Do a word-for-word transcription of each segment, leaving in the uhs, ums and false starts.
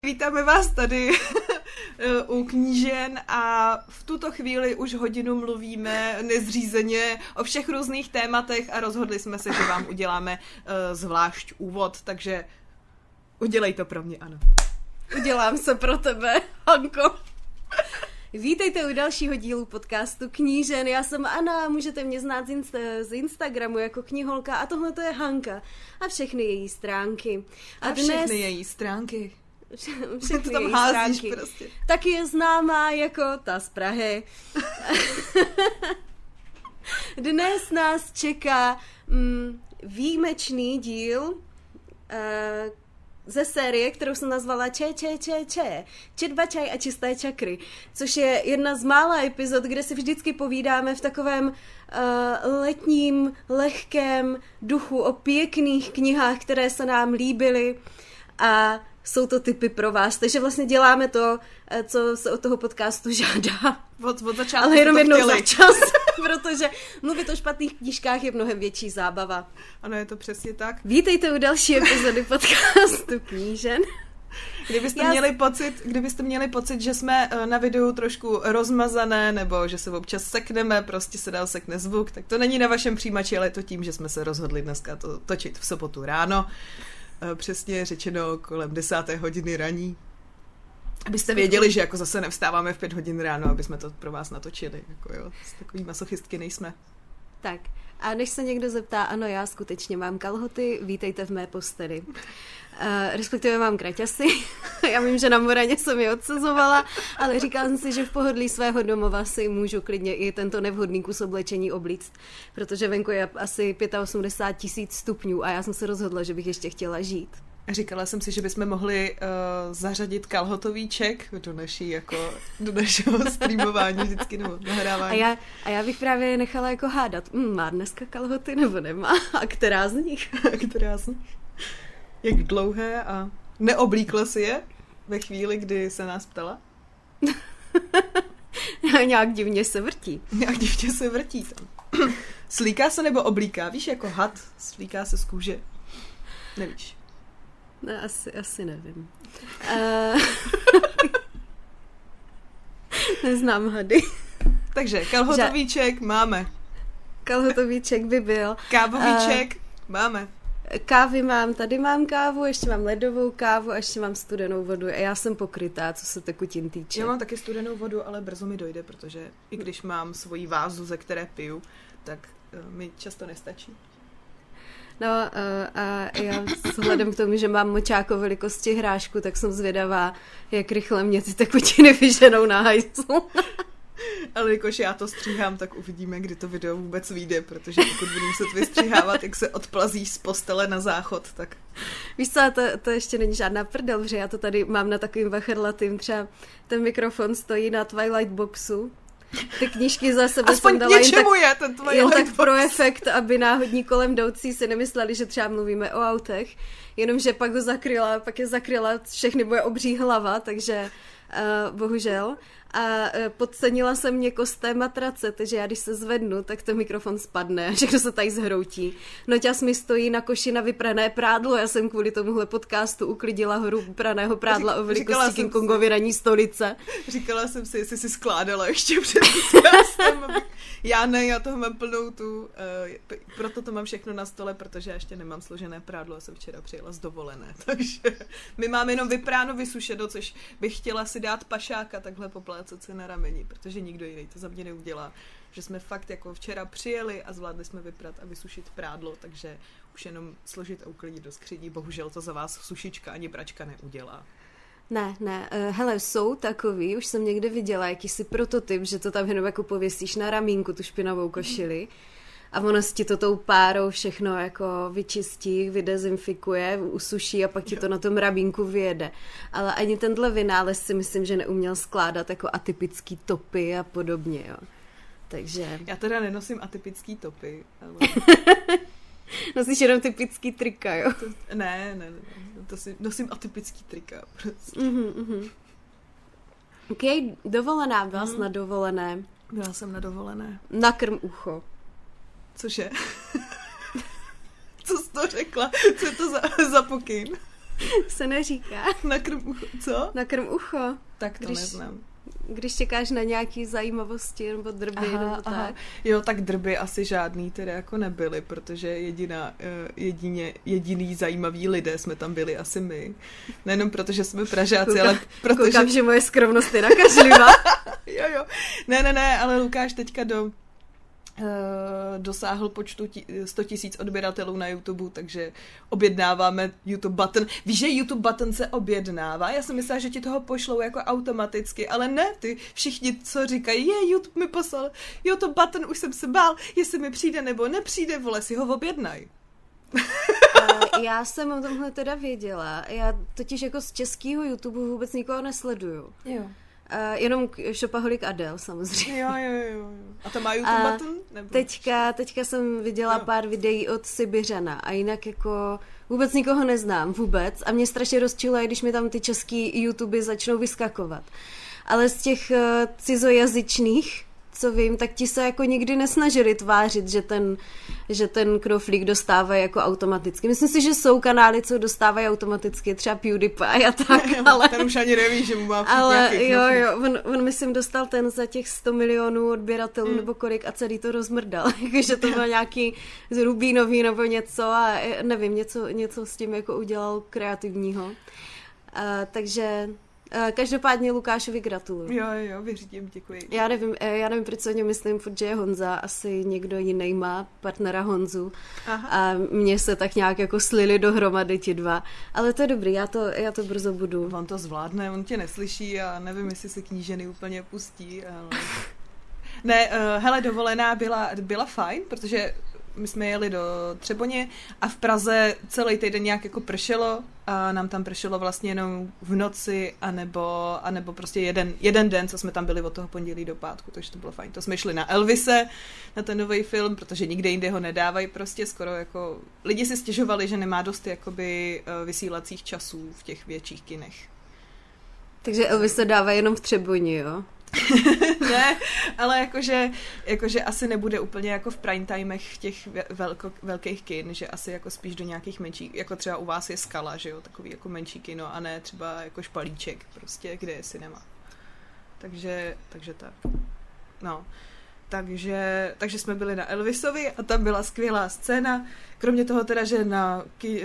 Vítáme vás tady u knížen a v tuto chvíli už hodinu mluvíme nezřízeně o všech různých tématech a rozhodli jsme se, že vám uděláme uh, zvlášť úvod, takže udělej to pro mě, ano. Udělám se pro tebe, Hanko. Vítejte u dalšího dílu podcastu Knížen. Já jsem Anna, můžete mě znát z, insta- z Instagramu jako kniholka a tohle to je Hanka a všechny její stránky. A, a dnes... všechny její stránky. Všechny to tam její házíš stránky. Prostě. Taky je známá jako ta z Prahy. Dnes nás čeká mm, výjimečný díl uh, ze série, kterou jsem nazvala Če, če, če, če. Četba, čaj a čisté čakry, což je jedna z mála epizod, kde si vždycky povídáme v takovém uh, letním, lehkém duchu o pěkných knihách, které se nám líbily a jsou to tipy pro vás, takže vlastně děláme to, co se od toho podcastu žádá. Od, od začátku ale jenom jednou chtěli. za čas, protože mluvit o špatných knížkách je mnohem větší zábava. Ano, je to přesně tak. Vítejte u další epizody podcastu Knížen. Kdybyste, Já... měli pocit, kdybyste měli pocit, že jsme na videu trošku rozmazané, nebo že se občas sekneme, prostě se dál sekne zvuk, tak to není na vašem přijímači, ale je to tím, že jsme se rozhodli dneska to točit v sobotu ráno. Přesně řečeno kolem desáté hodiny raní. Abyste věděli, že jako zase nevstáváme v pět hodin ráno, aby jsme to pro vás natočili. Jako jo, takový masochistky nejsme. Tak a než se někdo zeptá, ano, já skutečně mám kalhoty, vítejte v mé posteli. Uh, respektive mám kraťasy. Já vím, že na Moraně jsem je odsazovala, ale říkala jsem si, že v pohodlí svého domova si můžu klidně i tento nevhodný kus oblečení oblíct, protože venku je asi osmdesát pět tisíc stupňů a já jsem se rozhodla, že bych ještě chtěla žít. Říkala jsem si, že bychom mohli uh, zařadit kalhotovíček do naší, jako, do našeho streamování vždycky, nebo nahrávání. A já, a já bych právě nechala jako hádat, mm, má dneska kalhoty nebo nemá? A která z nich? A která z nich? Jak dlouhé a neoblíkla si je ve chvíli, kdy se nás ptala? Nějak divně se vrtí. Nějak divně se vrtí tam. Slíká se nebo oblíká? Víš, jako had slíká se z kůže? Nevíš? Ne, asi, asi nevím. Uh... Neznám hady. Takže kalhotovíček Že... máme. Kalhotovíček by byl. Kávovíček uh... máme. Kávy mám, tady mám kávu, ještě mám ledovou kávu a ještě mám studenou vodu a já jsem pokrytá, co se tekutin týče. Já mám taky studenou vodu, ale brzo mi dojde, protože i když mám svoji vázu, ze které piju, tak uh, mi často nestačí. No uh, a já vzhledem k tomu, že mám močáko velikosti hrášku, tak jsem zvědavá, jak rychle mě ty tekutiny vyženou na hajzlu. Ale jakož já to stříhám, tak uvidíme, kdy to video vůbec vyjde, protože pokud budu muset vystříhávat, jak se odplazíš z postele na záchod, tak... Víš co, to, to ještě není žádná prdel, protože já to tady mám na takovým vachrlatým, třeba ten mikrofon stojí na Twilight boxu, ty knížky za sebe aspoň jsem dala jen tak, je ten jen tak pro efekt, aby náhodní kolem jdoucí si nemysleli, že třeba mluvíme o autech, jenomže pak ho zakryla, pak je zakryla všechny moje obří hlava, takže uh, bohužel. A uh, podcenila jsem měkkost té matrace, takže já když se zvednu, tak ten mikrofon spadne a všechno se tady zhroutí. Noťas mi stojí na koši na vyprané prádlo, já jsem kvůli tomuhle podcastu uklidila horu vypraného prádla o velikosti King Kongovy ranní stolice. Říkala jsem si, jestli si skládala ještě před podcastem. Já ne, já toho mám plnou tu, uh, proto to mám všechno na stole, protože já ještě nemám složené prádlo, já jsem včera přijela z dovolené, takže my máme jenom vypráno, vysušeno, což bych chtěla si dát pašáka takhle poplácat se na rameni, protože nikdo jiný to za mě neudělá, že jsme fakt jako včera přijeli a zvládli jsme vyprat a vysušit prádlo, takže už jenom složit a uklidit do skříní, bohužel to za vás sušička ani pračka neudělá. Ne, ne, uh, hele, jsou takový, už jsem někde viděla jakýsi prototyp, že to tam jenom jako pověsíš na ramínku, tu špinavou košili a ono si ti to tou párou všechno jako vyčistí, vydezinfikuje, usuší a pak ti to na tom ramínku vyjede. Ale ani tenhle vynález si myslím, že neuměl skládat jako atypický topy a podobně, jo. Takže... Já teda nenosím atypický topy, ale... Nosíš jenom typický trika, jo? To, ne, ne, ne, to si, nosím atypický trika, prostě. Uh-huh, uh-huh. Ok, dovolená, byla jsi uh-huh. na dovolené. Byla jsem na dovolené. Nakrm ucho. Cože? Co jsi to řekla? Co je to za, za pokyn? se neříká. Nakrm ucho, co? Nakrm ucho. Tak to Když- neznám. Když čekáš na nějaký zajímavosti nebo drby Aha, nebo aha. tak. Jo, tak drby asi žádný tedy jako nebyly, protože jediná, eh, jedině, jediný zajímaví lidé jsme tam byli asi my. Nejenom proto, že jsme Pražáci, Kouka- ale protože... Koukám, že moje skromnost je nakažlivá. Jo, jo. Ne, ne, ne, ale Lukáš teďka do... Uh, dosáhl počtu tí, sto tisíc odběratelů na YouTube, takže objednáváme YouTube button. Víš, že YouTube button se objednává? Já jsem myslela, že ti toho pošlou jako automaticky, ale ne, ty všichni, co říkají, je, YouTube mi poslal YouTube button, už jsem se bál, jestli mi přijde nebo nepřijde, vole, si ho objednaj. Uh, já jsem o tomhle teda věděla. Já totiž jako z českého YouTube vůbec nikoho nesleduju. Jo. Uh, jenom Shopaholic Adele samozřejmě. Jo, jo, jo, jo. A to má YouTube A button? Nebo... Teďka, teďka jsem viděla Jo. pár videí od Sibiřana a jinak jako vůbec nikoho neznám, vůbec. A mě strašně rozčiluje, když mi tam ty český YouTuby začnou vyskakovat. Ale z těch uh, cizojazyčných, co vím, tak ti se jako nikdy nesnažili tvářit, že ten, že ten knoflík dostávají jako automaticky. Myslím si, že jsou kanály, co dostávají automaticky, třeba PewDiePie a tak, ale... Ten už ani neví, že mu má přijít Ale nějaký jo, knoflík. jo, on, on myslím dostal ten za těch sto milionů odběratelů Mm. nebo kolik a celý to rozmrdal. Jakože to byl nějaký z Rubínový nebo něco a eh, nevím, něco, něco s tím jako udělal kreativního. Uh, takže uh, každopádně Lukášovi gratuluju. Jo, jo, vyřídím, děkuji. Já nevím, eh, já nevím, proč se o něm myslím, furt, že je Honza, asi někdo jiný má partnera Honzu. Aha. A mně se tak nějak jako slili dohromady ti dva. Ale to je dobrý, já to, já to brzo budu. On to zvládne, on tě neslyší a nevím, jestli se kníženy úplně pustí, ale... Ne, uh, hele, dovolená byla, byla fajn, protože my jsme jeli do Třeboně a v Praze celý týden nějak jako pršelo a nám tam pršelo vlastně jenom v noci anebo, anebo prostě jeden, jeden den, co jsme tam byli od toho pondělí do pátku, takže to bylo fajn. To jsme šli na Elvise, na ten nový film, protože nikde jinde ho nedávají prostě skoro jako... Lidi si stěžovali, že nemá dost jakoby uh, vysílacích časů v těch větších kinech. Takže Elvis se dává jenom v Třeboni, jo? Ne, ale jakože, jakože asi nebude úplně jako v prime timech těch velko, velkých kin, že asi jako spíš do nějakých menších, jako třeba u vás je Skala, že jo, takový jako menší kino a ne třeba jako Špalíček prostě, kde je cinema. Takže, takže tak. No. Takže, takže jsme byli na Elvisovi a tam byla skvělá scéna, kromě toho teda, že na, ki,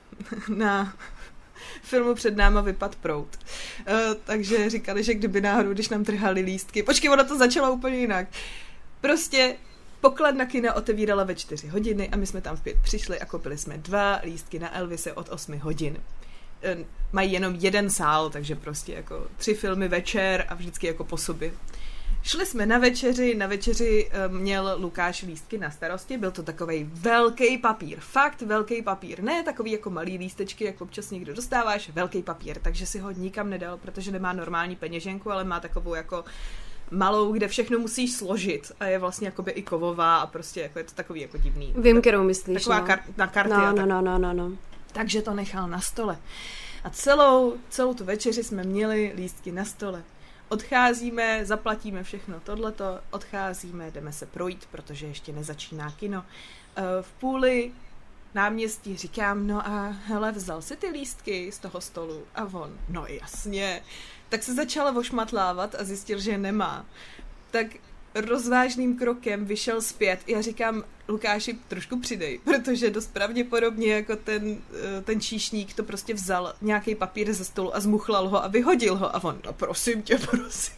na filmu před náma vypad proud. Uh, takže říkali, že kdyby náhodou, když nám trhali lístky. Počkej, ono to začalo úplně jinak. Prostě pokladna kina otevírala ve čtyři hodiny a my jsme tam v pět přišli a koupili jsme dva lístky na Elvise od osmi hodin. Uh, mají jenom jeden sál, takže prostě jako tři filmy večer a vždycky jako po sobě. Šli jsme na večeři, na večeři měl Lukáš lístky na starosti, byl to takovej velký papír, fakt velký papír, ne takový jako malý lístečky, jak občas někdo dostáváš, velký papír, takže si ho nikam nedal, protože nemá normální peněženku, ale má takovou jako malou, kde všechno musíš složit a je vlastně jakoby i kovová a prostě jako je to takový jako divný. Vím, kterou myslíš, Taková no. kar- na karty no, a tak. no, no, no, no, no. Takže to nechal na stole. A celou, celou tu večeři jsme měli lístky na stole. Odcházíme, zaplatíme všechno tohleto, odcházíme, jdeme se projít, protože ještě nezačíná kino. V půli náměstí říkám, no a hele, vzal si ty lístky z toho stolu? A on, no jasně. Tak se začal ošmatlávat a zjistil, že nemá. Tak rozvážným krokem vyšel zpět. Já říkám, Lukáši, trošku přidej, protože dost pravděpodobně jako ten, ten číšník to prostě vzal nějaký papír ze stolu a zmuchlal ho a vyhodil ho. A on, no prosím tě, prosím.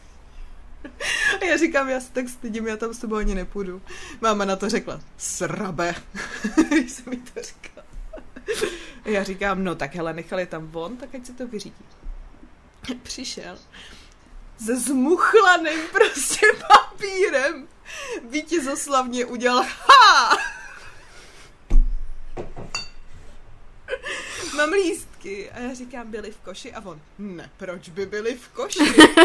A já říkám, já se tak stydím, já tam s tebou ani nepůjdu. Máma na to řekla, srabe, když jsem mi to říkala. A já říkám, no tak hele, nechali tam von, tak ať se to vyřídí. Přišel se zmuchlaným prostě papírem. Vítězoslavně udělal ha! Mám lístky. A já říkám, byli v koši? A on, ne, proč by byli v koši?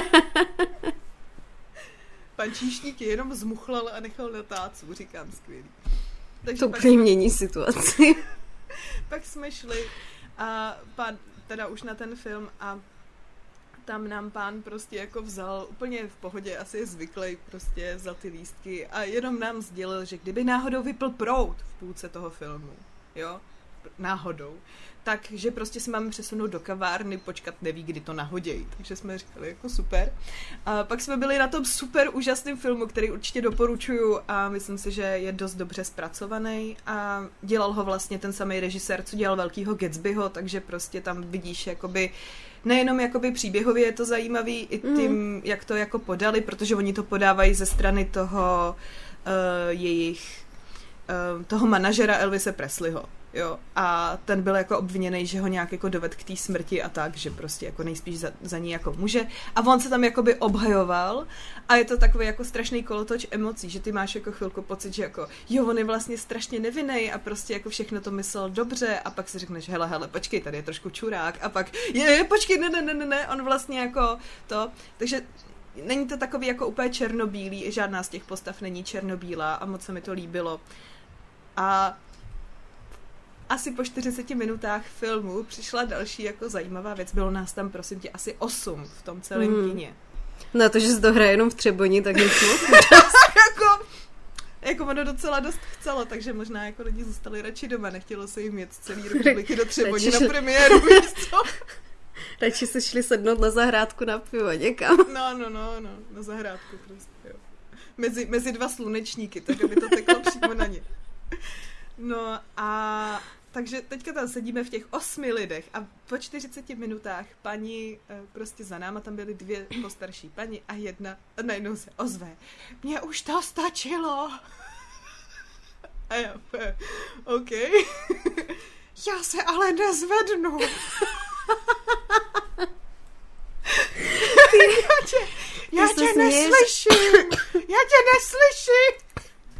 Pan číšník je jenom zmuchlal a nechal na tácu, říkám, skvělý. Takže To pak, úplně mění situaci. pak jsme šli a pán, teda už na ten film a tam nám pán prostě jako vzal, úplně v pohodě, asi je zvyklý, prostě vzal ty lístky a jenom nám sdělil, že kdyby náhodou vypl proud v půlce toho filmu, jo, náhodou, takže prostě se máme přesunout do kavárny, počkat, neví, kdy to nahodějí. Takže jsme říkali, jako super. A pak jsme byli na tom super úžasným filmu, který určitě doporučuju a myslím si, že je dost dobře zpracovaný a dělal ho vlastně ten samý režisér, co dělal Velkýho Gatsbyho, takže prostě tam vidíš jakoby nejenom jakoby příběhově je to zajímavý, i tím, mm. jak to jako podali, protože oni to podávají ze strany toho uh, jejich uh, toho manažera Elvise Presleyho. Jo, a ten byl jako obviněný, že ho nějak jako doved k té smrti a tak, že prostě jako nejspíš za, za ní jako muže. A on se tam jakoby obhajoval a je to takový jako strašný kolotoč emocí, že ty máš jako chvilku pocit, že jako jo, on je vlastně strašně nevinnej a prostě jako všechno to myslel dobře a pak si řekneš, hele, hele, počkej, tady je trošku čurák a pak je, počkej, ne, ne, ne, ne, ne, on vlastně jako to, takže není to takový jako úplně černobílý, žádná z těch postav není černobílá a moc se mi to líbilo. A asi po čtyřiceti minutách filmu přišla další jako zajímavá věc. Bylo nás tam, prosím tě, asi osm v tom celém mm. kině. No to, že se to hraje jenom v Třeboni, tak nic moc. jako, jako ono docela dost chcelo, takže možná jako lidi zůstali radši doma. Nechtělo se jim jet z celý republiky do Třeboni na premiéru. Radši se šli sednout na zahrádku na pivo někam. No, no, no, no, na zahrádku prostě, jo. Mezi, mezi dva slunečníky, tak aby to teklo přímo na ně. No a takže teďka tam sedíme v těch osmi lidech a po čtyřiceti minutách paní prostě za náma, tam byly dvě postarší paní a jedna a najednou se ozve. Mně už to stačilo. A já, OK. Já se ale nezvednu. já tě, já tě neslyším. Já tě neslyším.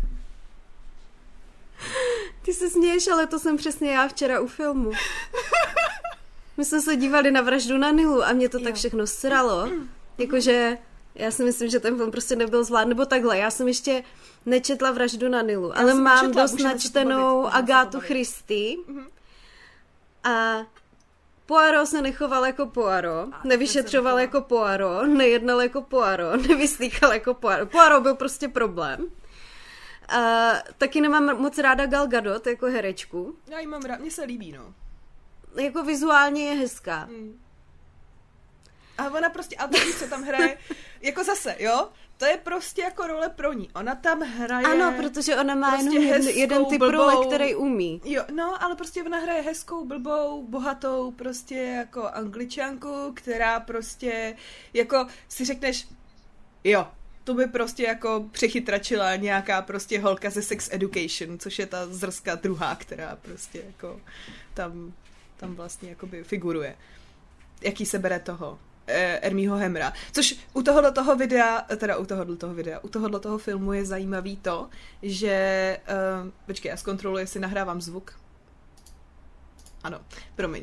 Ty se směješ, ale to jsem přesně já včera u filmu. My jsme se dívali na Vraždu na Nilu a mě to jo. tak všechno sralo. Jakože já si myslím, že ten film prostě nebyl zvládný, nebo takhle. Já jsem ještě nečetla Vraždu na Nilu, já ale mám četla, dost načtenou Agátu Christie. Mm-hmm. A Poirot se nechoval jako Poirot, nevyšetřoval jako Poirot, nejednal jako Poirot, nevyslýchal jako Poirot. Poirot byl prostě problém. Uh, taky nemám moc ráda Gal Gadot jako herečku. Já ji mám rád, mně se líbí, no. Jako vizuálně je hezká. Mm. A ona prostě, a to co tam hraje, jako zase, jo? To je prostě jako role pro ní. Ona tam hraje... Ano, protože ona má prostě jenom jeden, jeden typ blbou, role, který umí. Jo, no, ale prostě ona hraje hezkou, blbou, bohatou, prostě jako Angličanku, která prostě, jako si řekneš, jo, to by prostě jako přechytračila nějaká prostě holka ze Sex Education, což je ta zrská druhá, která prostě jako tam, tam vlastně jakoby figuruje. Jaký se bere toho? Hermího Hammera. Což u tohohle toho videa, teda u tohohle toho videa, u tohohle toho filmu je zajímavý to, že uh, počkej, já zkontroluji, jestli nahrávám zvuk. Ano, promiň.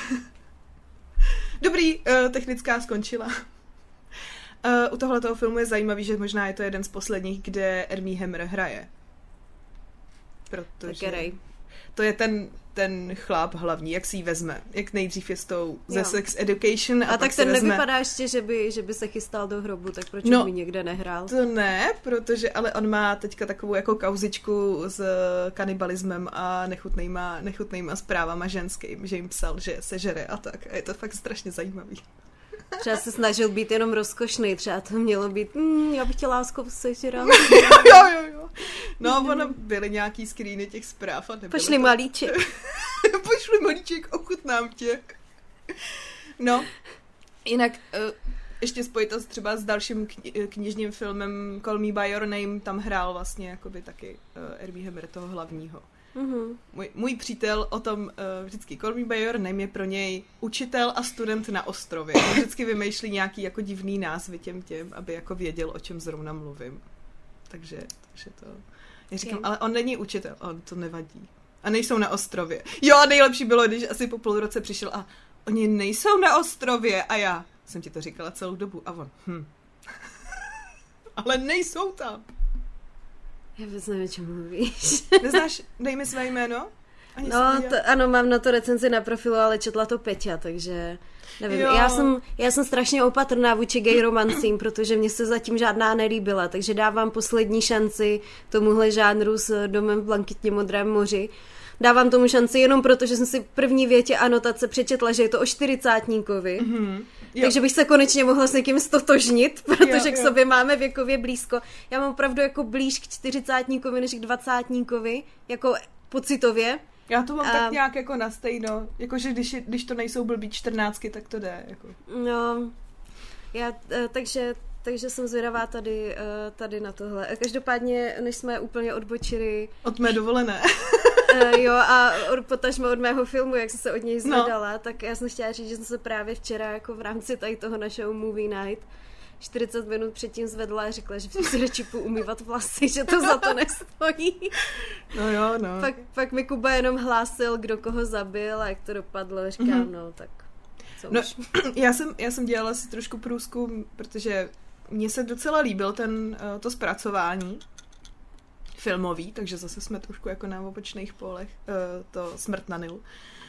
Dobrý, uh, technická skončila. Uh, u tohohle toho filmu je zajímavý, že možná je to jeden z posledních, kde Hermie Hammer hraje. Protože to je ten, ten chlap hlavní, jak si ji vezme. Jak nejdřív je s tou ze jo. Sex Education. A, a tak ten vezme... nevypadá ještě, že by, že by se chystal do hrobu, tak proč no, by někde nehrál? To ne, protože ale on má teďka takovou jako kauzičku s kanibalismem a nechutnejma, nechutnejma zprávama ženským, že jim psal, že sežere a tak. A je to fakt strašně zajímavý. Třeba se snažil být jenom rozkošný, třeba to mělo být, mm, já bych tě láskou sežral. jo, jo, jo. No, ono byly nějaký screeny těch zpráv a nebyly Pošli to... malíček. Pošli malíček, ochutnám tě. No, jinak uh, ještě spojitost třeba s dalším kni- knižním filmem Call Me By Your Name, tam hrál vlastně jakoby taky uh, Hermie Hammer, toho hlavního. Mm-hmm. Můj, můj přítel o tom uh, vždycky Call Me By Your Name je pro něj učitel a student na ostrově. On vždycky vymýšlí nějaký jako divný názvy těm těm, aby jako věděl, o čem zrovna mluvím. Takže, takže to... Já říkám, okay. Ale on není učitel, on to nevadí. A nejsou na ostrově. Jo, nejlepší bylo, když asi po půl roce přišel a oni nejsou na ostrově a já jsem ti to říkala celou dobu a on, hm. Ale nejsou tam. Já vůbec nevím, o čem mluvíš. Neznáš, dej mi své jméno? Ani no, to, ano, mám na to recenzi na profilu, ale četla to Peťa, takže nevím. Já jsem, já jsem strašně opatrná vůči gay romancím, protože mě se zatím žádná nelíbila, takže dávám poslední šanci tomuhle žánru s Domem v blankitně modrém moři, dávám tomu šanci jenom proto, že jsem si v první větě anotace přečetla, že je to o čtyřicátníkovi. Mm-hmm. Takže bych se konečně mohla s někým stotožnit, protože jo, k sobě jo. máme věkově blízko. Já mám opravdu jako blíž k čtyřicátníkovi než k dvacátníkovi, jako pocitově. Já to mám a... tak nějak jako na stejno, jakože když, je, když to nejsou blbý čtrnáctky, tak to jde. Jako. No, já, takže, takže jsem zvědavá tady, tady na tohle. Každopádně, než jsme úplně odbočili... Od mé dovolené. Jo, a potažmo od mého filmu, jak jsem se od něj zvedala, no. Tak já jsem chtěla říct, že jsem se právě včera jako v rámci tady toho našeho movie night čtyřicet minut předtím zvedla a řekla, že si radši půjdu umývat vlasy, že to za to nestojí. No jo, no. Pak, pak mi Kuba jenom hlásil, kdo koho zabil a jak to dopadlo. Říkám, mm-hmm. no tak co no, už. Já jsem, já jsem dělala si trošku průzkum, protože mně se docela líbil ten, to zpracování filmový, takže zase jsme trošku jako na opačných polech, to Smrt na Nilu.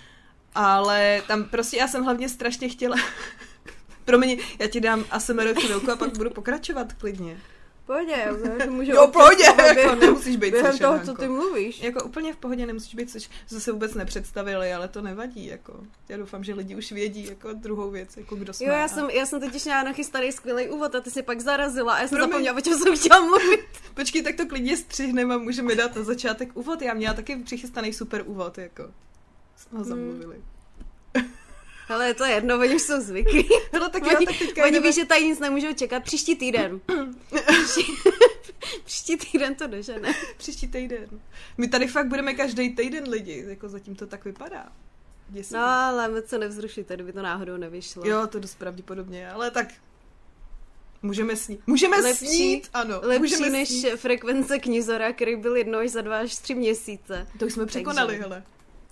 Ale tam prostě já jsem hlavně strašně chtěla... Promiň, já ti dám A S M R chvilku a pak budu pokračovat klidně. Pohodě, můžu jo, pohodě, jako nemusíš být během což, toho, Hanko. co ty mluvíš. Jako úplně v pohodě nemusíš být, což se vůbec nepředstavili, ale to nevadí, jako. Já doufám, že lidi už vědí, jako druhou věc, jako kdo jsme. Jo, já a... jsem, já jsem totiž měla nachystaný skvělý úvod a ty si pak zarazila a já jsem Promiň. zapomněla, o čem jsem chtěla mluvit. Počkej, tak to klidně střihneme a můžeme dát na začátek úvod. Já měla taky přichystaný super úvod, jako. Jsme ho zamluvili. Hmm. Ale to je jedno, oni už jsou zvyklí. Hele, tak oni, jo, tak teďka oni jdeme... ví, že tady nic nemůžou čekat. Příští týden. Příští, příští týden to dožene. Příští týden. My tady fakt budeme každý týden lidi, jako zatím to tak vypadá. Děsivě. No, ale moc se nevzrušíte, kdyby to náhodou nevyšlo. Jo, to dost pravděpodobně, ale tak můžeme snít. Můžeme lepší, snít, ano. Lepší můžeme než snít. Frekvence Knízora, který byl jednou až za dva až tři měsíce. To už jsme překonali, Takže... hele.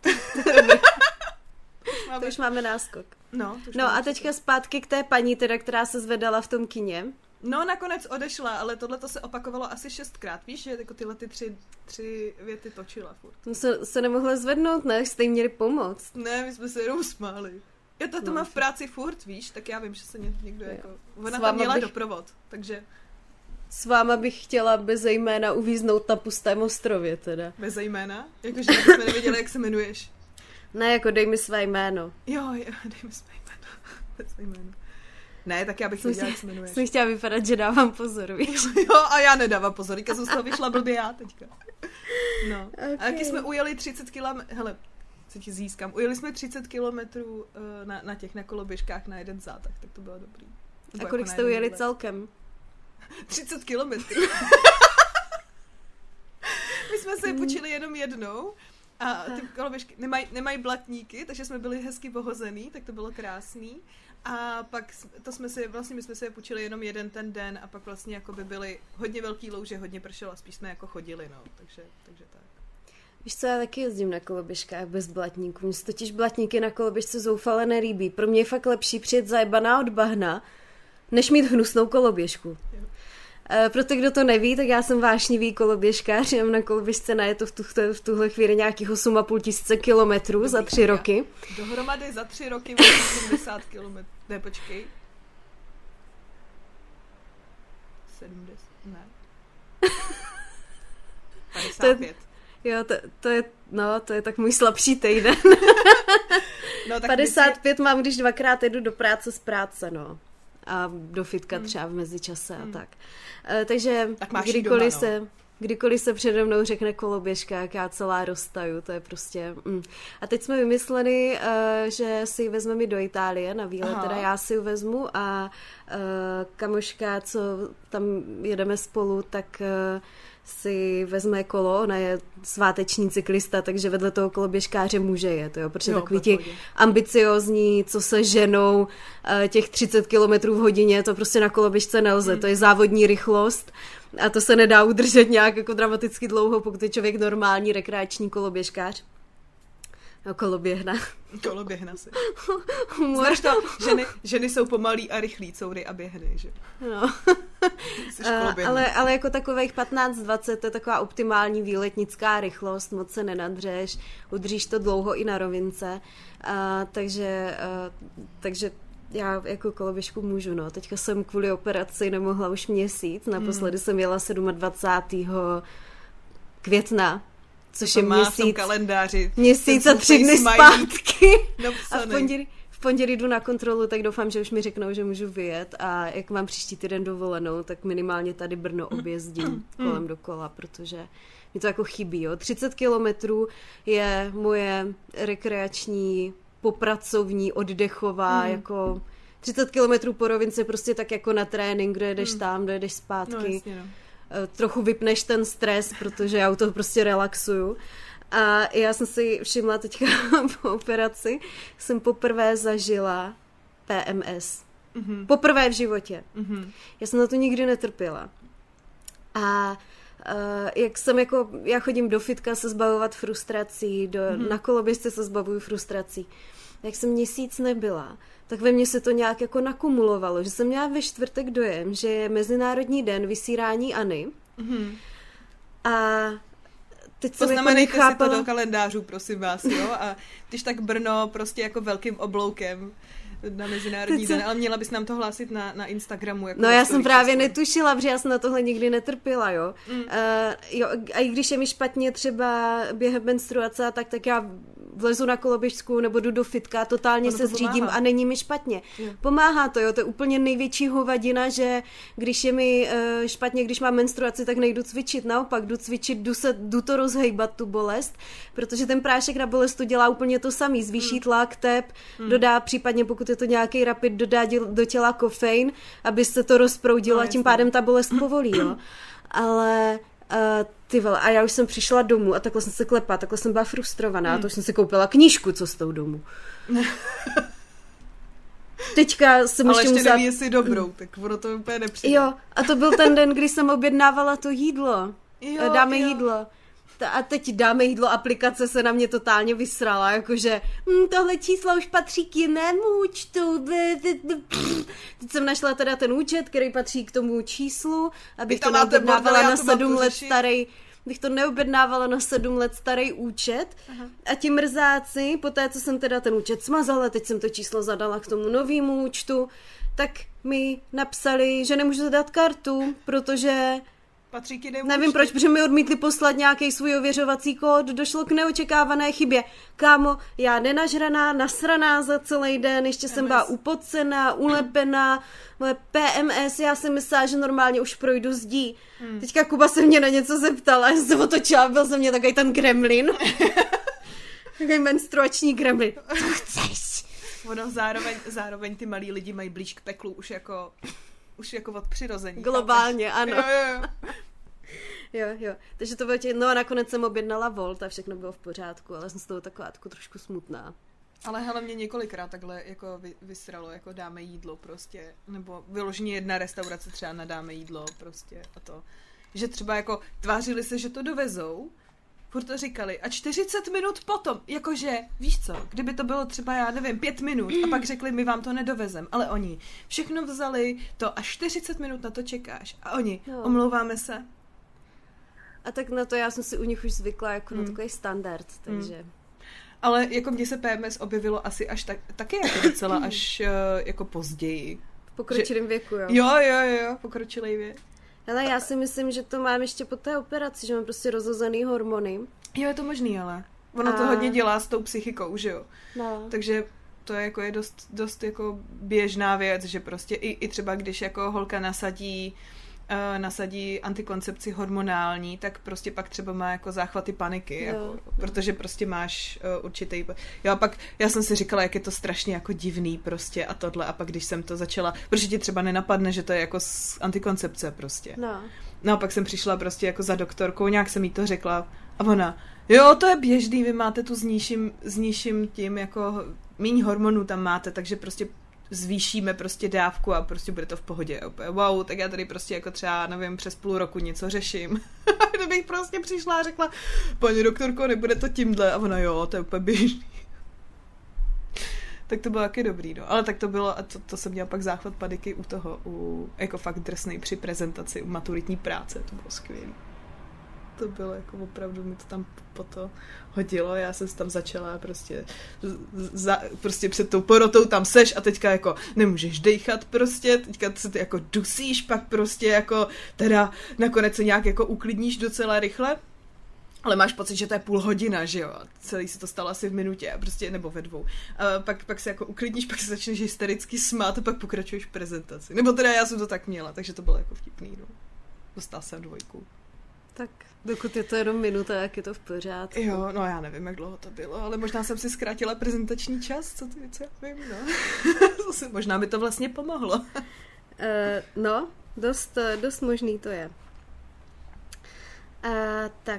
Máme... To už máme náskok. No, to už no a teďka zpátky k té paní, teda, která se zvedala v tom kině. No nakonec odešla, ale tohle to se opakovalo asi šestkrát. Víš, že jako tyhle ty tři, tři věty točila furt. No se, se nemohla zvednout, ne? Jste jí měli pomoct. Ne, my jsme se jenom smáli. Já to, to no, mám v práci furt, víš, tak já vím, že se někdo jako... Ona tam měla bych... doprovod, takže... S váma bych chtěla bez jména uvíznout na pustém ostrově, teda. Bez jména? Jakože jsme nevěděli, jak se jmenuješ. Ne, jako dej mi své jméno. Jo, jo, dej mi své jméno. Bez jméno. Ne, tak já bych věděla, jak se jmenuješ. Jsem chtěla vypadat, že dávám pozor, víš. Jo, a já nedávám pozor, teďka jsem z toho vyšla blbě já teďka. No. Okay. A taky jsme ujeli třicet kilometrů, hele, co ti získám, ujeli jsme třicet kilometrů uh, na, na těch na koloběžkách na jeden zátah, tak to bylo dobrý. A kolik jste ujeli let. Celkem? třicet kilometrů. My jsme se je počili jenom jednou a ty koloběžky nemají nemaj blatníky, takže jsme byli hezky pohozený, tak to bylo krásný. A pak to jsme si, vlastně my jsme se je půjčili jenom jeden ten den a pak vlastně jako by byly hodně velký louže, hodně pršelo a spíš jsme jako chodili, no, takže, takže tak. Víš co, já taky jezdím na koloběžkách bez blatníků, mně se totiž blatníky na koloběžce zoufale nelíbí. Pro mě je fakt lepší přijet zajebaná od bahna, než mít hnusnou koloběžku. E, pro ty, kdo to neví, tak já jsem vášnivý koloběžkář, mám na koloběžce najeto v, tu, v tuhle chvíli nějakých osm a půl tisíce kilometrů Dobrý, za tři já. roky. Dohromady za tři roky sedmdesát kilometrů. Ne, počkej. sedmdesát, ne. padesát pět. To je, jo, to, to je, no, to je tak můj slabší týden. No, tak padesát pět si... mám, když dvakrát jedu do práce z práce, no. A do fitka hmm. třeba v mezičase hmm. a tak. E, takže tak kdykoliv, doma, se, no. kdykoliv se přede mnou řekne koloběžka, jak já celá roztaju, to je prostě... Mm. A teď jsme vymysleli, uh, že si ji vezmeme do Itálie na výlet, Aha. teda já si ji vezmu a uh, kamoška, co tam jedeme spolu, tak... Uh, si vezme kolo, ona je sváteční cyklista, takže vedle toho koloběžkáře může jet, jo, protože jo, takový ti ambiciózní, co se ženou těch třicet kilometrů v hodině, to prostě na koloběžce nelze, hmm. to je závodní rychlost a to se nedá udržet nějak jako dramaticky dlouho, pokud je člověk normální rekreační koloběžkář. No, koloběhna. Koloběhna si. Znáš to, ženy, ženy jsou pomalý a rychlý, coury a běhny, že? No. uh, ale, ale jako takových patnáct dvacet, to je taková optimální výletnická rychlost, moc se nenadřeš, udržíš to dlouho i na rovince, uh, takže, uh, takže já jako koloběžku můžu, no. Teďka jsem kvůli operaci nemohla už měsíc, naposledy hmm. jsem jela dvacátého sedmého května, což to je má měsíc, kalendáři, měsíc a tři dny zpátky. A v pondělí, v pondělí jdu na kontrolu, tak doufám, že už mi řeknou, že můžu vyjet a jak mám příští týden dovolenou, tak minimálně tady Brno objezdím kolem dokola, protože mi to jako chybí. Jo. třicet kilometrů je moje rekreační, popracovní, oddechová, mm. jako třicet kilometrů po rovince prostě tak jako na trénink, dojedeš mm. tam, dojedeš zpátky. No, jasně, no. Trochu vypneš ten stres, protože já u toho prostě relaxuju. A já jsem si všimla teďka po operaci, jsem poprvé zažila P M S. Mm-hmm. Poprvé v životě. Mm-hmm. Já jsem na to nikdy netrpěla. A Uh, jak jsem jako, já chodím do fitka se zbavovat frustrací, do, mm-hmm. na koloběžce se zbavuju frustrací. Jak jsem měsíc nebyla, tak ve mně se to nějak jako nakumulovalo, že jsem měla ve čtvrtek dojem, že je Mezinárodní den vysírání Anny. Mm-hmm. A teď jsem jako nechápala... si to do kalendářů, prosím vás, jo? A když tak Brno prostě jako velkým obloukem na Mezinárodní den, ale měla bys nám to hlásit na, na Instagramu. Jako no já jsem právě často. netušila, protože já jsem na tohle nikdy netrpěla, jo. Mm. Uh, jo. A i když je mi špatně třeba během menstruace, tak, tak já vlezu na koloběžku nebo jdu do fitka, totálně ono se zřídím a není mi špatně. Jo. Pomáhá to, jo, to je úplně největší hovadina, že když je mi uh, špatně, když mám menstruaci, tak nejdu cvičit, naopak jdu cvičit, jdu, se, jdu to rozhejbat, tu bolest, protože ten prášek na bolest to dělá úplně to samý, zvýší tlak, tep, mm. dodá případně, pokud je to nějaký rapid, dodá do těla kofein, aby se to rozproudilo no, a tím pádem ta bolest povolí, jo. Ale uh, ty vole, a já už jsem přišla domů a takhle jsem se klepala, takhle jsem byla frustrovaná, hmm. to už jsem si koupila knížku, co s tou domů. Teďka jsem ale ještě ještě musela... neví, jestli dobrou, tak ono to úplně nepřijde. Jo, a to byl ten den, kdy jsem objednávala to jídlo. Jo, dáme jo. jídlo. A teď dáme jídlo, aplikace se na mě totálně vysrala, jakože hm, tohle číslo už patří k jinému účtu. Teď jsem našla teda ten účet, který patří k tomu číslu, abych to neobjednávala na sedm let starý, bych to neobjednávala na sedm let starý účet. Aha. A ti mrzáci, po té, co jsem teda ten účet smazala, teď jsem to číslo zadala k tomu novému účtu, tak mi napsali, že nemůžu zadat kartu, protože patří k jinému nevím účtu. Proč, protože mi odmítli poslat nějaký svůj ověřovací kód, došlo k neočekávané chybě. Kámo, já nenažraná, nasraná za celý den, ještě jsem byla upocená, ulepená, moje P M S, já jsem myslela, že normálně už projdu zdí. Hmm. Teďka Kuba se mě na něco zeptala, já jsem otočila, byl jsem mě takový ten gremlin. Takový menstruační gremlin. Co chceš? Ono zároveň, zároveň ty malí lidi mají blíž k peklu už jako... Už jako od přirození. Globálně, chápeš? Ano. Jo, jo, jo. jo, jo. Takže to bylo tě... No a nakonec jsem objednala Volt a všechno bylo v pořádku, ale jsem z toho taková trošku smutná. Ale hele, mě několikrát takhle jako vy, vysralo, jako dáme jídlo prostě, nebo vyloženě jedna restaurace třeba na dáme jídlo prostě a to. Že třeba jako tvářili se, že to dovezou, furt to říkali a čtyřicet minut potom, jakože, víš co, kdyby to bylo třeba, já nevím, pět minut a pak řekli, my vám to nedovezem, ale oni všechno vzali, to a čtyřicet minut na to čekáš a oni, no. Omlouváme se. A tak na to já jsem si u nich už zvykla jako hmm. na takový standard, takže... Hmm. Ale jako mně se P M S objevilo asi až tak, taky jako docela až uh, jako později. V pokročilém věku, jo? Jo, jo, jo, pokročilý věk. Ale já si myslím, že to mám ještě po té operaci, že mám prostě rozhozený hormony. Jo, je to možný, ale ono a... to hodně dělá s tou psychikou, že jo? No. Takže to je jako je dost, dost jako běžná věc, že prostě i, i třeba když jako holka nasadí uh, nasadí antikoncepci hormonální, tak prostě pak třeba má jako záchvaty paniky, jo. Jako, protože prostě máš uh, určitý... Jo a pak já jsem si říkala, jak je to strašně jako divný prostě a tohle a pak když jsem to začala, protože ti třeba nenapadne, že to je jako z antikoncepce prostě. No. No a pak jsem přišla prostě jako za doktorkou, nějak jsem jí to řekla a ona, jo, to je běžný, vy máte tu s nižším, s nižším tím jako míň hormonů tam máte, takže prostě zvýšíme prostě dávku a prostě bude to v pohodě. Wow, tak já tady prostě jako třeba, nevím, přes půl roku něco řeším. Kdybych prostě přišla a řekla, paní doktorko, nebude to tímhle. A ona, jo, to je úplně běžný. Tak to bylo taky dobrý, no. Ale tak to bylo, a to, to jsem měla pak záchvat paniky u toho, u, jako fakt drsnej při prezentaci, u maturitní práce, to bylo skvělý. To bylo jako opravdu, mi to tam po to hodilo, já jsem tam začala prostě za, prostě před tou porotou tam seš a teďka jako nemůžeš dejchat prostě, teďka se ty jako dusíš, pak prostě jako teda nakonec se nějak jako uklidníš docela rychle ale máš pocit, že to je půl hodina, že jo, a celý se to stalo asi v minutě, a prostě, nebo ve dvou. A pak, pak se jako uklidníš, pak se začneš hystericky smát a pak pokračuješ v prezentaci. Nebo teda já jsem to tak měla, takže to bylo jako vtipný, no. Dostala jsem dvojku. Tak dokud je to jenom minuta, jak je to v pořádku. Jo, no já nevím, jak dlouho to bylo, ale možná jsem si zkrátila prezentační čas, co ty, co já vím, no. Možná mi to vlastně pomohlo. uh, no, dost, dost možný to je. Uh, tak,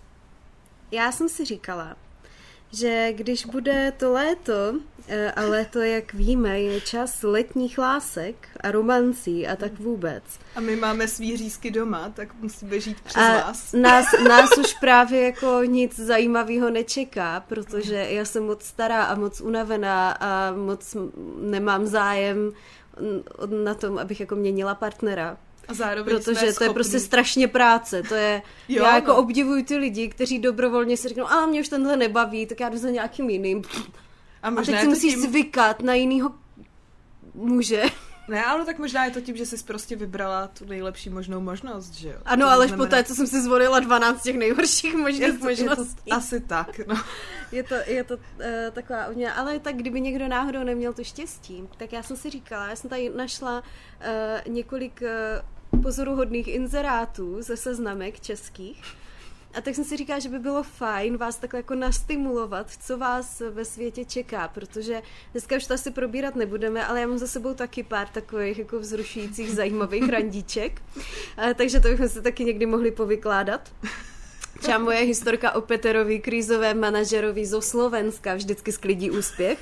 já jsem si říkala, že když bude to léto, a léto, jak víme, je čas letních lásek a romancí a tak vůbec. A my máme svý řízky doma, tak musíme žít přes a vás. Nás, nás už právě jako nic zajímavého nečeká, protože já jsem moc stará a moc unavená a moc nemám zájem na tom, abych jako měnila partnera. A zároveň protože to je prostě strašně práce, to je, jo, já jako no. obdivuju ty lidi, kteří dobrovolně si řeknou, a mě už tenhle nebaví, tak já jdu za nějakým jiným. A, a teď si musíš tím... zvykat na jinýho muže. Ne, ale tak možná je to tím, že jsi prostě vybrala tu nejlepší možnou možnost, že jo? Ano, ale znamená... poté, co jsem si zvolila dvanáct těch nejhorších možných je to, možností. Je to asi tak, no. Je to, je to uh, taková odměna, ale tak kdyby někdo náhodou neměl to štěstí, tak já jsem si říkala, já jsem tady našla uh, několik uh, pozoruhodných inzerátů ze seznamek českých. A tak jsem si říkala, že by bylo fajn vás takhle jako nastimulovat, co vás ve světě čeká, protože dneska už to asi probírat nebudeme, ale já mám za sebou taky pár takových jako vzrušujících zajímavých randíček, a, takže to bychom si taky někdy mohli povykládat. Třeba moje historka o Peterovi, krízovém manažerovi zo Slovenska, vždycky sklidí úspěch.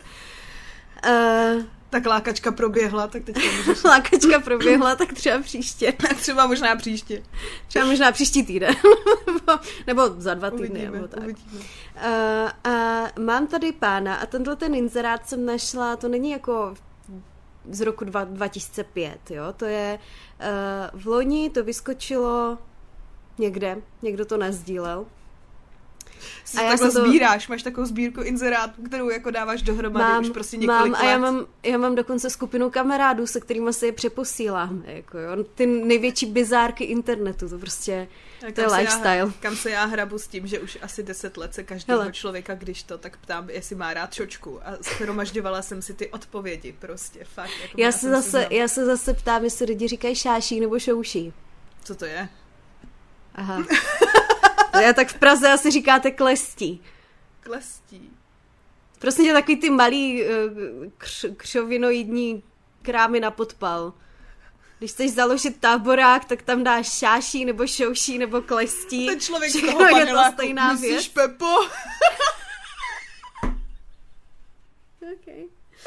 Uh, tak lákačka proběhla, tak teď můžeš... Lákačka proběhla, tak třeba příště. Tak třeba možná příště. Třeba možná příští týden. nebo, nebo za dva týdny. Uvidíme, nebo tak. uvidíme. Uh, a mám tady pána a tenhle ten inzerát jsem našla, to není jako z roku dva tisíce pět, jo, to je uh, v loni to vyskočilo někde, někdo to nasdílel. A já takhle to... sbíráš, máš takovou sbírku inzerátů, kterou jako dáváš dohromady mám, už prostě několik mám, let. A já mám, já mám dokonce skupinu kamarádů, se kterými se je přeposílám. Jako jo. Ty největší bizárky internetu, to prostě, to je lifestyle. Já, kam se já hrabu s tím, že už asi deset let se každého Hele. člověka, když to, tak ptám, jestli má rád čočku. A shromažďovala jsem si ty odpovědi prostě, fakt. Jako já, se zase, já se zase ptám, jestli lidi říkají šáší nebo šouší. Co to je? Aha. Já tak v Praze asi říkáte klestí. Klestí. Prostě tě takový ty malý kř, křovinoidní krámy na podpal. Když chceš založit táborák, tak tam dáš šáší, nebo šouší, nebo klestí. Ten člověk z toho paneláku, myslíš Pepo? Okay.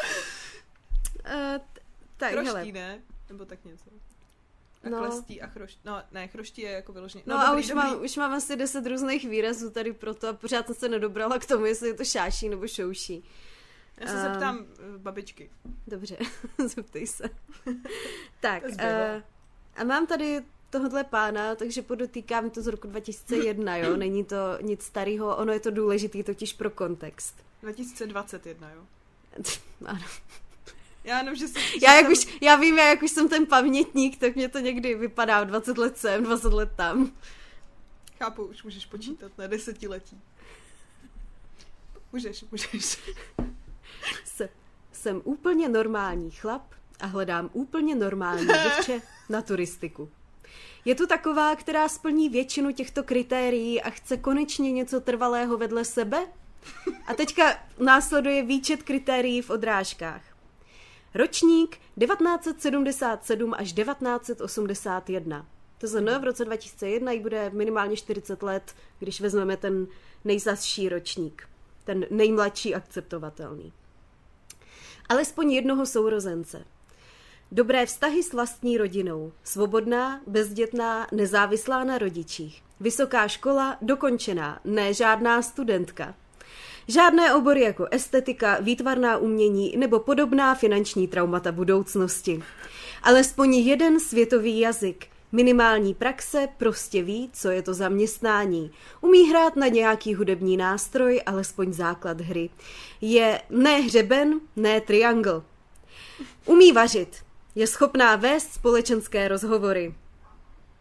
Uh, t- tak, Chroští, hele. ne? Nebo tak něco. A no. klestí a chroští. No, ne, chroští je jako vyloženě. No, no dobrý, a už, dobrý. Mám, už mám asi deset různých výrazů tady proto a pořád jsem se nedobrala k tomu, jestli je to šáší nebo šouší. Já se uh, zeptám uh, babičky. Dobře, zeptej se. Tak, uh, a mám tady tohohle pána, takže podotýkám to z roku dva tisíce jedna, jo, není to nic starého, ono je to důležitý totiž pro kontext. dva tisíce dvacet jedna, jo? Ano. Já, jenom, že si, já, jak už, já vím, já jak už jsem ten pamětník, tak mě to někdy vypadá dvacet let sem, dvacet let tam. Chápu, už můžeš počítat na desetiletí. Můžeš, můžeš. Se, jsem úplně normální chlap a hledám úplně normální děvče na turistiku. Je tu taková, která splní většinu těchto kritérií a chce konečně něco trvalého vedle sebe? A teďka následuje výčet kritérií v odrážkách. Ročník devatenáct set sedmdesát sedm až devatenáct set osmdesát jedna. To znamená, v roce dva tisíce jedna jí bude minimálně čtyřicet let, když vezmeme ten nejzazší ročník. Ten nejmladší akceptovatelný. Alespoň jednoho sourozence. Dobré vztahy s vlastní rodinou. Svobodná, bezdětná, nezávislá na rodičích. Vysoká škola, dokončená, ne žádná studentka. Žádné obory jako estetika, výtvarná umění nebo podobná finanční traumata budoucnosti. Alespoň jeden světový jazyk. Minimální praxe, prostě ví, co je to zaměstnání. Umí hrát na nějaký hudební nástroj, alespoň základ hry. Je ne hřeben, ne triangl. Umí vařit. Je schopná vést společenské rozhovory.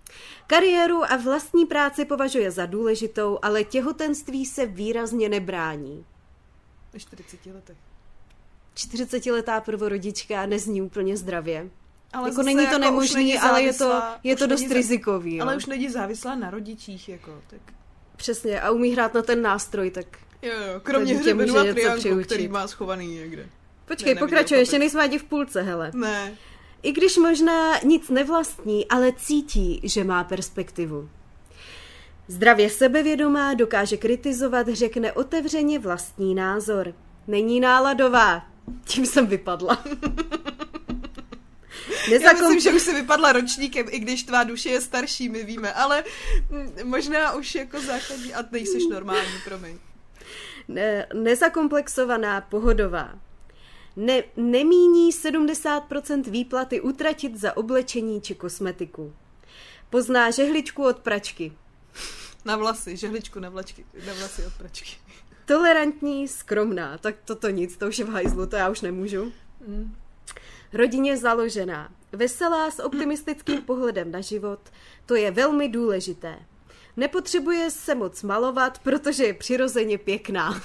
Kariéru a vlastní práci považuje za důležitou, ale těhotenství se výrazně nebrání. Ve čtyřiceti letech. čtyřicetiletá prvorodička nezní úplně zdravě. Ale jako není to jako nemožný, není ale je to, závislá, je to dost není rizikový. Jo. Ale už není závislá na rodičích, jako, tak... Přesně, a umí hrát na ten nástroj, tak... Jo, jo, kromě hřebenu a trianglu, který má schovaný někde. Počkej, ne, pokračuje, ještě nejsme ani v půlce, hele. Ne. I když možná nic nevlastní, ale cítí, že má perspektivu. Zdravě sebevědomá, dokáže kritizovat, řekne otevřeně vlastní názor. Není náladová. Tím jsem vypadla. Nezakom... Já myslím, že už si vypadla ročníkem, i když tvá duše je starší, my víme, ale možná už jako základní a nejsiš normální, promiň. Ne, nezakomplexovaná, pohodová. Ne, nemíní sedmdesát procent výplaty utratit za oblečení či kosmetiku. Pozná žehličku od pračky. Na vlasy, žehličku na, vlačky, na vlasy od pračky. Tolerantní, skromná, tak toto nic, to už je v hajzlu, to já už nemůžu. Mm. Rodině založená, veselá s optimistickým pohledem na život, to je velmi důležité. Nepotřebuje se moc malovat, protože je přirozeně pěkná.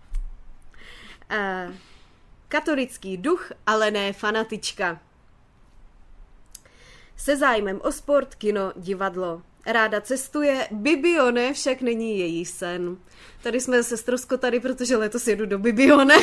A katolický duch, ale ne fanatička. Se zájmem o sport, kino, divadlo. Ráda cestuje, Bibione však není její sen. Tady jsme se ztroskotali, protože letos jedu do Bibione.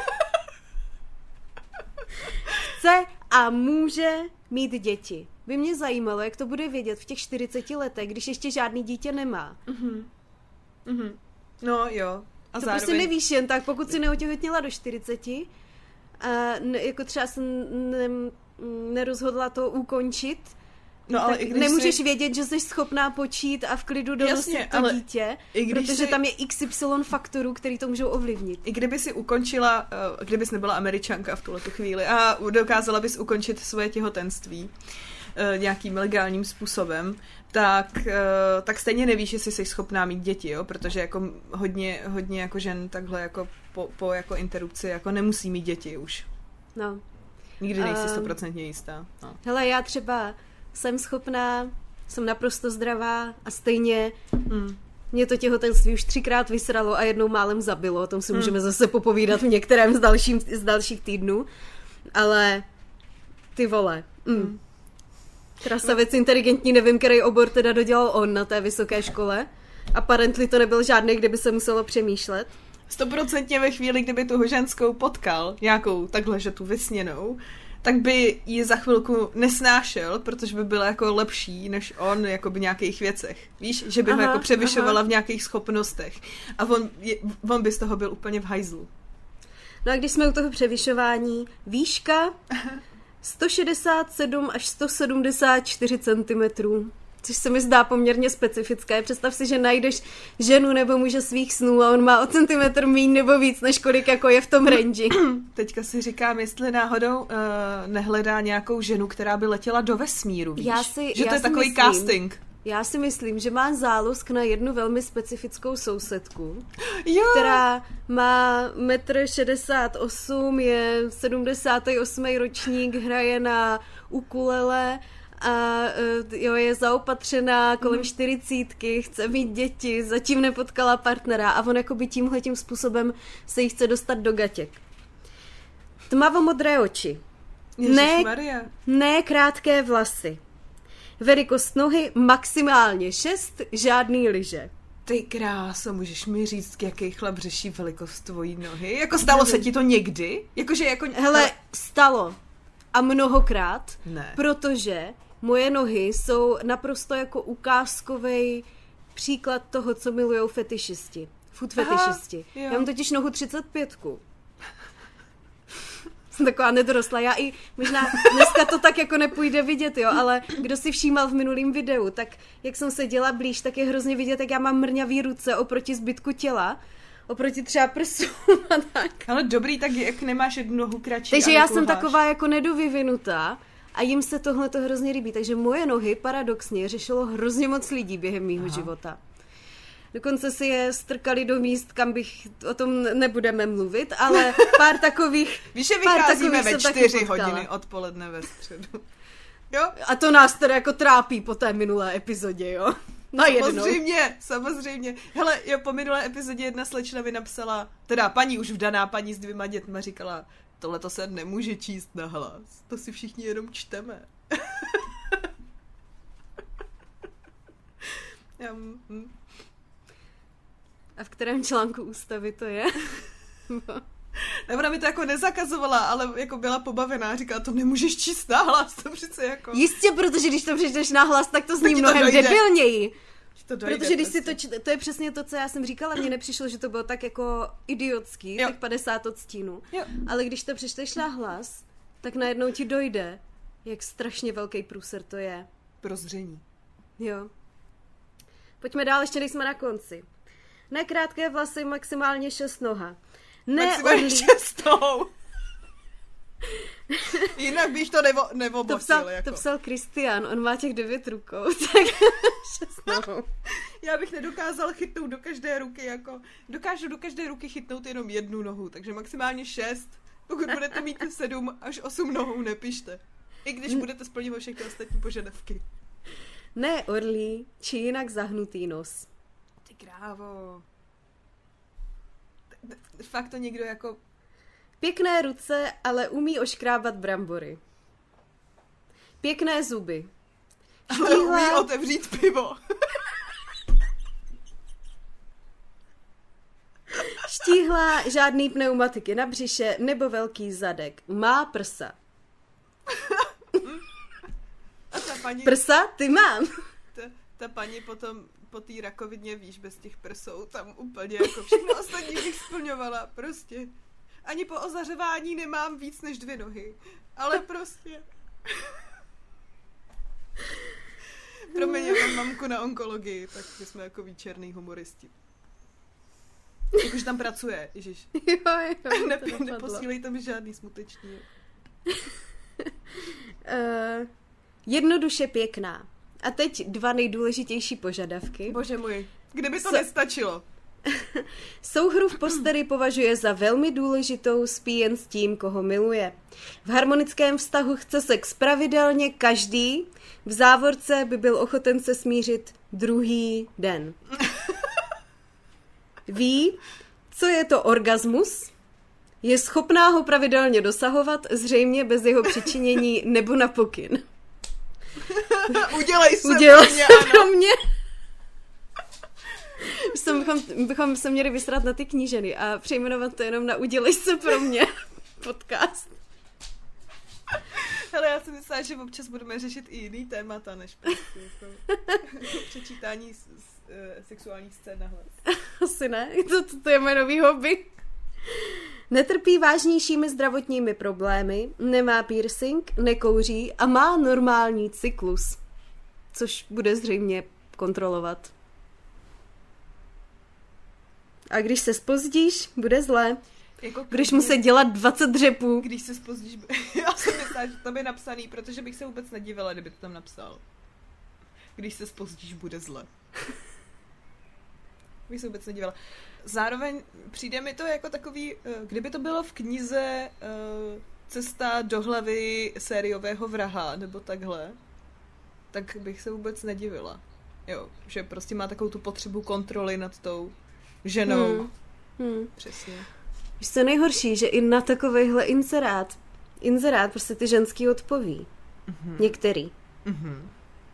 Chce a může mít děti. By mě zajímalo, jak to bude vědět v těch čtyřiceti letech, když ještě žádný dítě nemá. Mm-hmm. Mm-hmm. No jo. A to zároveň... prostě nevíš jen tak, pokud si neotěhotněla do čtyřiceti, a ne, jako třeba jsem ne, nerozhodla to ukončit, no, ale i když nemůžeš si... vědět, že jsi schopná počít a v klidu donosit Jasně, to ale dítě, protože si... tam je iks ypsilon faktorů, který to můžou ovlivnit. I kdyby si ukončila, kdybys nebyla Američanka v tuhletu chvíli a dokázala bys ukončit svoje těhotenství nějakým legálním způsobem, tak, tak stejně nevíš, jestli jsi schopná mít děti, jo? Protože jako hodně, hodně jako žen takhle jako po, po jako interrupci jako nemusí mít děti už. No. Nikdy nejsi stoprocentně jistá. No. Hele, já třeba jsem schopná, jsem naprosto zdravá a stejně hmm. mě to těhotenství už třikrát vysralo a jednou málem zabilo, o tom si hmm. můžeme zase popovídat v některém z, dalším, z dalších týdnů, ale ty vole, mm. Hmm. Krasavec inteligentní, nevím, který obor teda dodělal on na té vysoké škole. Apparently to nebyl žádný, kde by se muselo přemýšlet. Stoprocentně ve chvíli, kdyby tu ženskou potkal, nějakou takhle, že tu vysněnou, tak by ji za chvilku nesnášel, protože by byla jako lepší než on jako v nějakých věcech. Víš, že by aha, ho jako převyšovala aha. v nějakých schopnostech. A on, je, on by z toho byl úplně v hajzlu. No a když jsme u toho převyšování, výška sto šedesát sedm až sto sedmdesát čtyři centimetrů, což se mi zdá poměrně specifické. Představ si, že najdeš ženu nebo muže svých snů a on má o centimetr míň nebo víc, než kolik jako je v tom range. Teďka si říkám, jestli náhodou uh, nehledá nějakou ženu, která by letěla do vesmíru, víš? Já si, že já to je takový myslím, casting. Já si myslím, že má zálusk na jednu velmi specifickou sousedku, jo. která má metr šedesát osm, je sedmdesátý osmý ročník, hraje na ukulele a jo, je zaopatřená kolem čtyřicítky, chce mít děti, zatím nepotkala partnera a on jakoby tímhletím způsobem se jí chce dostat do gatěk. Tmavomodré oči. Ne, ne krátké vlasy. Velikost nohy maximálně šest, žádný lyže. Ty kráso, můžeš mi říct, jaký chlap řeší velikost tvojí nohy? Jako stalo se ti to někdy? Jakože jako... Hele, stalo. A mnohokrát. Ne. Protože moje nohy jsou naprosto jako ukázkovej příklad toho, co milujou fetišisti. Food fetišisti. Aha, já mám totiž nohu třicet pět. Jsem taková nedorosla. Já i možná dneska to tak jako nepůjde vidět, jo, ale kdo si všímal v minulém videu, tak jak jsem seděla blíž, tak je hrozně vidět, jak já mám mrňavý ruce oproti zbytku těla, oproti třeba prsům a tak. Ale dobrý, tak jak nemáš jednu nohu kratší. Takže já jsem taková jako nedovyvinutá a jim se tohle to hrozně líbí. Takže moje nohy paradoxně řešilo hrozně moc lidí během mýho Aha. života. Dokonce si je strkali do míst, kam bych, o tom nebudeme mluvit, ale pár takových... Víš, že vycházíme ve čtyři hodiny odpoledne ve středu. Jo? A to nás teda jako trápí po té minulé epizodě, jo? Najednou. Samozřejmě, samozřejmě. Hele, jo, po minulé epizodě jedna slečna mi napsala, teda paní už vdaná, paní s dvěma dětma říkala, tohle to se nemůže číst na hlas, to si všichni jenom čteme. Já, hm. A v kterém článku ústavy to je? Ne, ona mi to jako nezakazovala, ale jako byla pobavená, říkala, to nemůžeš číst nahlas, to přece jako... Jistě, protože když to přečteš nahlas, tak to zní to mnohem dojde. debilněji. To dojde, protože když prostě. si to, to je přesně to, co já jsem říkala, mně nepřišlo, že to bylo tak jako idiotský, Jo. tak padesát odstínů. Jo. Ale když to přečteš nahlas, tak najednou ti dojde, jak strašně velký průser to je. Prozření. Jo. Pojďme dál, ještě nejsme na konci. Ne krátké vlasy, maximálně šest noha. Ne Maximálně odlí... šestou. Jinak bych to nevo, To nevobotil. psal, jako. to psal Kristián, on má těch devět rukou, tak šest nohou. Já bych nedokázal chytnout do každé ruky, jako dokážu do každé ruky chytnout jenom jednu nohu, takže maximálně šest. Pokud budete mít sedm až osm nohou, nepište. I když budete splňovat všechny ostatní požadavky. Ne orlí, či jinak zahnutý nos. Ty krávo. T- t- Fakt to někdo jako... Pěkné ruce, ale umí oškrábat brambory. Pěkné zuby. Ale umí otevřít pivo. Štíhlá, žádný pneumatiky na břiše nebo velký zadek. Má prsa. A ta paní... Prsa? Ty mám. Ta, ta paní potom po té rakovině, víš, bez těch prsou, tam úplně jako všechno ostatní bych splňovala, prostě. Ani po ozařování nemám víc než dvě nohy. Ale prostě... Promiň, já mám mamku na onkologii, tak my jsme jako černý humoristi. Jakože tam pracuje, ježiš. Jo, jo, Ne, to dopadlo. neposílej tam žádný smuteční. Uh, jednoduše pěkná. A teď dva nejdůležitější požadavky. Bože můj, kdyby to Co- nestačilo. Souhru v posteli považuje za velmi důležitou spí jen s tím, koho miluje. V harmonickém vztahu chce sex pravidelně každý, v závorce by byl ochoten se smířit druhý den. Ví, co je to orgasmus? Je schopná ho pravidelně dosahovat, zřejmě bez jeho přičinění nebo na pokyn. Udělej se Udělej pro mě, se ano. pro mě. Jsem, bychom, bychom se měli vysrat na ty kníženy a přejmenovat to jenom na Udělej se pro mě podcast. Hele, já si myslím, že občas budeme řešit i jiný témata, než prostě jako přečítání s, s, uh, sexuálních scén na hlas. Asi ne, to, to, to je moje nový hobby. Netrpí vážnějšími zdravotními problémy, nemá piercing, nekouří a má normální cyklus, což bude zřejmě kontrolovat. A když se zpozdíš, bude zlé. Jako Budeš muset dělat dvacet dřepů. Když se spozdíš... Já jsem myslela, že to by napsaný, protože bych se vůbec nedivila, kdyby to tam napsal. Když se spozdíš, bude zle. Bych se vůbec nedivila. Zároveň přijde mi to jako takový, kdyby to bylo v knize uh, Cesta do hlavy sériového vraha, nebo takhle, tak bych se vůbec nedivila. Jo, že prostě má takovou tu potřebu kontroly nad tou ženou. Hmm. Hmm. Přesně. Víš, co nejhorší, že i na takovejhle inzerát, inzerát prostě ty ženský odpoví. Mm-hmm. Některý. Mm-hmm.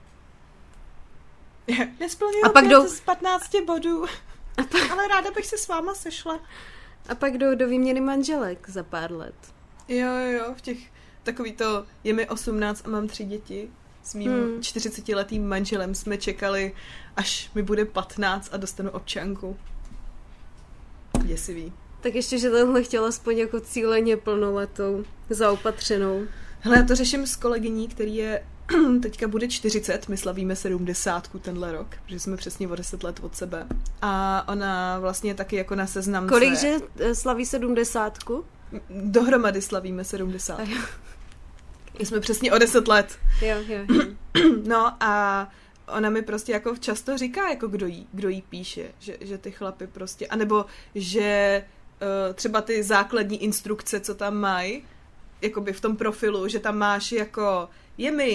Nesplňuju A pak pět jdou- z patnácti bodů, ale ráda bych se s váma sešla. A pak jdou do výměny manželek za pár let. Jo, jo, jo, v těch takový to, je mi osmnáct a mám tři děti. S mým Hmm. čtyřicetiletým manželem jsme čekali, až mi bude patnáct a dostanu občanku. Děsivý. Tak ještě, že tenhle chtěl aspoň jako cíleně plnoletou, zaopatřenou. Hele, já to řeším s kolegyní, který je teďka bude čtyřicet, my slavíme sedmdesátku tenhle rok, protože jsme přesně o deset let od sebe. A ona vlastně taky jako na seznamce... Kolikže eh, slaví sedmdesátku? Dohromady slavíme sedmdesát. A jo. My jsme přesně o deset let. Jo, jo, jo. No a ona mi prostě jako často říká, jako kdo jí, kdo jí píše, že, že ty chlapy prostě, anebo že uh, třeba ty základní instrukce, co tam mají, jakoby v tom profilu, že tam máš jako, je mi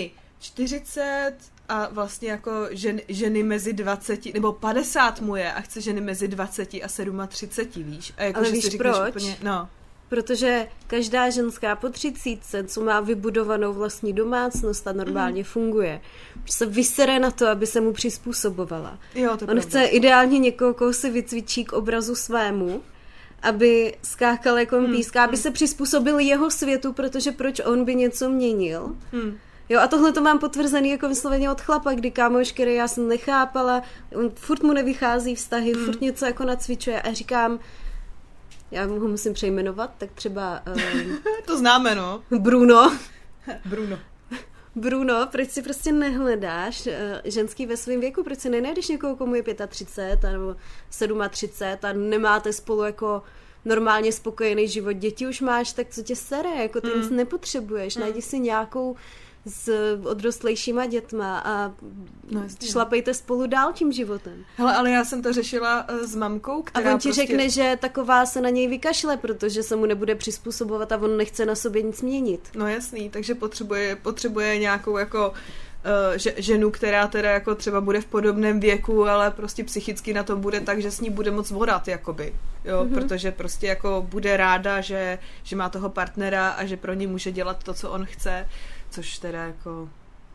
čtyřicet a vlastně jako žen, ženy mezi dvaceti, nebo padesát mu je a chce ženy mezi dvaceti a třiceti sedmi, víš? A jako, ale že víš si říkáš proč? Úplně, no. Protože každá ženská po třicítce, co má vybudovanou vlastní domácnost a normálně mm. funguje, se vysere na to, aby se mu přizpůsobovala. Jo, to On pravda. chce ideálně někoho, koho si vycvičí k obrazu svému, aby skákal jako mm. píská, aby se přizpůsobil jeho světu, protože proč on by něco měnil. Mm. Jo, a tohle to mám potvrzený jako vysloveně od chlapa, kdy kámoš, který já jsem nechápala, on furt mu nevychází vztahy, mm. furt něco jako nacvičuje a říkám, já ho musím přejmenovat, tak třeba... Um, to známe, no. Bruno. Bruno. Bruno, proč si prostě nehledáš uh, ženský ve svém věku? Proč si nenajdeš někoho, komu je třicet pět nebo třicet sedm a nemáte spolu jako normálně spokojený život, děti už máš, tak co tě sere? Jako ty mm. nic nepotřebuješ. Mm. Najdi si nějakou s odrostlejšíma dětma a no, šlapejte spolu dál tím životem. Hele, ale já jsem to řešila uh, s mamkou, která A on ti prostě... řekne, že taková se na něj vykašle, protože se mu nebude přizpůsobovat a on nechce na sobě nic měnit. No jasný, takže potřebuje, potřebuje nějakou jako uh, že, ženu, která teda jako třeba bude v podobném věku, ale prostě psychicky na tom bude tak, že s ní bude moc vodat, jakoby. Jo, mm-hmm. Protože prostě jako bude ráda, že, že má toho partnera a že pro ní může dělat to, co on chce. Což teda jako...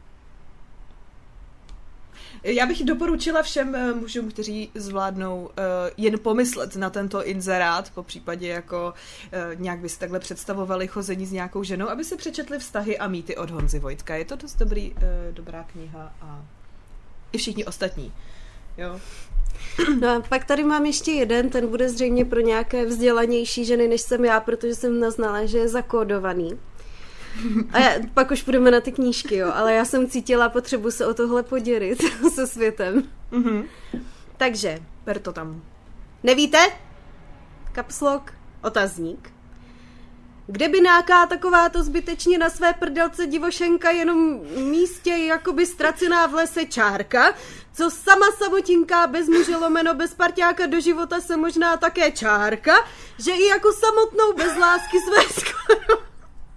Já bych doporučila všem mužům, kteří zvládnou uh, jen pomyslet na tento inzerát, po případě jako uh, nějak by si takhle představovali chození s nějakou ženou, aby si přečetli Vztahy a mýty od Honzy Vojtka. Je to dost dobrý, uh, dobrá kniha a i všichni ostatní. Jo. No a pak tady mám ještě jeden, ten bude zřejmě pro nějaké vzdělanější ženy, než jsem já, protože jsem naznala, že je zakódovaný. A já, pak už půjdeme na ty knížky, jo, ale já jsem cítila potřebu se o tohle podělit se světem. Mm-hmm. Takže. Per to tam. Nevíte? Caps lock, otazník. Kde by nějaká takováto zbytečně na své prdelce divošenka jenom místě jakoby ztracená v lese čárka, co sama samotinká bez muže lomeno bez parťáka do života se možná také čárka, že i jako samotnou bez lásky své skoro...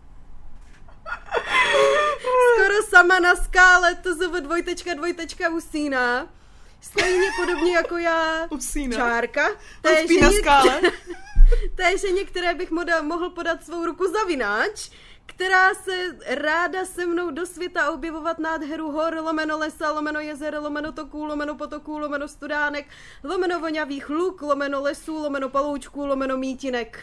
Skoro sama na skále, to zv dvojtečka dvojtečka usíná. Stejně podobně jako já. Usíná. Čárka. To spí na skále. Té ženě, které bych moda, mohl podat svou ruku zavináč, která se ráda se mnou do světa objevovat nádheru hor, lomeno lesa, lomeno jezer, lomeno toků, lomeno potoků, lomeno studánek, lomeno voňavých luk, lomeno lesů, lomeno paloučků, lomeno mítinek.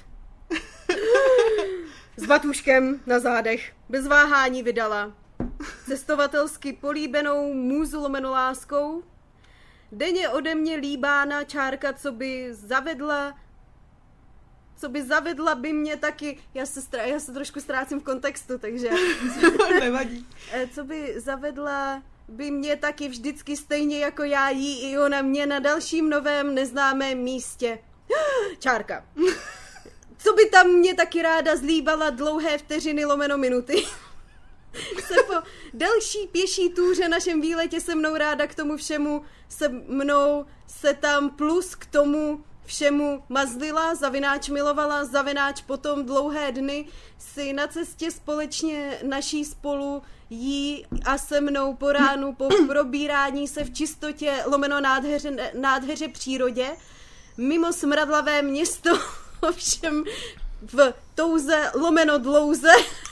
S batuškem na zádech, bez váhání vydala. Cestovatelsky políbenou můzu lomeno láskou. Denně ode mě líbána čárka, co by zavedla, co by zavedla by mě taky, já se, strá, já se trošku ztrácím v kontextu, takže... Nevadí. Co by zavedla by mě taky vždycky stejně jako já jí i ona mě na dalším novém neznámém místě. Čárka. Co by tam mě taky ráda zlíbala dlouhé vteřiny lomeno minuty. Se po delší pěší túře našem výletě se mnou ráda k tomu všemu se mnou se tam plus k tomu všemu mazlila, zavináč milovala, zavináč potom dlouhé dny si na cestě společně naší spolu jí a se mnou po ránu po probírání se v čistotě lomeno nádheře, nádheře přírodě mimo smradlavé město ovšem v touze lomeno dlouze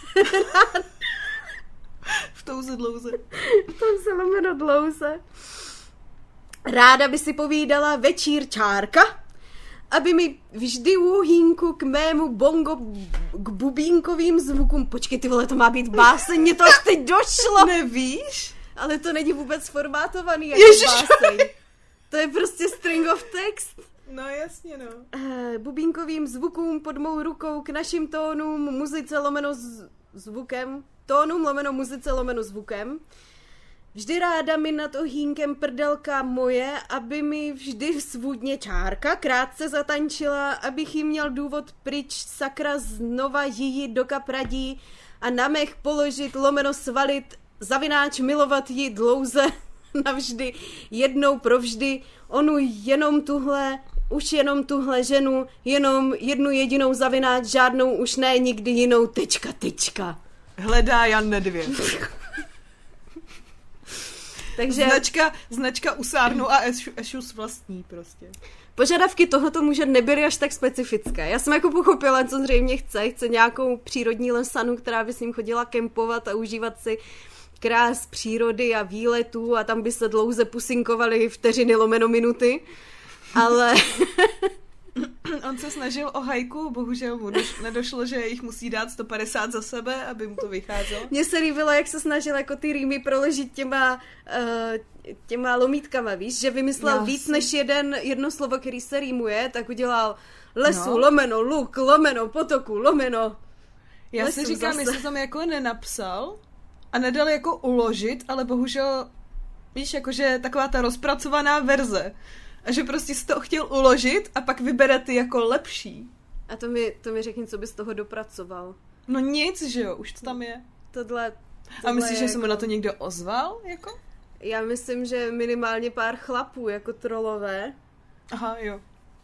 v touze dlouze v touze lomeno dlouze ráda by si povídala večír čárka, aby mi vždy uhínku k mému bongo k bubínkovým zvukům, počkej ty vole, to má být báseň, mě to až teď došlo. Nevíš? Ale to není vůbec formátovaný jako Ježiš, báseň. To je prostě string of text. No jasně, no. Uh, bubínkovým zvukům pod mou rukou k našim tónům, muzice lomeno z- zvukem, tónům lomeno muzice lomeno zvukem. Vždy ráda mi nad ohýnkem prdelka moje, aby mi vždy svůdně čárka krátce zatančila, abych jí měl důvod pryč sakra znova jí do kapradí a na mech položit lomeno svalit, zavináč milovat jí dlouze navždy, jednou provždy, onu jenom tuhle, už jenom tuhle ženu, jenom jednu jedinou zavináč, žádnou už ne, nikdy jinou, tečka, tečka. Hledá Jan Nedvěd. Takže... Značka, značka Usárnu a Ešus vlastní prostě. Požadavky tohoto muže nebyly až tak specifické. Já jsem jako pochopila, co zřejmě chce. Chce nějakou přírodní lesanu, která by s ním chodila kempovat a užívat si krás přírody a výletů a tam by se dlouze pusinkovali vteřiny lomeno minuty. Ale... On se snažil o hajku, bohužel mu doš- nedošlo, že jich musí dát sto padesát za sebe, aby mu to vycházelo. Mně se líbilo, jak se snažil jako ty rýmy proložit těma, uh, těma lomítkama, víš, že vymyslel Já víc si... než jeden, jedno slovo, který se rýmuje, tak udělal lesu, no. lomeno, luk, lomeno, potoku, lomeno. Já si říkám, zase. Jestli tam jako nenapsal a nedal jako uložit, ale bohužel, víš, jakože taková ta rozpracovaná verze. A že prostě si to chtěl uložit a pak vybere ty jako lepší. A to mi, to mi řekni, co bys toho dopracoval. No nic, že jo, už to tam je. Tohle, tohle a myslíš, že jako... se mu na to někdo ozval, jako? Já myslím, že minimálně pár chlapů, jako trolové. Aha, jo.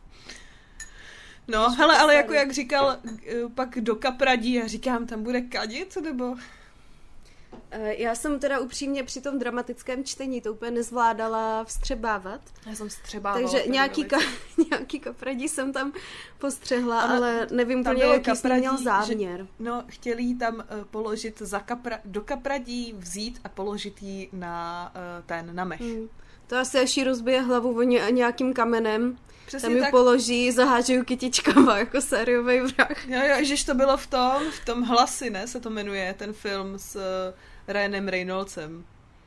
No, hele, ale jako jak říkal, pak do kapradí, já říkám, tam bude kadit, nebo... Já jsem teda upřímně při tom dramatickém čtení to úplně nezvládala vstřebávat. Já jsem vstřebávala. Takže nějaký, ka, nějaký kapradí jsem tam postřehla, ano, ale nevím tam plně, jaký jsi měl záměr. Že, no, chtěli jí tam uh, položit za kapra, do kapradí, vzít a položit jí na uh, ten, na mech. Hmm. To asi až jí rozbije hlavu o ně, nějakým kamenem. Přesně tam ji tak. Položí, zahážejí kytičkama, jako sériovej vrah. Jo, jo, ježiš, to bylo v tom, v tom Hlasy, ne, se to jmenuje, ten film s uh, Ryanem Reynoldsem.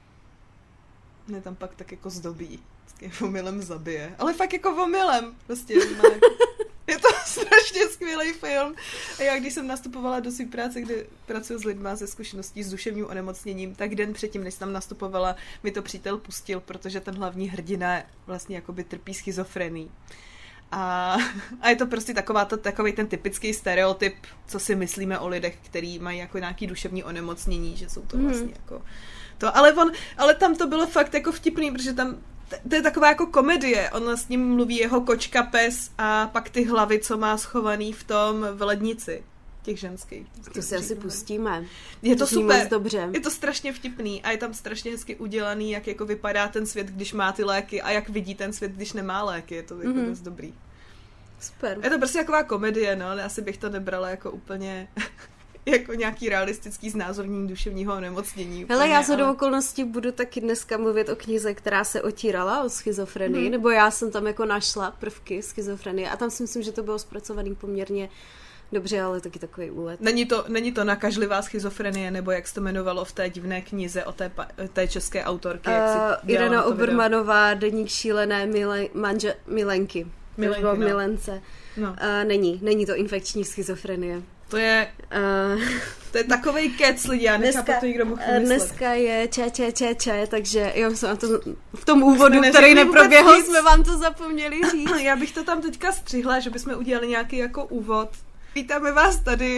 Mě tam pak tak jako zdobí. Vždycky omylem zabije. Ale fakt jako omylem. Prostě má jako... Je to strašně skvělý film. A já, když jsem nastupovala do své práce, kde pracuji s lidma se zkušeností s duševním onemocněním, tak den předtím, než jsem tam nastupovala, mi to přítel pustil, protože ten hlavní hrdina vlastně jakoby trpí schizofrenií. A, a je to prostě taková to, takový ten typický stereotyp, co si myslíme o lidech, kteří mají jako nějaký duševní onemocnění, že jsou to vlastně mm. jako to. Ale, on, ale tam to bylo fakt jako vtipný, protože tam to je taková jako komedie. On s ním mluví jeho kočka, pes a pak ty hlavy, co má schovaný v tom v lednici. Těch ženských. To si asi pustíme. Je to, to super. Dobře. Je to strašně vtipný a je tam strašně hezky udělaný, jak jako vypadá ten svět, když má ty léky a jak vidí ten svět, když nemá léky. Je to jako mm-hmm. dost dobrý. Super. Je to prostě taková komedie, no, ale asi bych to nebrala jako úplně jako nějaký realistický znázornění duševního onemocnění. Hele, já se do okolností budu taky dneska mluvit o knize, která se otírala o schizofrenii, hmm. nebo já jsem tam jako našla prvky schizofrenie a tam si myslím, že to bylo zpracovaný poměrně dobře, ale taky takový úlet. Není to, není to nakažlivá schizofrenie, nebo jak se to jmenovalo v té divné knize o té, té české autorky? Uh, jak si Irena Obermanová, Deník šílené mile, manže, milenky. Milenky, no. Milence. No. Uh, není, není to infekční schizofrenie. To je, uh, to je takovej kec lidí, já nechápu, to nikdo mohl myslet. Dneska je če, če, če, če, takže jo, jsem to, v tom úvodu, který neproběhl, jsme vám to zapomněli říct. Já bych to tam teďka střihla, že bychom udělali nějaký jako úvod. Vítáme vás tady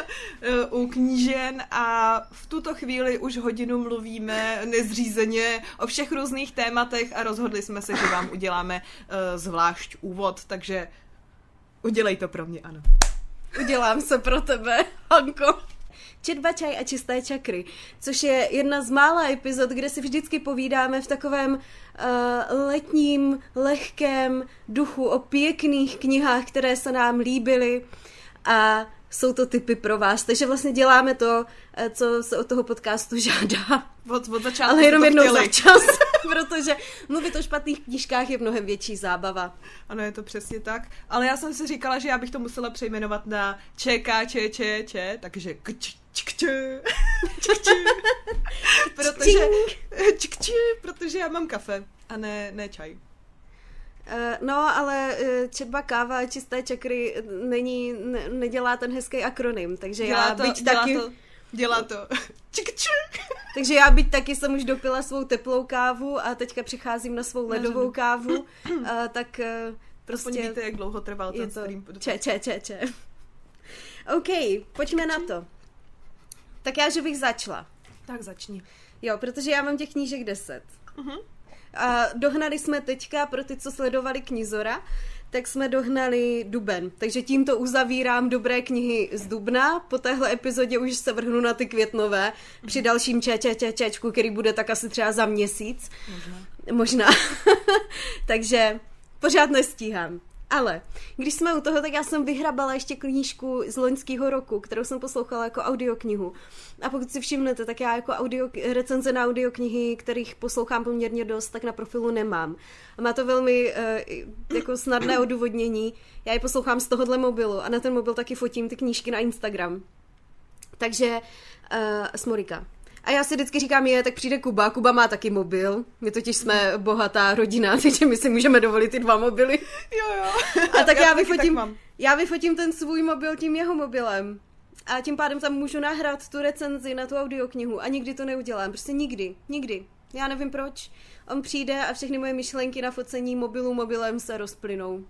u knížen a v tuto chvíli už hodinu mluvíme nezřízeně o všech různých tématech a rozhodli jsme se, že vám uděláme uh, zvlášť úvod, takže udělej to pro mě, ano. Udělám se pro tebe, Hanko. Četba čaj a čisté čakry, což je jedna z mála epizod, kde si vždycky povídáme v takovém uh, letním, lehkém duchu o pěkných knihách, které se nám líbily a jsou to tipy pro vás. Takže vlastně děláme to, co se od toho podcastu žádá. Od, od začátku ale jenom jednou chtěli. za čas, protože mluvit o špatných knížkách je mnohem větší zábava. Ano, je to přesně tak. Ale já jsem si říkala, že já bych to musela přejmenovat na čeká, če, če, če, takže kč, čk, če, čk, če, protože, čk, če, protože já mám kafe a ne, ne čaj. No, ale četba káva a čisté čakry není, ne, nedělá ten hezký akronym, takže dělá já to, byť dělá taky... To, dělá to. Čik, čik. Takže já byť taky jsem už dopila svou teplou kávu a teďka přicházím na svou ledovou no, kávu, a, tak prostě... Aspoň víte, jak dlouho trval ten to stream. Če, če, če, če. OK, pojďme na to. Tak já, že bych začala. Tak začni. Jo, protože já mám těch knížek deset. Uh-huh. A dohnali jsme teďka pro ty, co sledovali Knizora, tak jsme dohnali duben. Takže tímto uzavírám dobré knihy z dubna. Po téhle epizodě už se vrhnu na ty květnové. Při dalším čečečečečku, který bude tak asi třeba za měsíc. Možná. Možná. Takže pořád nestíhám. Ale když jsme u toho, tak já jsem vyhrabala ještě knížku z loňského roku, kterou jsem poslouchala jako audioknihu. A pokud si všimnete, tak já jako audio, recenze na audioknihy, kterých poslouchám poměrně dost, tak na profilu nemám. A má to velmi uh, jako snadné odůvodnění. Já je poslouchám z tohohle mobilu a na ten mobil taky fotím ty knížky na Instagram. Takže uh, Smorika. A já si vždycky říkám, je, tak přijde Kuba, Kuba má taky mobil, my totiž jsme bohatá rodina, takže my si můžeme dovolit ty dva mobily. Jo, jo. A tak já, já vyfotím, tak já vyfotím ten svůj mobil tím jeho mobilem. A tím pádem tam můžu nahrát tu recenzi na tu audioknihu a nikdy to neudělám, prostě nikdy, nikdy. Já nevím proč. On přijde a všechny moje myšlenky na focení mobilu mobilem se rozplynou.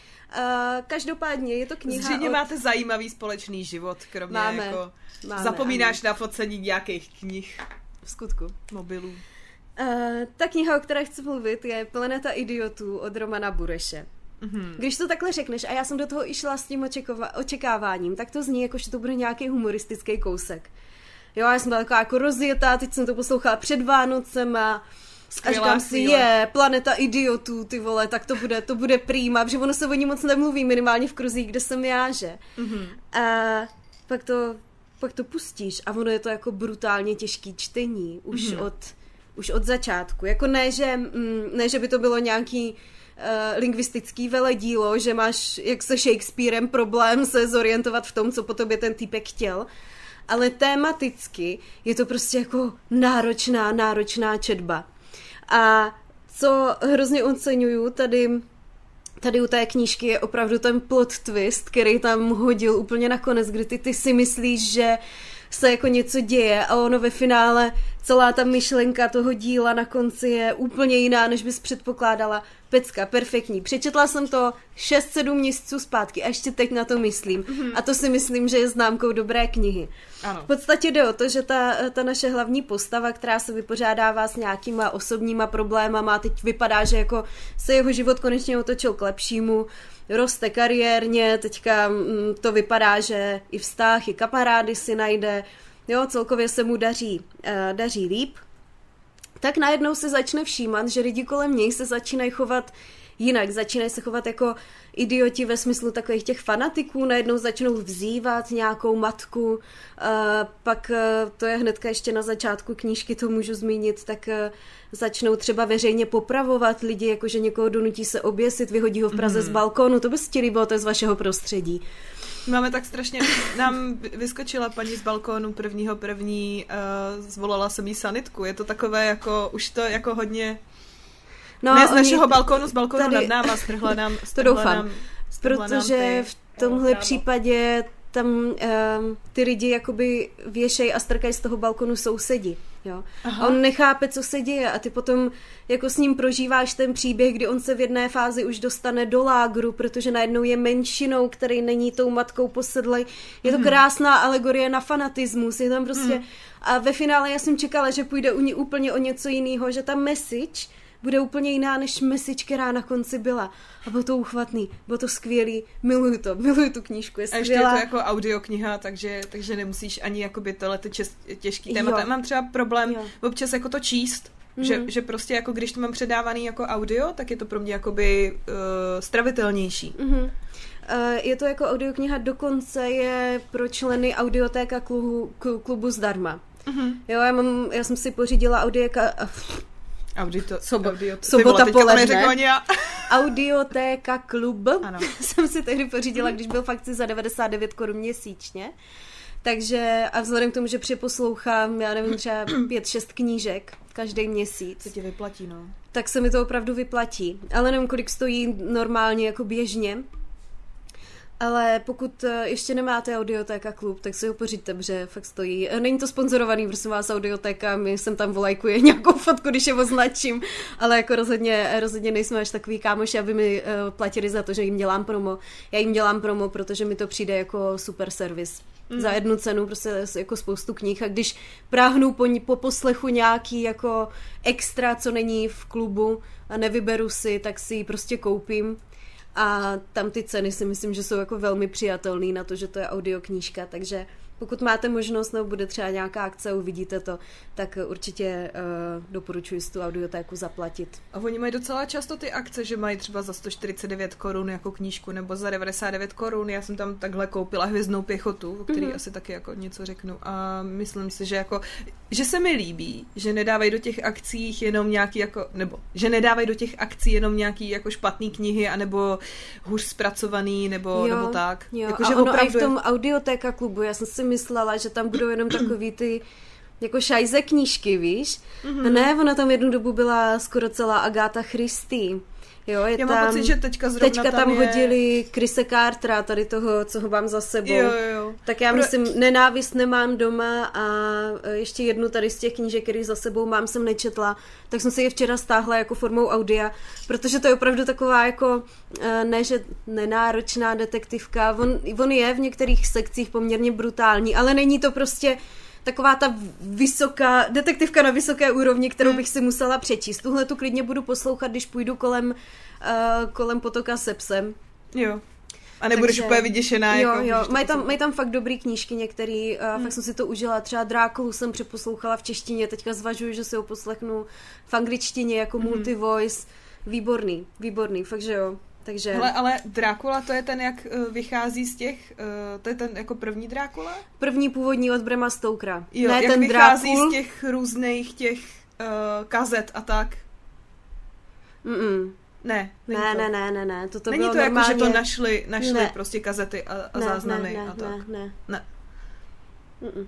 Uh, každopádně je to kniha. Zřejmě od... máte zajímavý společný život, kromě máme, jako máme, zapomínáš ano. na focení nějakých knih. V skutku. Mobilů. Uh, ta kniha, o které chci mluvit, je Planeta idiotů od Romana Bureše. Mm-hmm. Když to takhle řekneš a já jsem do toho išla s tím očekova- očekáváním, tak to zní jako, že to bude nějaký humoristický kousek. Jo, já jsem byla taková jako rozjetá, teď jsem to poslouchala před Vánocem a A říkám si, je, Planeta idiotů, ty vole, tak to bude, to bude prýma, protože ono se o ní moc nemluví, minimálně v kruzích, kde jsem já, že. Mm-hmm. A pak to, pak to pustíš a ono je to jako brutálně těžký čtení, už, mm-hmm. od, už od začátku. Jako ne, že, mm, ne, že by to bylo nějaký uh, lingvistický veledílo, že máš, jak se Shakespearem, problém se zorientovat v tom, co po tobě ten týpek chtěl, ale tématicky je to prostě jako náročná, náročná četba. A co hrozně oceňuju tady, tady u té knížky je opravdu ten plot twist, který tam hodil úplně nakonec, kdy ty, ty si myslíš, že se jako něco děje a ono ve finále celá ta myšlenka toho díla na konci je úplně jiná, než bys předpokládala. Pecka, perfektní. Přečetla jsem to šest sedm měsíců zpátky a ještě teď na to myslím. Mm-hmm. A to si myslím, že je známkou dobré knihy. Ano. V podstatě jde o to, že ta, ta naše hlavní postava, která se vypořádává s nějakýma osobníma problémama, teď vypadá, že jako se jeho život konečně otočil k lepšímu, roste kariérně, teďka mm, to vypadá, že i vztah, i kamarády si najde, jo, celkově se mu daří, uh, daří líp. Tak najednou se začne všímat, že lidi kolem něj se začínají chovat jinak, začínají se chovat jako idioti ve smyslu takových těch fanatiků, najednou začnou vzývat nějakou matku, uh, pak uh, to je hnedka ještě na začátku knížky, to můžu zmínit, tak uh, začnou třeba veřejně popravovat lidi, jakože někoho donutí se oběsit, vyhodí ho v Praze mm. z balkónu, to by se ti líbilo, to je z vašeho prostředí. Máme tak strašně, nám vyskočila paní z balkónu prvního první, uh, zvolala jsem jí sanitku, je to takové jako, už to jako hodně, no, ne z našeho oni, balkónu, z balkónu tady, nad náma, strhla nám, to doufám, nám, protože v tomhle právo. Případě tam um, ty lidi jakoby věšej a strkají z toho balkonu sousedi. Jo? A on nechápe, co se děje a ty potom jako s ním prožíváš ten příběh, kdy on se v jedné fázi už dostane do lágru, protože najednou je menšinou, který není tou matkou posedlej. Je to krásná alegorie na fanatismus, je tam prostě mm. a ve finále já jsem čekala, že půjde u ní úplně o něco jiného, že ta message bude úplně jiná než message, která na konci byla. A bylo to uchvatný, bylo to skvělý, miluju to, miluju tu knížku, je skvělá. A ještě je to jako audiokniha, takže, takže nemusíš ani jakoby tohle ty čes, těžký témata. Mám třeba problém jo. občas jako to číst, mm-hmm. že, že prostě jako když to mám předávaný jako audio, tak je to pro mě jakoby uh, stravitelnější. Mm-hmm. Uh, je to jako audiokniha, dokonce je pro členy audiotéka klubu, klubu zdarma. Mm-hmm. Jo, já, mám, já jsem si pořídila audieka... Audito, Sobo, audio, sobota poledne. A... Audiotéka klub. Ano. Jsem si tehdy pořídila, když byl fakt za devadesát devět korun měsíčně. Takže a vzhledem k tomu, že připoslouchám, já nevím, třeba pět šest knížek každý měsíc. Co ti vyplatí, no. Tak se mi to opravdu vyplatí. Ale nevím, kolik stojí normálně jako běžně. Ale pokud ještě nemáte Audiotéka klub, tak si ho pořiďte, protože fakt stojí. Není to sponzorovaný, prosím vás, Audiotéka, my sem tam volajkuje nějakou fotku, když je označím, ale jako rozhodně, rozhodně nejsme až takový kámoši, aby mi uh, platili za to, že jim dělám promo. Já jim dělám promo, protože mi to přijde jako super servis. Mm. Za jednu cenu, prostě jako spoustu knih a když práhnu po, po poslechu nějaký jako extra, co není v klubu a nevyberu si, tak si ji prostě koupím. a tam ty ceny si myslím, že jsou jako velmi přijatelný na to, že to je audioknížka, takže pokud máte možnost, nebo bude třeba nějaká akce, uvidíte to, tak určitě uh, doporučuji si tu audiotéku zaplatit. A oni mají docela často ty akce, že mají třeba za sto čtyřicet devět korun jako knížku, nebo za devadesát devět korun. Já jsem tam takhle koupila Hvězdnou pěchotu, o který mm-hmm. asi taky jako něco řeknu. A myslím si, že jako, že se mi líbí, že nedávají do těch akcích jenom nějaký jako, nebo že nedávají do těch akcí jenom nějaký jako špatný knihy, anebo hůř zpracovaný, nebo, jo, nebo tak. Jo. Jako, a že ono opravdu i v tom audiotéka klubu, já jsem si myslela, že tam budou jenom takový ty jako šajze knížky, víš? Mm-hmm. Ne, ona tam jednu dobu byla skoro celá Agatha Christie. Jo, je Já tam, mám pocit, že teďka zrovna teďka tam, tam je... hodili Chrise Cartera, tady toho, co ho mám za sebou. Jo, jo. Tak já Pro... myslím, Nenávist nemám doma a ještě jednu tady z těch knížek, který za sebou mám, jsem nečetla, tak jsem si je včera stáhla jako formou audia, protože to je opravdu taková jako, ne, že nenáročná detektivka, on, on je v některých sekcích poměrně brutální, ale není to prostě taková ta vysoká, detektivka na vysoké úrovni, kterou bych si musela přečíst. Tuhle tu klidně budu poslouchat, když půjdu kolem, uh, kolem potoka se psem. Jo. A nebudeš Takže, úplně vyděšená. Jo, jako, jo. Mají tam, mají tam fakt dobrý knížky některý, uh, hmm. fakt jsem si to užila. Třeba Drákulu jsem přeposlouchala v češtině, teďka zvažuji, že si ho poslechnu v angličtině jako hmm. multivoice. Výborný, výborný, fakt že jo. Takže... Hele, ale Drákula, to je ten, jak uh, vychází z těch, uh, to je ten jako první Drákula? První původní od Brama Stokera. Jo, ne, jak ten vychází Drákul... z těch různých těch uh, kazet a tak. Mm-mm. Ne, ne, to. ne, ne, ne, ne, to, to není bylo to normálně... jako, že to našli, našli ne. prostě kazety a, a ne, záznamy ne, ne, a tak. Ne, ne, ne. Mm-mm.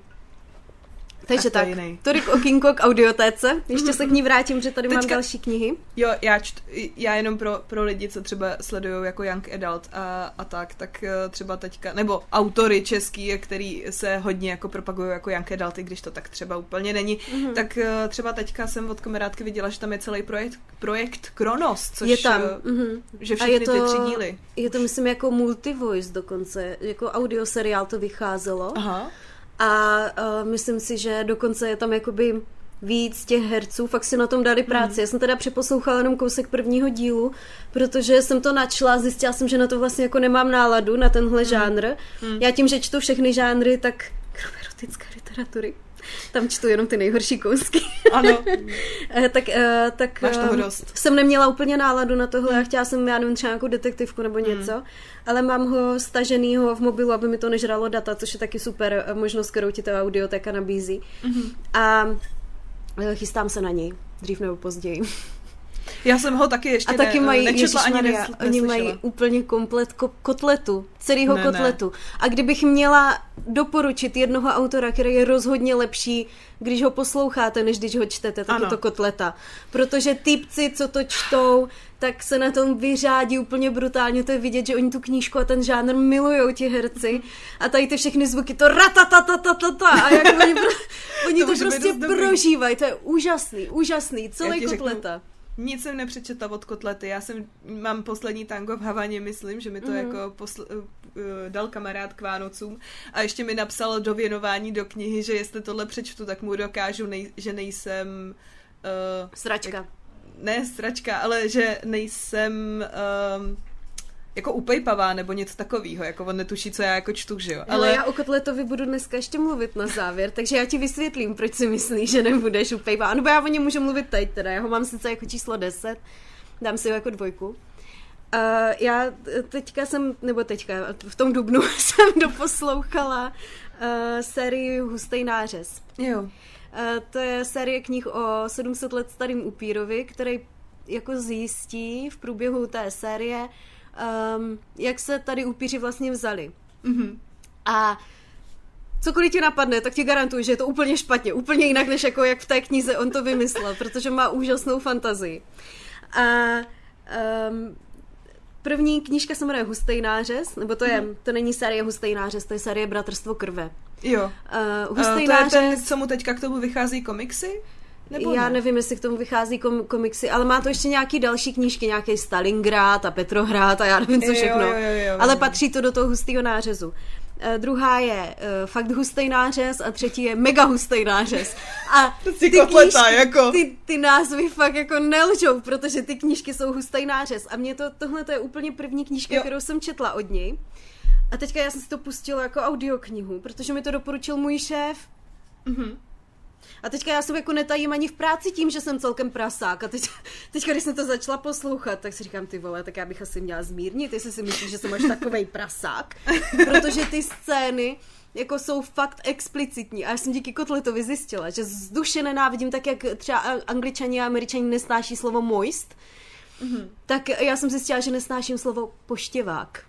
Takže to tak, tolik okýnko k audiotéce. Ještě se k ní vrátím, že tady Teďka, mám další knihy. Jo, já, čt, já jenom pro, pro lidi, co třeba sledují jako young adult a, a tak, tak třeba teďka, nebo autory český, který se hodně jako propagují jako young adulty, když to tak třeba úplně není, mm-hmm. tak třeba teďka jsem od kamarádky viděla, že tam je celý projekt, projekt Kronos, což je tam. Mm-hmm. že všechny je to, ty tři díly. Je to myslím jako multivoice dokonce, jako audioseriál to vycházelo. Aha. A uh, myslím si, že dokonce je tam jakoby víc těch herců, fakt si na tom dali práci. Mm. Já jsem teda přeposlouchala jenom kousek prvního dílu, protože jsem to načla, zjistila jsem, že na to vlastně jako nemám náladu, na tenhle mm. žánr. Mm. Já tím, že čtu všechny žánry, tak krom erotické literatury, tam čtu jenom ty nejhorší kousky. Ano. tak tak Máš toho dost. Jsem neměla úplně náladu na tohle, já chtěla jsem, já nevím, třeba nějakou detektivku nebo něco, mm. ale mám ho staženýho v mobilu, aby mi to nežralo data, což je taky super možnost, kterou ti ta audiotéka nabízí. Mm. A chystám se na něj, dřív nebo později. Já jsem ho taky ještě a taky ne, mají, nečetla ani Maria, nesl- oni mají úplně komplet ko- kotletu, celýho ne, kotletu. Ne. A kdybych měla doporučit jednoho autora, který je rozhodně lepší, když ho posloucháte, než když ho čtete, tak ano. je to Kotleta. Protože typci, co to čtou, tak se na tom vyřádí úplně brutálně. To je vidět, že oni tu knížku a ten žánr milujou, ti herci. A tady ty všechny zvuky, to ratatatatata. A jak oni, pro, oni to, to prostě prožívají. To je úžasný, úžasný. Celý Kotleta. Řeknu, nic jsem nepřečetla od Kotlety. Já jsem, mám poslední tango v Havaně, myslím, že mi to mm. jako posl, uh, dal kamarád k Vánocům a ještě mi napsal do věnování do knihy, že jestli tohle přečtu, tak mu dokážu, nej, že nejsem... Uh, Sračka. Jak, ne sračka, ale že nejsem... Um, jako upejpavá nebo něco takového, jako on netuší, co já jako čtu, že jo. Ale já o Kotletovi budu dneska ještě mluvit na závěr, takže já ti vysvětlím, proč si myslíš, že nebudeš upejpavá. Nebo já o něm můžu mluvit teď teda, já ho mám sice jako číslo deset, dám si ho jako dvojku. Uh, já teďka jsem, nebo teďka, v tom dubnu jsem doposlouchala uh, sérii Hustej nářez. Jo. Uh, to je série knih o sedm set let starým upírovi, který jako zjistí v průběhu té série, Um, jak se tady upíři vlastně vzali. Mm-hmm. A cokoliv ti napadne, tak ti garantuju, že je to úplně špatně, úplně jinak, než jako jak v té knize on to vymyslel, protože má úžasnou fantazii. A um, první knížka se jmenuje Hustej nářez, nebo to je, mm-hmm. to není série Hustej nářez, to je série Bratrstvo krve. Jo. Uh, Hustej uh, to nářez... je ten, co mu teďka k tomu vychází komiksy? Nebo já ne? nevím, jestli k tomu vychází kom- komiksy, ale má to ještě nějaký další knížky, nějaký Stalingrad a Petrohrad a já nevím, co všechno. Jo, jo, jo, jo, ale patří to do toho Hustého nářezu. druhá je uh, fakt hustý nářez a třetí je mega hustý nářez. A ty, kotleta, knížky, jako. ty, ty názvy fakt jako nelžou, protože ty knížky jsou hustý nářez. A mě to, tohle to je úplně první knížka, jo. kterou jsem četla od něj. A teďka já jsem si to pustila jako audioknihu, protože mi to doporučil můj šéf. Mhm. A teďka já se jako netajím ani v práci tím, že jsem celkem prasák. A teď, teďka, když jsem to začala poslouchat, tak si říkám, ty vole, tak já bych asi měla zmírnit, jestli si myslíš, že jsem až takovej prasák. Protože ty scény jako jsou fakt explicitní. A já jsem díky Kotletovi zjistila, že z duše nenávidím, tak jak třeba Angličani a Američani nesnáší slovo moist, mm-hmm. tak já jsem zjistila, že nesnáším slovo poštěvák.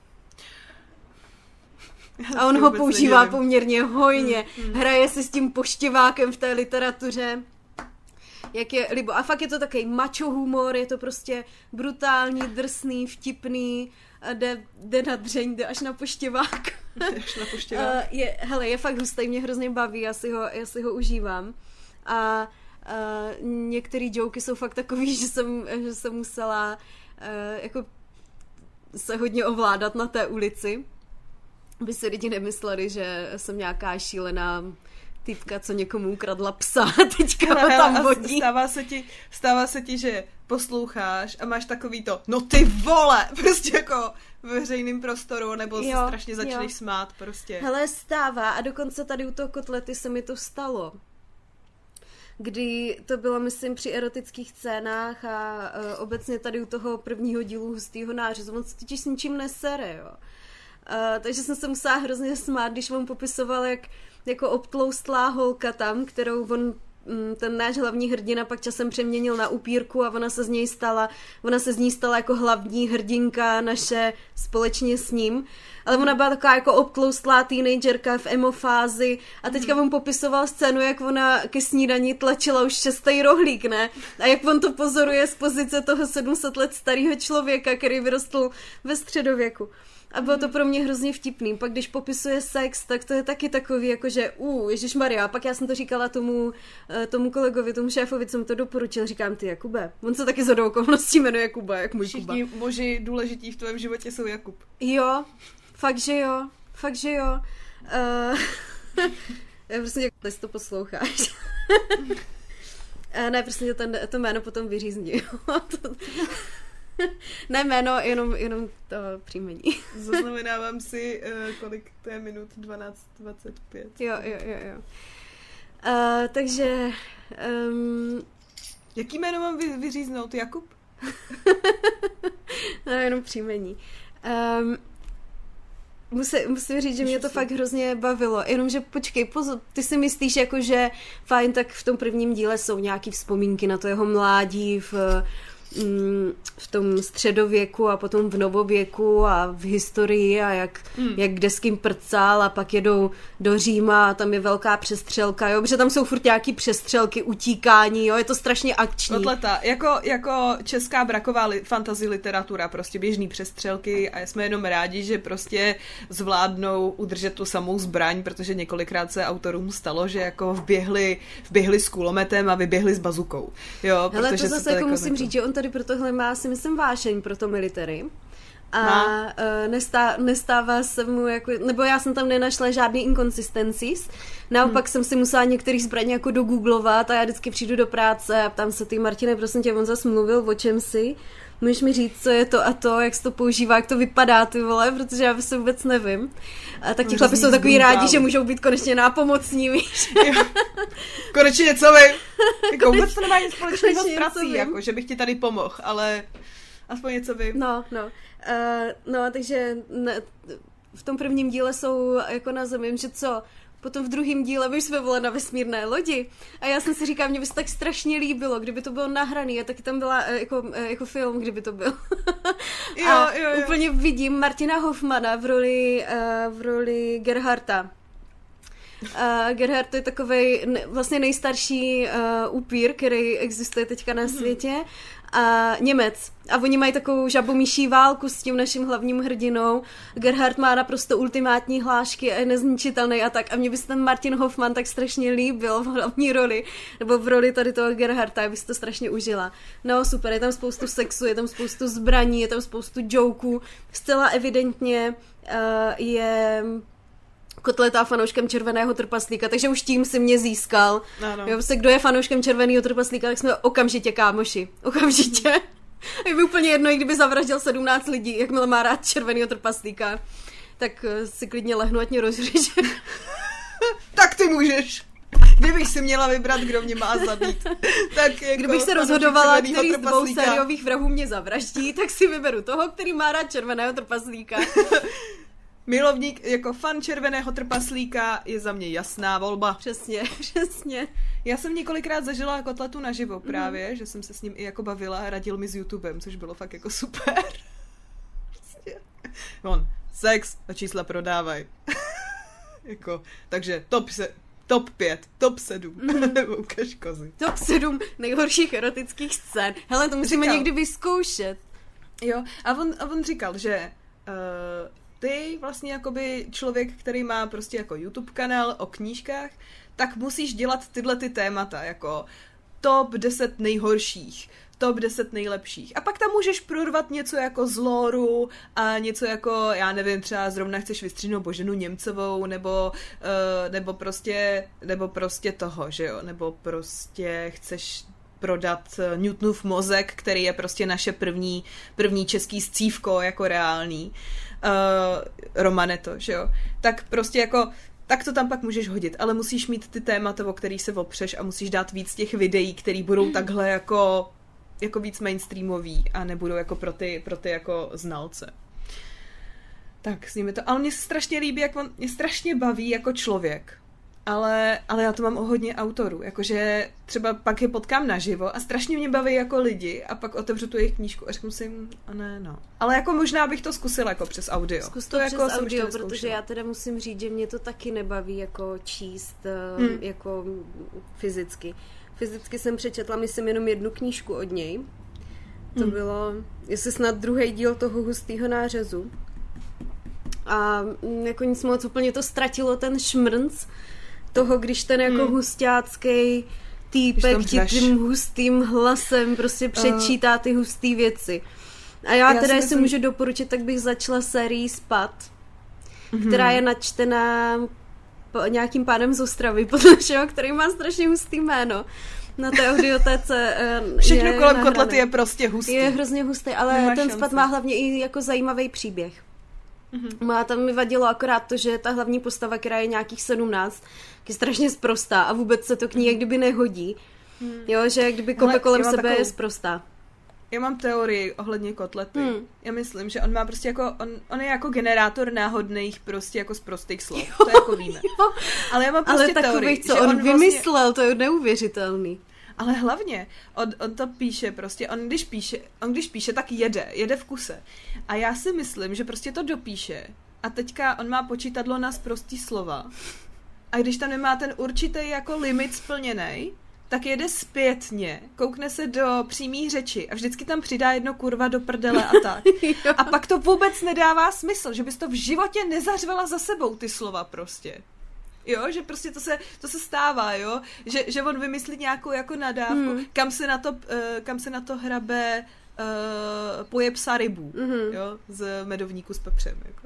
A on ho používá nevím. poměrně hojně. Hmm, hmm. Hraje si s tím poštěvákem v té literatuře. Jak je libo. A fakt je to takový macho humor, je to prostě brutální, drsný, vtipný, a jde, jde na dřeň, jde až na poštěvák. Až na poštěvák. je, hele, je fakt hustý, mě hrozně baví, já si ho, já si ho užívám. A uh, některé joky jsou fakt takový, že jsem, že jsem musela uh, jako se hodně ovládat na té ulici. By si lidi nemysleli, že jsem nějaká šílená typka, co někomu ukradla psa a teďka ho tam vodí. Stává se ti, stává se ti, že posloucháš a máš takový to, no ty vole, prostě jako ve veřejném prostoru, nebo jo, se strašně začneš jo. smát prostě. Hele, stává a dokonce tady u toho Kotlety se mi to stalo. Kdy to bylo, myslím, při erotických scénách a uh, obecně tady u toho prvního dílu hustýho nářezu. On se totiž s ničím nesere, jo. Uh, takže jsem se musela hrozně smát, když on popisoval, jak jako obtloustlá holka tam, kterou on, ten náš hlavní hrdina pak časem přeměnil na upírku a ona se z něj stala, ona se z ní stala jako hlavní hrdinka naše společně s ním. Ale ona byla taková jako obtloustlá teenagerka v emo fázi a teďka on popisoval scénu, jak ona ke snídani tlačila už šestý rohlík, ne? A jak on to pozoruje z pozice toho sedm set let starého člověka, který vyrostl ve středověku. A bylo to pro mě hrozně vtipný. Pak když popisuje sex, tak to je taky takový, jakože uh, ježišmarja. Pak já jsem to říkala tomu, tomu kolegovi, tomu šéfovi, co mi to doporučil. Říkám, ty Jakube. On se taky zhodou okolností jmenuje Jakuba, jak můj Kuba. Všichni muži důležití v tvém životě jsou Jakub. Jo, fakt, že jo. Fakt, že jo. Uh, já prostě když to posloucháš. uh, ne, prostě ten, to jméno potom vyřízni. Ne jméno, jenom, jenom to příjmení. Zaznamenávám si, uh, kolik to je minut, dvanáct dvacet pět. Jo, jo, jo, jo. Uh, takže... Um... Jaký jméno mám vy, vyříznout? Jakub? No, jenom příjmení. Um, musí, musím říct, že mě to fakt hrozně bavilo. Jenomže počkej, pozor, ty si myslíš, jako, že fajn, tak v tom prvním díle jsou nějaký vzpomínky na to jeho mládí v... v tom středověku a potom v novověku a v historii a jak, mm. jak kde s kým prcal a pak jedou do Říma a tam je velká přestřelka, jo, protože tam jsou furt nějaký přestřelky, utíkání, jo, je to strašně akční. Kotleta, jako, jako česká braková li, fantasy literatura, prostě běžný přestřelky a jsme jenom rádi, že prostě zvládnou udržet tu samou zbraň, protože několikrát se autorům stalo, že jako vběhli, vběhli s kulometem a vyběhli s bazukou, jo. Hele, protože to zase to jako musím říct, že on tady pro tohle má, si myslím, vášeň pro to military. A uh, nestá, nestává se mu jako, nebo já jsem tam nenašla žádný inconsistencies. Naopak hmm. jsem si musela některý zbraně jako dogooglovat a já vždycky přijdu do práce a ptám se, ty Martine, prosím tě, on zase mluvil o čem si? Můžeš mi říct, co je to a to, jak se to používá, jak to vypadá, ty vole, protože já se vůbec nevím. A tak ti chlapi jsou takový rádi, že můžou být konečně nápomocní, víš. Konečně něco vím. Jako vůbec to nemá nic společného s prací, jako, že bych ti tady pomohl, ale aspoň něco vím. No, no. Uh, no, takže ne, v tom prvním díle jsou jako na zemi, že co... Potom v druhém díle my jsme byli na vesmírné lodi a já jsem si říkala, mě by se tak strašně líbilo, kdyby to bylo nahraný a taky tam byla jako, jako film, kdyby to byl. Jo, a jo, jo. Úplně vidím Martina Hoffmana v roli, uh, v roli Gerharta. Uh, Gerhard je takovej ne, vlastně nejstarší uh, upír, který existuje teďka na světě. A Němec. A oni mají takovou žabomíší válku s tím naším hlavním hrdinou. Gerhard má naprosto ultimátní hlášky a je nezničitelný a tak. A mně by se ten Martin Hoffman tak strašně líbil v hlavní roli. Nebo v roli tady toho Gerharta, já bych si to strašně užila. No super, je tam spoustu sexu, je tam spoustu zbraní, je tam spoustu joků. Zcela evidentně uh, je... Kotleta fanouškem Červeného trpaslíka, takže už tím si mě získal. Ano. Jo, prostě kdo je fanouškem Červeného trpaslíka, tak jsme okamžitě kámoši. Okamžitě. Je mi úplně jedno, i kdyby zavraždil sedmnáct lidí, jakmile má rád Červeného trpaslíka, tak si klidně lehnu, ať mě rozřeže. Tak ty můžeš. Kdybych si měla vybrat, kdo mě má zabít. Tak jako kdybych se rozhodovala, který z dvou sériových vrahů mě zavraždí, tak si vyberu toho, který má rád Červeného trpaslíka. Milovník, jako fan Červeného trpaslíka je za mě jasná volba. Přesně, přesně. Já jsem několikrát zažila Kotletu naživo právě, mm. že jsem se s ním i jako bavila a radil mi s YouTubem, což bylo fakt jako super. On, sex a čísla prodávaj. Jako, takže top se... Top pět, top sedm, mm. ukaž kozy. Top sedm nejhorších erotických scén. Hele, to musíme říkal, někdy vyzkoušet. Jo, a on, a on říkal, že uh, ty vlastně jakoby člověk, který má prostě jako YouTube kanál o knížkách, tak musíš dělat tyhle ty témata, jako top deset nejhorších, top deset nejlepších. A pak tam můžeš prorvat něco jako z lóru a něco jako, já nevím, třeba zrovna chceš vystřihnout Boženu Němcovou, nebo, uh, nebo prostě, nebo prostě toho, že jo, nebo prostě chceš prodat Newtonův mozek, který je prostě naše první, první český scívko, jako reálný. Uh, Romaneto, že jo. Tak prostě jako tak to tam pak můžeš hodit, ale musíš mít ty témata, o který se opřeš a musíš dát víc těch videí, které budou takhle jako jako víc mainstreamový a nebudou jako pro ty, pro ty jako znalce. Tak s nimi to, ale mě se strašně líbí, jak on, mě strašně baví jako člověk, ale, ale já to mám o hodně autorů, jakože třeba pak je potkám naživo a strašně mě baví jako lidi a pak otevřu tu jejich knížku a řeknu si jim, a ne, no. Ale jako možná bych to zkusila jako přes audio. Zkus to, to přes jako audio, protože já teda musím říct, že mě to taky nebaví jako číst hmm. jako fyzicky. Fyzicky jsem přečetla, myslím, jenom jednu knížku od něj. To hmm. bylo, jestli snad druhý díl toho Hustýho nářezu. A jako nic moc, úplně to ztratilo ten šmrnc toho, když ten jako hmm. husťácký týpek ti tím hustým hlasem prostě přečítá ty hustý věci. A já, já teda, jestli myslím... můžu doporučit, tak bych začala sérii Spad, hmm. která je načtená nějakým pánem z Ostravy, podle všeho, který má strašně hustý jméno. Na té audiotéce všechno kolem nahraný. Kotlety je prostě hustý. Je hrozně hustý, ale Nemáš ten Spad má hlavně i jako zajímavý příběh. Mm-hmm. Má tam mi vadilo akorát to, že ta hlavní postava, která je nějakých sedmnáct, je strašně sprostá a vůbec se to k ní jak kdyby nehodí. Mm. Jo, že kdyby kope kolem sebe takovou... je sprostá. Já mám teorii ohledně Kotlety. Hmm. Já myslím, že on má prostě jako, on, on je jako generátor náhodných prostě jako sprostých slov. Jo, to jako víme. Jo. Ale já mám prostě Ale takových, teorii, co on, on vymyslel, vlastně... to je neuvěřitelný. Ale hlavně, on, on to píše prostě, on když píše, on když píše, tak jede, jede v kuse. A já si myslím, že prostě to dopíše a teďka on má počítadlo na sprostý slova a když tam nemá ten určitý jako limit splněnej, tak jede zpětně, koukne se do přímý řeči a vždycky tam přidá jedno kurva do prdele a tak. A pak to vůbec nedává smysl, že bys to v životě nezařvala za sebou ty slova prostě. Jo, že prostě to se, to se stává, jo, že, že on vymyslí nějakou jako nadávku, hmm. kam se na to, uh, kam se na to hrabe uh, poje psa rybů, hmm. jo, z medovníku s pepřem, jako.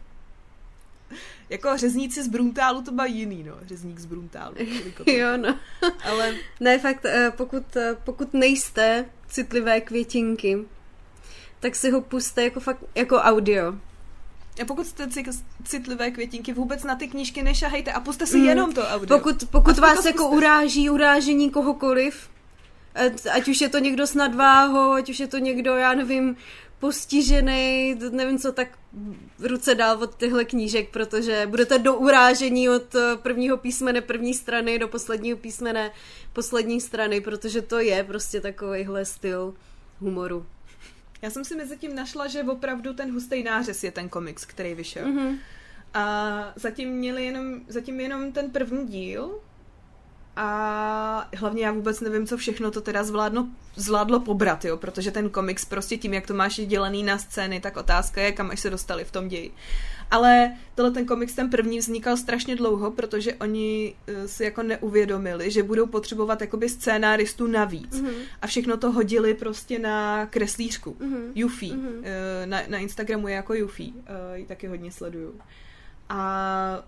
Jako řezníci z Bruntálu to mají jiný, no, řezník z Bruntálu. Jo, no. Ale ne, fakt, pokud, pokud nejste citlivé květinky, tak si ho puste jako fakt, jako audio. A pokud jste citlivé květinky, vůbec na ty knížky nešahejte a puste si mm. jenom to audio. Pokud, pokud vás to jako uráží, urážení kohokoliv, ať už je to někdo s nadváhou, ať už je to někdo, já nevím, postižený, nevím co, tak ruce dál od těchto knížek, protože budete do urážení od prvního písmene první strany do posledního písmene poslední strany, protože to je prostě takovejhle styl humoru. Já jsem si mezi tím našla, že opravdu ten Hustý nářez je ten komiks, který vyšel. Mm-hmm. A zatím měli jenom, zatím jenom ten první díl a hlavně já vůbec nevím, co všechno to teda zvládlo, zvládlo pobrat, jo, protože ten komiks prostě tím, jak to máš dělaný na scény, tak otázka je, kam až se dostali v tom ději. Ale tohle ten komiks, ten první vznikal strašně dlouho, protože oni si jako neuvědomili, že budou potřebovat jakoby scénáristů navíc. Mm-hmm. A všechno to hodili prostě na kreslířku. Mm-hmm. Yuffie. Mm-hmm. Na, na Instagramu je jako Yuffie. Ji taky hodně sleduju. A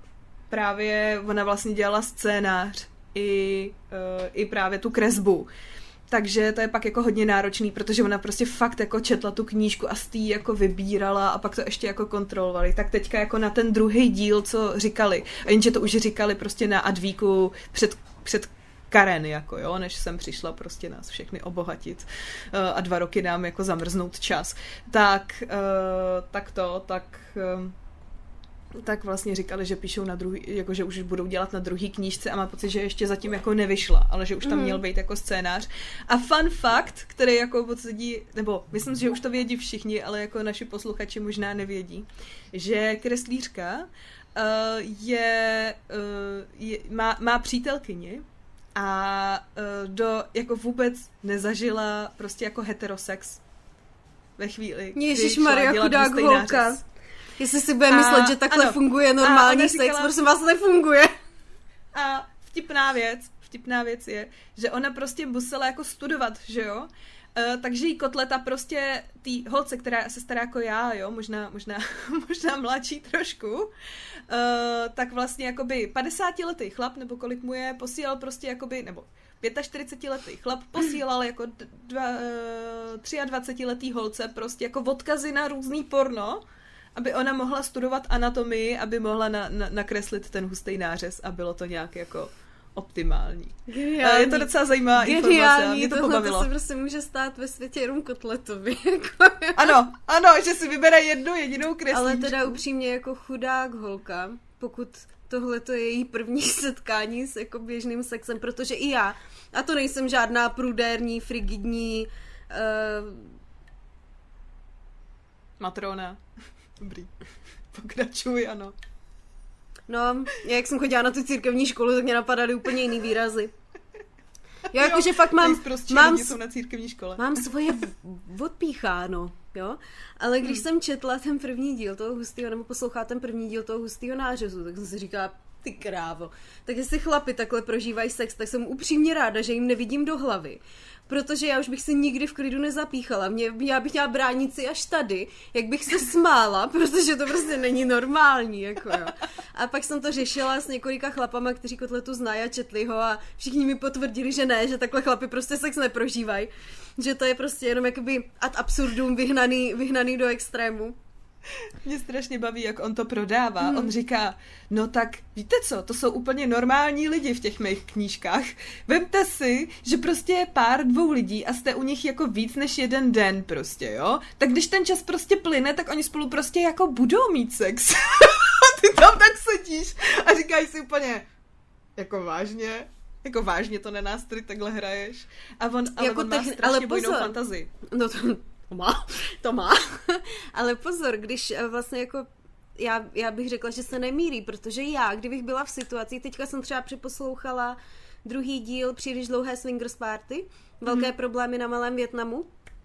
právě ona vlastně dělala scénář i, uh, i právě tu kresbu. Takže to je pak jako hodně náročný, protože ona prostě fakt jako četla tu knížku a z tý jako vybírala a pak to ještě jako kontrolovali. Tak teďka jako na ten druhý díl, co říkali, a jenže to už říkali prostě na advíku před, před Karen, jako jo, než jsem přišla prostě nás všechny obohatit uh, a dva roky nám jako zamrznout čas. Tak, uh, tak to, tak... Uh, tak vlastně říkali, že píšou na druhý, jako že už budou dělat na druhý knížce a má pocit, že ještě zatím jako nevyšla, ale že už tam měl být jako scénář. A fun fact, který jako pocití, nebo myslím, že už to vědí všichni, ale jako naši posluchači možná nevědí, že kreslířka uh, je, uh, je má, má přítelkyni a uh, do, jako vůbec nezažila prostě jako heterosex ve chvíli, Ježišmarja, chudák holka. Jestli si bude myslet, že takhle ano, funguje normální sex, říkala, prosím vás, nefunguje. A vtipná věc, vtipná věc je, že ona prostě musela jako studovat, že jo? Uh, takže jí kotleta prostě tý holce, která je asi stará jako já, jo, možná, možná, možná mladší trošku, uh, tak vlastně jakoby padesátiletý chlap, nebo kolik mu je, posílal prostě jakoby, nebo čtyřicetiletý chlap posílal jako dva, uh, dvacetiletý holce prostě jako odkazy na různý porno, aby ona mohla studovat anatomii, aby mohla na, na, nakreslit ten hustý nářez a bylo to nějak jako optimální. Geniální. Je to docela zajímavá informace a mě to pobavilo. To se prostě může stát ve světě jenom Kotletovi. Ano, ano, že si vybere jednu jedinou kreslíčku. Ale teda upřímně jako chudák holka, pokud tohle to je její první setkání s jako běžným sexem, protože i já, a to nejsem žádná prudérní, frigidní uh... matrona. Dobrý. Pokračuj, ano. No, jak jsem chodila na tu církevní školu, tak mě napadaly úplně jiný výrazy. Já jakože fakt mám... Mám, jsou na církevní škole. Mám svoje odpícháno, jo? Ale když hmm. jsem četla ten první díl toho hustýho, nebo poslouchala ten první díl toho hustýho nářezu, tak jsem si říkala, ty krávo. Tak jestli chlapi takhle prožívají sex, tak jsem upřímně ráda, že jim nevidím do hlavy. Protože já už bych si nikdy v klidu nezapíchala. Mě, já bych měla bránici až tady, jak bych se smála, protože to prostě není normální, jako jo. A pak jsem to řešila s několika chlapama, kteří Kotletu znají a četli ho a všichni mi potvrdili, že ne, že takhle chlapi prostě sex neprožívají. Že to je prostě jenom jakoby ad absurdum vyhnaný, vyhnaný do extrému. Mě strašně baví, jak on to prodává. Hmm. On říká, no tak víte co, to jsou úplně normální lidi v těch mých knížkách. Vemte si, že prostě je pár dvou lidí a jste u nich jako víc než jeden den prostě, jo? Tak když ten čas prostě plyne, tak oni spolu prostě jako budou mít sex. A ty tam tak sedíš a říkáš si úplně, jako vážně? Jako vážně to na nás tady takhle hraješ? A on, ale jako on má techni- strašně ale bujnou fantazii. No to... To má, to má. Ale pozor, když vlastně jako já, já bych řekla, že se nemírí, protože já, kdybych byla v situaci, teďka jsem třeba připoslouchala druhý díl Příliš dlouhé swingers party, velké mm. problémy na Malém Vietnamu.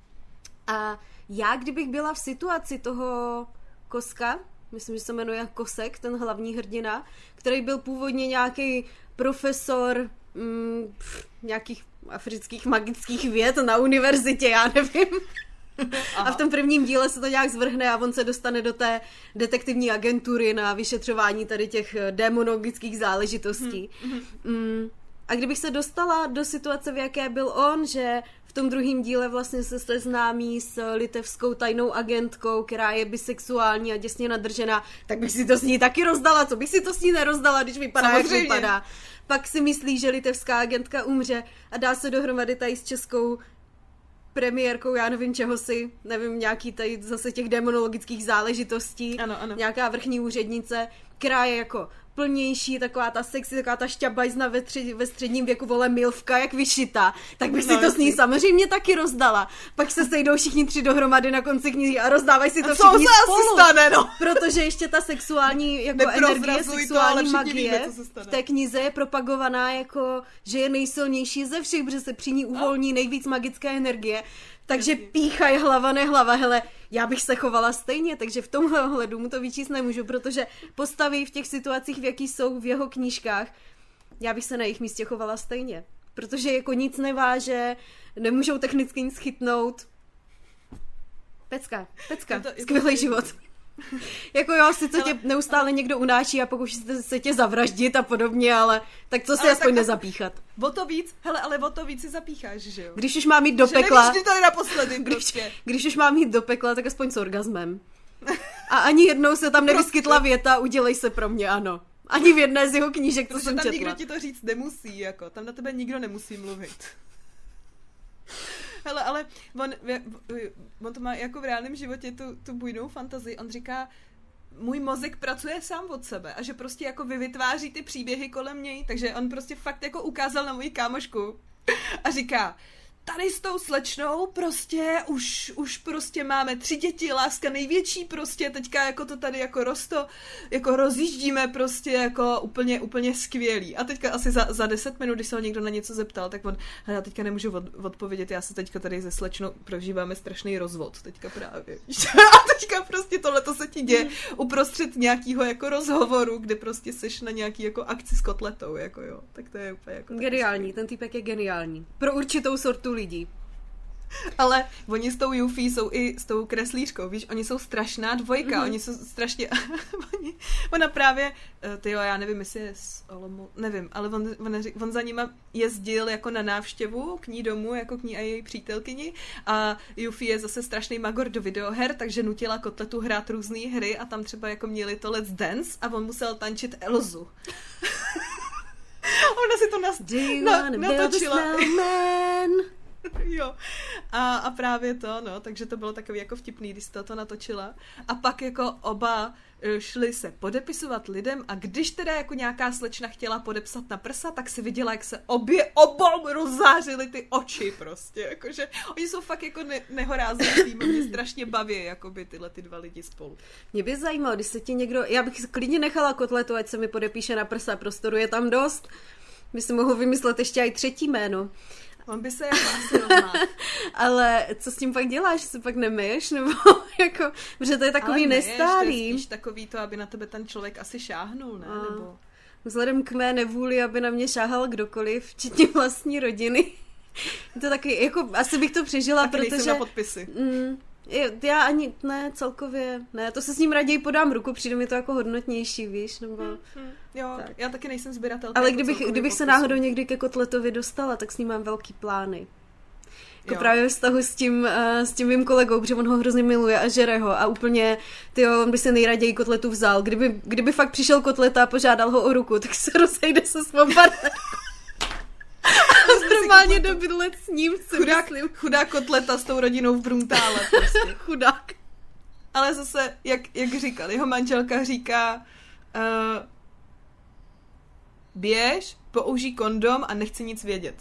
A já, kdybych byla v situaci toho Koska, myslím, že se jmenuje Kosek, ten hlavní hrdina, který byl původně nějaký profesor mm, pff, nějakých afrických magických věd na univerzitě, já nevím. Aha. A v tom prvním díle se to nějak zvrhne a on se dostane do té detektivní agentury na vyšetřování tady těch démonologických záležitostí. Hmm. Mm. A kdybych se dostala do situace, v jaké byl on, že v tom druhém díle vlastně se seznámí s litevskou tajnou agentkou, která je bisexuální a děsně nadržená, tak bych si to s ní taky rozdala. Co bych si to s ní nerozdala, když vypadá, samozřejmě, jak vypadá. Pak si myslí, že litevská agentka umře a dá se dohromady tady s českou premiérkou, já nevím čeho si, nevím, nějaký tady zase těch demonologických záležitostí, ano, ano. Nějaká vrchní úřednice, která je jako plnější, taková ta sexy, taková ta šťabajzna ve, tři, ve středním věku, vole, milvka, jak vyšitá, tak bych si no, to s ní samozřejmě taky rozdala. Pak se sejdou všichni tři dohromady na konci knihy a rozdávají si to všichni spolu. Stane, no? Protože ještě ta sexuální jako energie, sexuální to, magie víme, v té knize je propagovaná jako, že je nejsilnější ze všech, protože se při ní uvolní nejvíc magické energie. Takže píchaj hlava, nehlava, hele, já bych se chovala stejně, takže v tomhle ohledu mu to vyčíst nemůžu, protože postavy v těch situacích, v jakých jsou v jeho knížkách, já bych se na jejich místě chovala stejně, protože jako nic neváže, nemůžou technicky nic chytnout. Pecka, pecka, skvělý život. Jako jo, sice tě neustále někdo unáší a pokouší se, se tě zavraždit a podobně, ale tak co si aspoň tak nezapíchat. O to víc, hele, ale o to víc si zapícháš, že jo? Když už mám jít do že pekla... Nevíš, kdy to je naposledy prostě. Když, když už mám jít do pekla, tak aspoň s orgasmem. A ani jednou se tam nevyskytla věta, udělej se pro mě, ano. Ani v jedné z jeho knížek, co Protože jsem tam četla. nikdo ti to říct nemusí, jako. Tam na tebe nikdo nemusí mluvit. Hele, ale on, on to má jako v reálném životě tu, tu bujnou fantazii. On říká, můj mozek pracuje sám od sebe a že prostě jako vy vytváří ty příběhy kolem něj, takže on prostě fakt jako ukázal na moji kámošku a říká, tady s tou slečnou prostě už, už prostě máme tři děti, láska největší prostě, teďka jako to tady jako rosto, jako rozjíždíme prostě jako úplně, úplně skvělý. A teďka asi za, za deset minut, když se ho někdo na něco zeptal, tak on, já teďka nemůžu od, odpovědět, já se teďka tady se slečnou prožíváme strašný rozvod, teďka právě. A teďka prostě tohleto se ti děje uprostřed nějakého jako rozhovoru, kde prostě seš na nějaký jako akci s kotletou, jako jo. Tak to je úplně jako... Geniální, ten týpek je geniální. Pro určitou sortu lidí. Ale oni s tou Yuffie jsou i s tou kreslířkou, víš, oni jsou strašná dvojka, mm-hmm. oni jsou strašně, oni, ona právě, tyjo, já nevím, jestli je z Olomouce, nevím, ale on, on, on za nima jezdil jako na návštěvu k ní domů, jako k ní a její přítelkyni a Yuffie je zase strašný magor do videoher, takže nutila Kotletu hrát různé hry a tam třeba jako měli to Let's Dance a on musel tančit Elzu. Ona si to nas, na, natočila. Jo. A, a právě to, no, takže to bylo takový jako vtipný, když to, to natočila. A pak jako oba šli se podepisovat lidem a když teda jako nějaká slečna chtěla podepsat na prsa, tak si viděla, jak se obě obou rozzářily ty oči prostě, jakože oni jsou fakt jako ne, nehorázný tým, mě strašně baví jakoby tyhle ty dva lidi spolu. Mě by zajímalo, když se ti někdo, já bych klidně nechala Kotletu, ať se mi podepíše na prsa, prostoru je tam dost, by si mohl vymyslet ještě i třetí jméno. On by se jako asi rozmáhl. Ale co s tím pak děláš? Se pak nemyješ? Nebo jako, protože to je takový ale nestálý. Ale je spíš takový to, aby na tebe ten člověk asi šáhnul, ne? A nebo... Vzhledem k mé nevůli, aby na mě šáhal kdokoliv, včetně vlastní rodiny. Je to taky, jako, asi bych to přežila, taky protože... na podpisy. Mm, já ani, ne, celkově, ne, to se s ním raději podám ruku, přijde mi to jako hodnotnější, víš, nebo... Hmm, hmm, jo, tak. Já taky nejsem sběratelka. Ale kdybych, kdybych se náhodou někdy ke Kotletovi dostala, tak s ním mám velký plány. Jako jo. právě ve vztahu s tím, uh, s tím mým kolegou, protože on ho hrozně miluje a žere ho a úplně, tyjo, on by se nejraději Kotletu vzal. Kdyby, kdyby fakt přišel Kotleta a požádal ho o ruku, tak se rozejde se svou partnerkou. A normálně do bydlet s ním, si chudák, myslím. Chudá Kotleta s tou rodinou v Bruntále prostě. Chudák. Ale zase, jak, jak říkal, jeho manželka říká uh, běž, použij kondom a nechci nic vědět.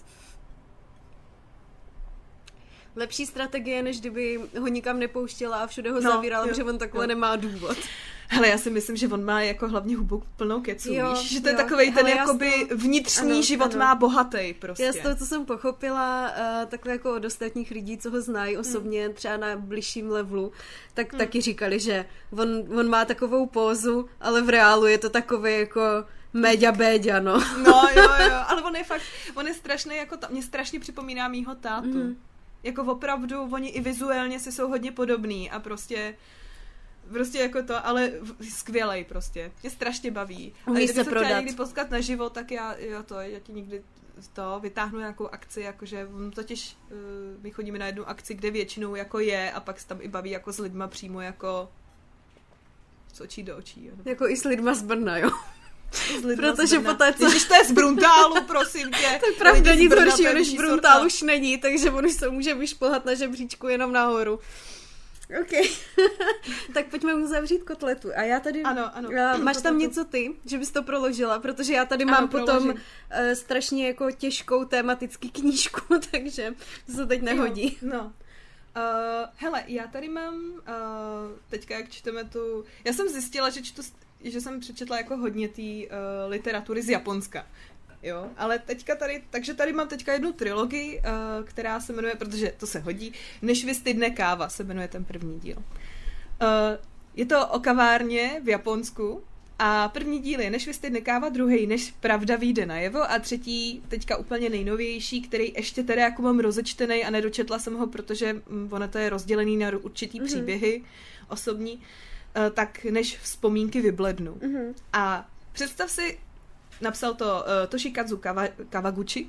Lepší strategie, než kdyby ho nikam nepouštěla a všude ho no, zavírala, jo, protože on takhle jo. nemá důvod. Hele, já si myslím, že on má jako hlavně hubu plnou kecu, jo, víš? Že to je jo. takovej ten Hele, jakoby to... vnitřní ano, život ano. má bohatý prostě. Já z toho, co jsem pochopila, uh, takhle jako od ostatních lidí, co ho znají osobně, hmm. třeba na bližším levelu, tak hmm. taky říkali, že on, on má takovou pózu, ale v reálu je to takové jako méďa béďa, no. No, jo, jo, ale on je fakt, on je strašný, jako ta, mě strašně připomíná mýho tátu. Hmm. Jako opravdu, oni i vizuálně si jsou hodně podobný a prostě prostě jako to, ale skvělej prostě. Mě strašně baví. Umí se prodat. Když někdy potkat na živo, tak já, jo to, já ti někdy to vytáhnu nějakou akci, jakože totiž uh, my chodíme na jednu akci, kde většinou jako je a pak se tam i baví jako s lidma přímo jako z očí do očí. Jo. Jako i s lidma z Brna, jo. Protože poté, co... Když to je z Bruntálu, prosím tě. Tak pravda, nic horšího než Bruntál už není, takže on už se může vyšplhat na žebříčku jenom nahoru. OK. Tak pojďme uzavřít Kotletu. A já tady... Ano, ano. Uh, máš tam něco ty, že bys to proložila? Protože já tady ano, mám potom uh, strašně jako těžkou tematický knížku, takže to se teď nehodí. Jo, no. Uh, hele, já tady mám uh, teďka, jak čteme tu... Já jsem zjistila, že čtu... že jsem přečetla jako hodně té uh, literatury z Japonska. Jo, ale teďka tady, takže tady mám teďka jednu trilogii, uh, která se jmenuje, protože to se hodí, Než vystydne káva, se jmenuje ten první díl. Uh, je to o kavárně v Japonsku a první díl je Než vystydne káva, druhý Než pravda vyjde najevo a třetí, teďka úplně nejnovější, který ještě teda jako mám rozečtenej a nedočetla jsem ho, protože ono to je rozdělený na určitý mm-hmm. příběhy osobní, tak než vzpomínky vyblednou. Mm-hmm. A představ si, napsal to uh, Toshikazu Kawa, Kawaguchi,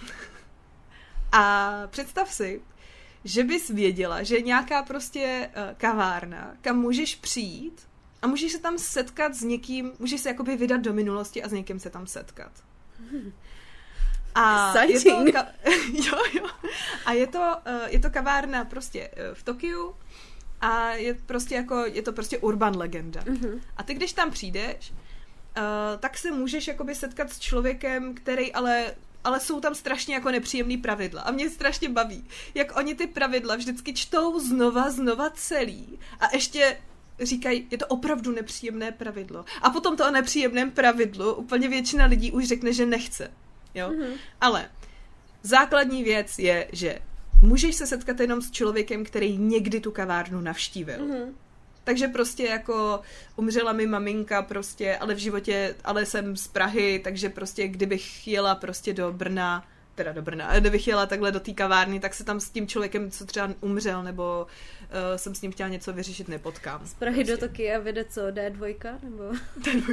a představ si, že bys věděla, že je nějaká prostě uh, kavárna, kam můžeš přijít a můžeš se tam setkat s někým, můžeš se jakoby vydat do minulosti a s někým se tam setkat. A je to, ka- jo, jo. A je to, uh, je to kavárna prostě uh, v Tokiu a je prostě jako, je to prostě urban legenda. Mm-hmm. A ty, když tam přijdeš, uh, tak se můžeš jakoby setkat s člověkem, který ale ale jsou tam strašně jako nepříjemný pravidla. A mě strašně baví, jak oni ty pravidla vždycky čtou znova, znova celý. A ještě říkají, je to opravdu nepříjemné pravidlo. A potom to o nepříjemném pravidlu úplně většina lidí už řekne, že nechce. Jo? Mm-hmm. Ale základní věc je, že můžeš se setkat jenom s člověkem, který někdy tu kavárnu navštívil. Mm-hmm. Takže prostě jako umřela mi maminka prostě, ale v životě, ale jsem z Prahy, takže prostě kdybych jela prostě do Brna, teda do Brna, kdybych jela takhle do té kavárny, tak se tam s tím člověkem, co třeba umřel, nebo uh, jsem s ním chtěla něco vyřešit, nepotkám. Z Prahy prostě. Do Tokia vede co, dé dva, nebo? dé dva.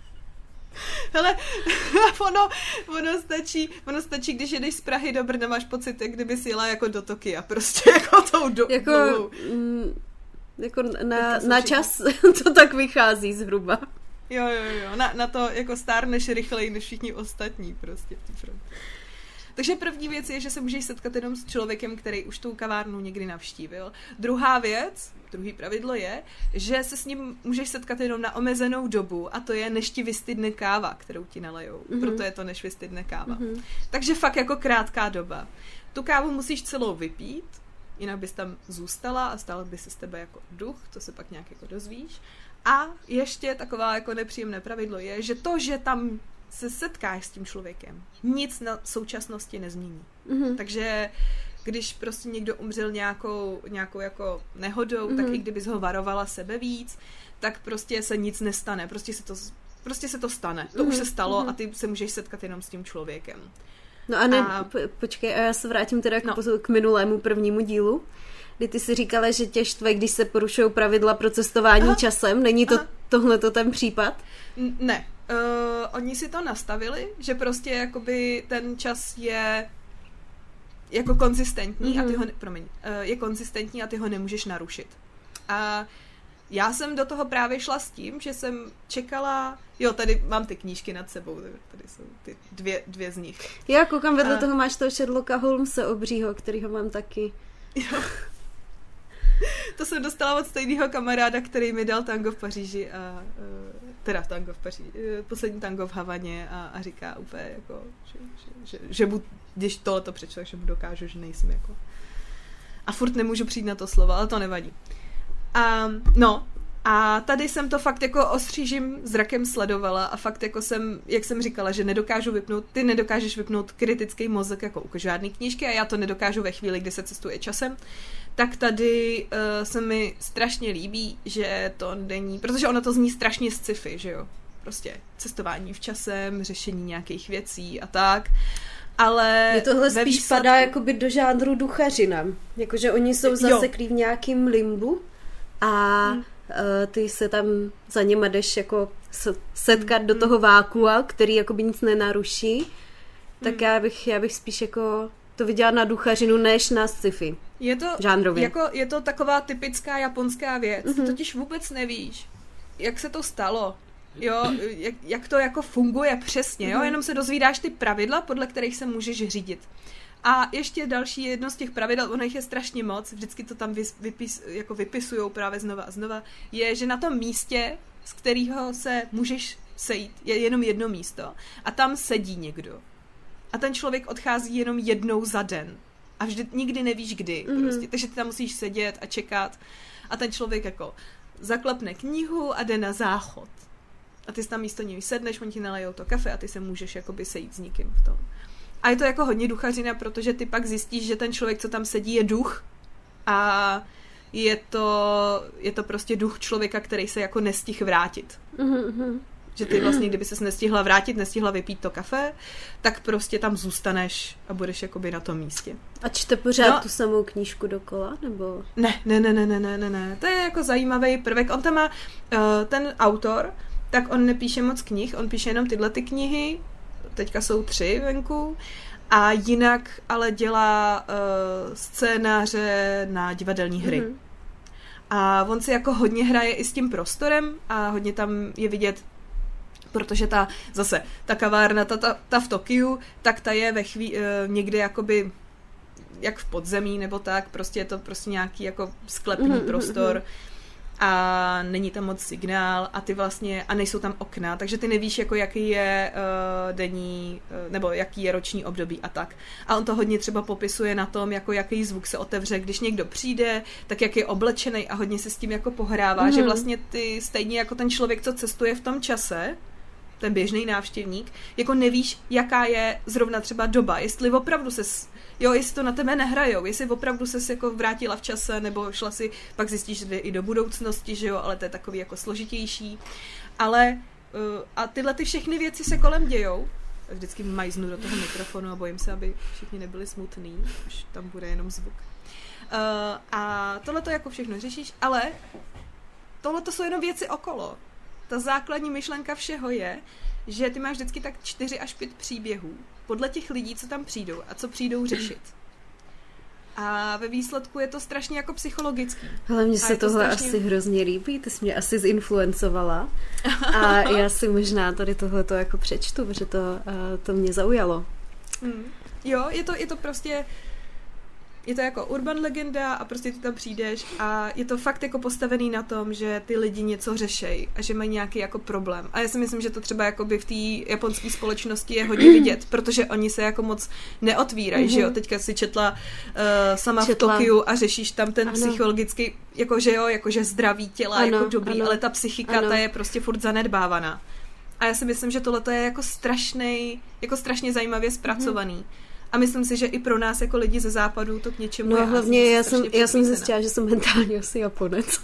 Hele, ono, ono, stačí, ono stačí, když jedeš z Prahy do Brna, máš pocit, jak kdyby jsi jela jako do Tokia, prostě jako tou do, jako, mm, jako na, na čas to tak vychází zhruba. Jo, jo, jo, na, na to jako stárneš rychleji než všichni ostatní prostě. Takže první věc je, že se můžeš setkat jenom s člověkem, který už tu kavárnu někdy navštívil. Druhá věc, druhý pravidlo je, že se s ním můžeš setkat jenom na omezenou dobu a to je, než ti vystydne káva, kterou ti nalejou. Mm-hmm. Proto je to, než vystydne káva. Mm-hmm. Takže fakt jako krátká doba. Tu kávu musíš celou vypít, jinak bys tam zůstala a stala by se z tebe jako duch, to se pak nějak jako dozvíš. A ještě taková jako nepříjemné pravidlo je, že to, že tam se setkáš s tím člověkem, nic na současnosti nezmění. Mm-hmm. Takže když prostě někdo umřel nějakou, nějakou jako nehodou, mm-hmm. tak i kdybys ho varovala sebe víc, tak prostě se nic nestane. Prostě se to, prostě se to stane. To mm-hmm. už se stalo mm-hmm. a ty se můžeš setkat jenom s tím člověkem. No a ne, a... Po, počkej, a já se vrátím teda no. k, k minulému prvnímu dílu, kdy ty si říkala, že tě štve, když se porušují pravidla pro cestování Aha. časem. Není to tohleto ten případ? N- ne. Uh, oni si to nastavili, že prostě jakoby ten čas je jako konzistentní mm-hmm. a ty ho, ne- promiň, uh, je konzistentní a ty ho nemůžeš narušit. A já jsem do toho právě šla s tím, že jsem čekala, jo, tady mám ty knížky nad sebou, tady jsou ty dvě, dvě z nich. Já koukám, vedle a... toho máš toho Sherlocka Holmese obřího, kterýho mám taky. Jo. To jsem dostala od stejného kamaráda, který mi dal tango v Paříži a teda tango v Paříži, poslední tango v Havaně a, a říká úplně jako, že, že, že, že mu, když tohleto přečtu, že mu dokážu, že nejsem jako a furt nemůžu přijít na to slovo, ale to nevadí. A no, a tady jsem to fakt jako ostřížím zrakem sledovala a fakt jako jsem, jak jsem říkala, že nedokážu vypnout, ty nedokážeš vypnout kritický mozek jako u žádný knížky a já to nedokážu ve chvíli, kdy se cestuje časem, tak tady uh, se mi strašně líbí, že to není, protože ono to zní strašně sci-fi, že jo, prostě cestování v časem, řešení nějakých věcí a tak, ale... Je tohle spíš výsledku... padá jakoby do žánru duchařina, jakože oni jsou zaseklí v nějakým limbu a hmm. uh, ty se tam za něma jdeš jako setkat hmm. do toho vákua, který jakoby nic nenaruší, tak hmm. já bych, já bych spíš jako to viděla na duchařinu, než na sci-fi. Je to, žánrově. Jako, je to taková typická japonská věc. Mm-hmm. Totiž vůbec nevíš, jak se to stalo. Jo, jak, jak to jako funguje přesně. Jo? Mm-hmm. Jenom se dozvídáš ty pravidla, podle kterých se můžeš řídit. A ještě další jedno z těch pravidel, ono jich je strašně moc, vždycky to tam vypis, jako vypisujou právě znova a znova, je, že na tom místě, z kterého se můžeš sejít, je jenom jedno místo a tam sedí někdo. A ten člověk odchází jenom jednou za den. A vždy, nikdy nevíš kdy. Mm-hmm. Prostě. Takže ty tam musíš sedět a čekat. A ten člověk jako zaklepne knihu a jde na záchod. A ty si tam místo něj sedneš, oni ti nalejou to kafe a ty se můžeš jakoby sejít s někým v tom. A je to jako hodně duchařina, protože ty pak zjistíš, že ten člověk, co tam sedí, je duch. A je to, je to prostě duch člověka, který se jako nestihl vrátit. Mm-hmm. Že ty vlastně, kdyby ses nestihla vrátit, nestihla vypít to kafe, tak prostě tam zůstaneš a budeš jakoby na tom místě. A čte pořád no, tu samou knížku dokola, nebo? Ne, ne, ne, ne, ne, ne, ne, ne. To je jako zajímavý prvek. On tam má, uh, ten autor, tak on nepíše moc knih, on píše jenom tyhle ty knihy, teďka jsou tři venku, a jinak ale dělá uh, scénáře na divadelní hry. Mm-hmm. A on si jako hodně hraje i s tím prostorem a hodně tam je vidět, protože ta, zase, ta kavárna, ta, ta, ta v Tokiu, tak ta je ve chví, uh, někde jakoby jak v podzemí nebo tak, prostě je to prostě nějaký jako sklepný mm-hmm. prostor a není tam moc signál a ty vlastně, a nejsou tam okna, takže ty nevíš, jako jaký je uh, denní, uh, nebo jaký je roční období a tak. A on to hodně třeba popisuje na tom, jako jaký zvuk se otevře, když někdo přijde, tak jak je oblečený a hodně se s tím jako pohrává, mm. že vlastně ty stejně jako ten člověk, co cestuje v tom čase, ten běžný návštěvník, jako nevíš, jaká je zrovna třeba doba, jestli opravdu se jo, jestli to na tebe nehrajou, jestli opravdu ses jako vrátila v čase, nebo šla si, pak zjistíš, že jde i do budoucnosti, že jo, ale to je takový jako složitější. Ale uh, a tyhle ty všechny věci se kolem dějou. Vždycky majznu do toho mikrofonu a bojím se, aby všichni nebyli smutný, už tam bude jenom zvuk. Uh, a tohle to jako všechno řešíš, ale tohle to jsou jenom věci okolo. Ta základní myšlenka všeho je, že ty máš vždycky tak čtyři až pět příběhů podle těch lidí, co tam přijdou a co přijdou řešit. A ve výsledku je to strašně jako psychologický. Ale mně se to tohle strašně... asi hrozně líbí, ty jsi mě asi zinfluencovala a já si možná tady tohleto jako přečtu, protože to, uh, to mě zaujalo. Mm. Jo, je to, je to prostě je to jako urban legenda a prostě ty tam přijdeš a je to fakt jako postavený na tom, že ty lidi něco řešejí a že mají nějaký jako problém. A já si myslím, že to třeba jakoby v té japonské společnosti je hodně vidět, protože oni se jako moc neotvírají, mm-hmm. že jo? Teďka si četla uh, sama četla. v Tokiu a řešíš tam ten ano. psychologický, jakože jo, jakože zdraví těla, ano, jako dobrý, ano. ale ta psychika, ano. ta je prostě furt zanedbávaná. A já si myslím, že tohle je jako strašnej, jako strašně zajímavě zpracovaný. Mm-hmm. A myslím si, že i pro nás jako lidi ze západu to k něčemu no, je. No hlavně já jsem, já jsem zjistila, že jsem mentálně asi Japonec.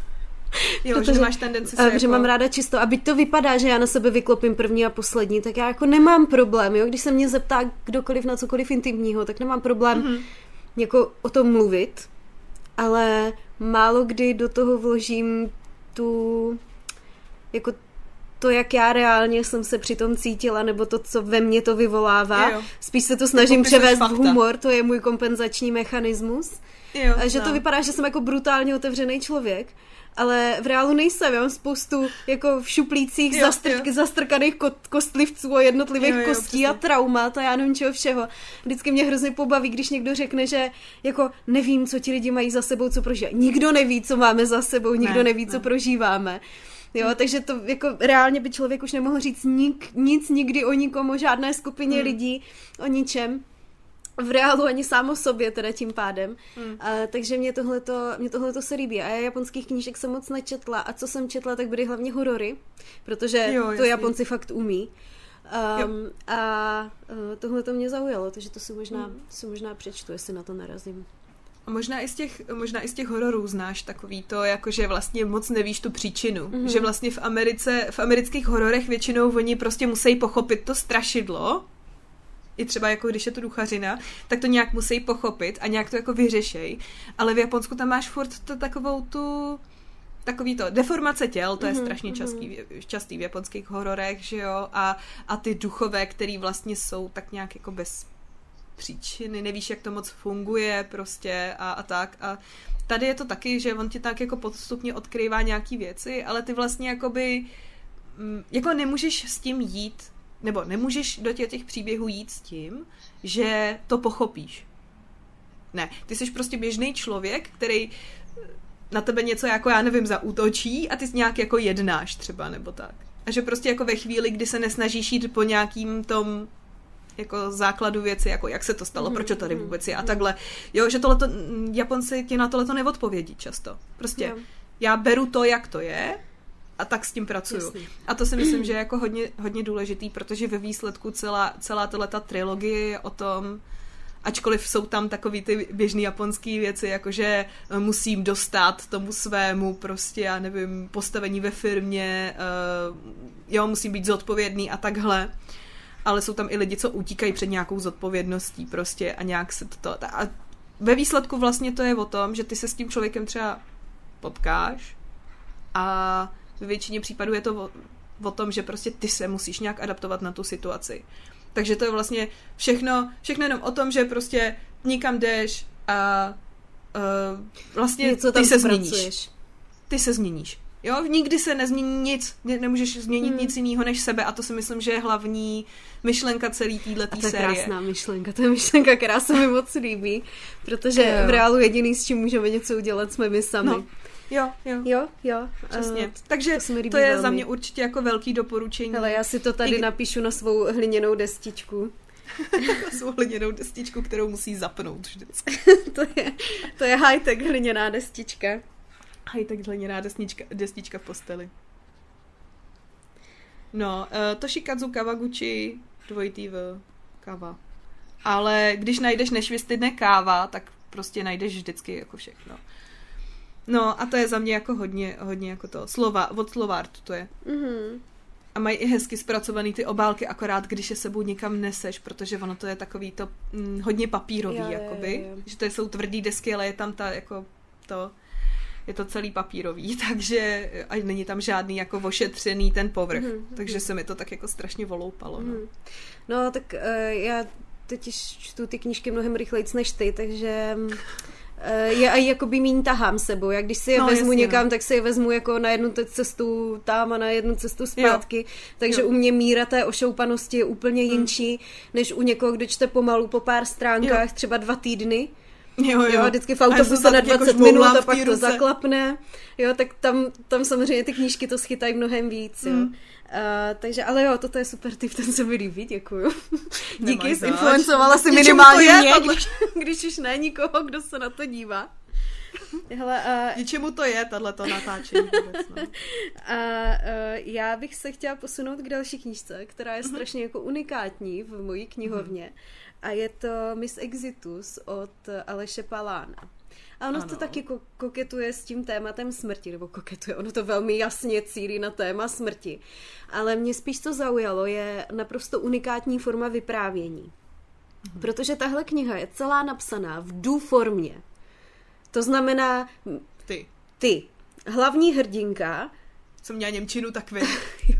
Jo, protože, že máš tendenci se uh, jako... že mám ráda čisto. A byť to vypadá, že já na sebe vyklopím první a poslední, tak já jako nemám problém, jo. Když se mě zeptá kdokoliv na cokoliv intimního, tak nemám problém mm-hmm. jako o tom mluvit, ale málo kdy do toho vložím tu jako to, jak já reálně jsem se přitom cítila, nebo to, co ve mně to vyvolává. Jo. Spíš se to snažím převést v humor, to je můj kompenzační mechanismus. Jo, a že no. to vypadá, že jsem jako brutálně otevřený člověk, ale v reálu nejsem. Já mám spoustu jako v šuplících jo, zastr- jo. zastrkaných ko- kostlivců a jednotlivých jo, jo, kostí přesně. a traumat a já nevím čeho všeho. Vždycky mě hrozně pobaví, když někdo řekne, že jako nevím, co ti lidi mají za sebou, co prožívají. Nikdo neví, co máme za sebou, nikdo ne, neví, ne. co prožíváme. Jo, takže to jako reálně by člověk už nemohl říct nik, nic nikdy o nikom, o žádné skupině hmm. lidí, o ničem. V reálu ani sám o sobě teda tím pádem. Hmm. A, takže mě tohleto, mě tohleto se líbí. A já japonských knížek jsem moc nečetla a co jsem četla, tak byly hlavně horory, protože jo, to Japonci fakt umí. Um, a uh, tohleto mě zaujalo, takže to si možná, hmm. si možná přečtu, jestli na to narazím. A možná i z těch, možná i z těch hororů znáš takový to, jako že vlastně moc nevíš tu příčinu. Mm-hmm. Že vlastně v Americe, v amerických hororech většinou oni prostě musí pochopit to strašidlo, i třeba jako když je to duchařina, tak to nějak musí pochopit a nějak to jako vyřešej. Ale v Japonsku tam máš furt to, takovou tu, takový to, deformace těl, to je mm-hmm. strašně častý, častý v japonských hororech, že jo, a, a ty duchové, který vlastně jsou tak nějak jako bez příčiny, nevíš, jak to moc funguje prostě a, a tak. A tady je to taky, že on ti tak jako postupně odkrývá nějaký věci, ale ty vlastně jakoby jako nemůžeš s tím jít, nebo nemůžeš do těch, těch příběhů jít s tím, že to pochopíš. Ne, ty jsi prostě běžný člověk, který na tebe něco jako, já nevím, zaútočí a ty nějak jako jednáš třeba, nebo tak. A že prostě jako ve chvíli, kdy se nesnažíš jít po nějakým tom jako základu věci, jako jak se to stalo, mm, proč to tady vůbec je a takhle. Jo, že tohleto, Japonci ti na tohleto neodpovědí často. Prostě jo. já beru to, jak to je a tak s tím pracuju. Jasný. A to si myslím, že je jako hodně, hodně důležitý, protože ve výsledku celá, celá tato trilogie je o tom, ačkoliv jsou tam takový ty běžný japonský věci, jakože musím dostat tomu svému prostě, já nevím, postavení ve firmě, uh, jo, musím být zodpovědný a takhle, ale jsou tam i lidi, co utíkají před nějakou zodpovědností prostě a nějak se to... A ve výsledku vlastně to je o tom, že ty se s tím člověkem třeba potkáš a ve většině případů je to o, o tom, že prostě ty se musíš nějak adaptovat na tu situaci. Takže to je vlastně všechno, všechno jenom o tom, že prostě nikam jdeš a uh, vlastně ty se změníš. Ty se změníš. Jo, nikdy se nezmění nic, nemůžeš změnit hmm. nic jiného než sebe a to si myslím, že je hlavní myšlenka celý téhletý série. A to je krásná myšlenka, to je myšlenka, která se mi moc líbí, protože jo. v reálu jediný, s čím můžeme něco udělat, jsme my sami. No. Jo, jo. Jo, jo. Přesně. Uh, Takže to, to je velmi. Za mě určitě jako velký doporučení. Hele, já si to tady I... napíšu na svou hliněnou destičku. Na svou hliněnou destičku, kterou musí zapnout vždycky. to je, to je high-tech hliněná destička. High-tech hliněná destička, destička v posteli. No, uh, Toshikazu Kawaguchi, dvojitý v káva. Ale když najdeš nešvistydne káva, tak prostě najdeš vždycky jako všechno. No a to je za mě jako hodně, hodně jako to. Slova, od Slovart to je. Mm-hmm. A mají i hezky zpracovaný ty obálky, akorát když je sebou někam neseš, protože ono to je takový to hm, hodně papírový, jo, jakoby. Jo, jo. Že to jsou tvrdý desky, ale je tam ta jako to, je to celý papírový, takže a není tam žádný jako ošetřený ten povrch. Mm-hmm. Takže se mi to tak jako strašně voloupalo. No, mm-hmm. no tak uh, já teď čtu ty knížky mnohem rychlejc než ty, takže... je aj jakoby míň tahám sebou. Jak když si je no, vezmu jasně, někam, no. tak si je vezmu jako na jednu cestu tam a na jednu cestu zpátky. Jo. Takže jo. u mě míra té ošoupanosti je úplně jinčí, hmm. než u někoho, kdo čte pomalu po pár stránkách, jo. třeba dva týdny. Jo, jo. jo, vždycky v autobuse na dvacet minut a pak to zaklapne. Jo, tak tam, tam samozřejmě ty knížky to schytají mnohem víc. Hmm. Jo. Uh, takže, ale jo, toto je super tip, ten se mi líbí, děkuju. Díky, zinfluencovala si minimálně mě, když, když už ne nikoho, kdo se na to dívá. Hele, uh, Něčemu to je, tato natáčení vůbec, no. A uh, já bych se chtěla posunout k další knížce, která je uh-huh. strašně jako unikátní v mojí knihovně. Uh-huh. A je to Miss Exitus od Aleše Palána. A ono ano. to taky koketuje s tím tématem smrti, nebo koketuje, ono to velmi jasně cílí na téma smrti. Ale mě spíš to zaujalo, je naprosto unikátní forma vyprávění. Mhm. Protože tahle kniha je celá napsaná v du formě. To znamená... Ty. Ty. Hlavní hrdinka... Co měla němčinu, tak vy.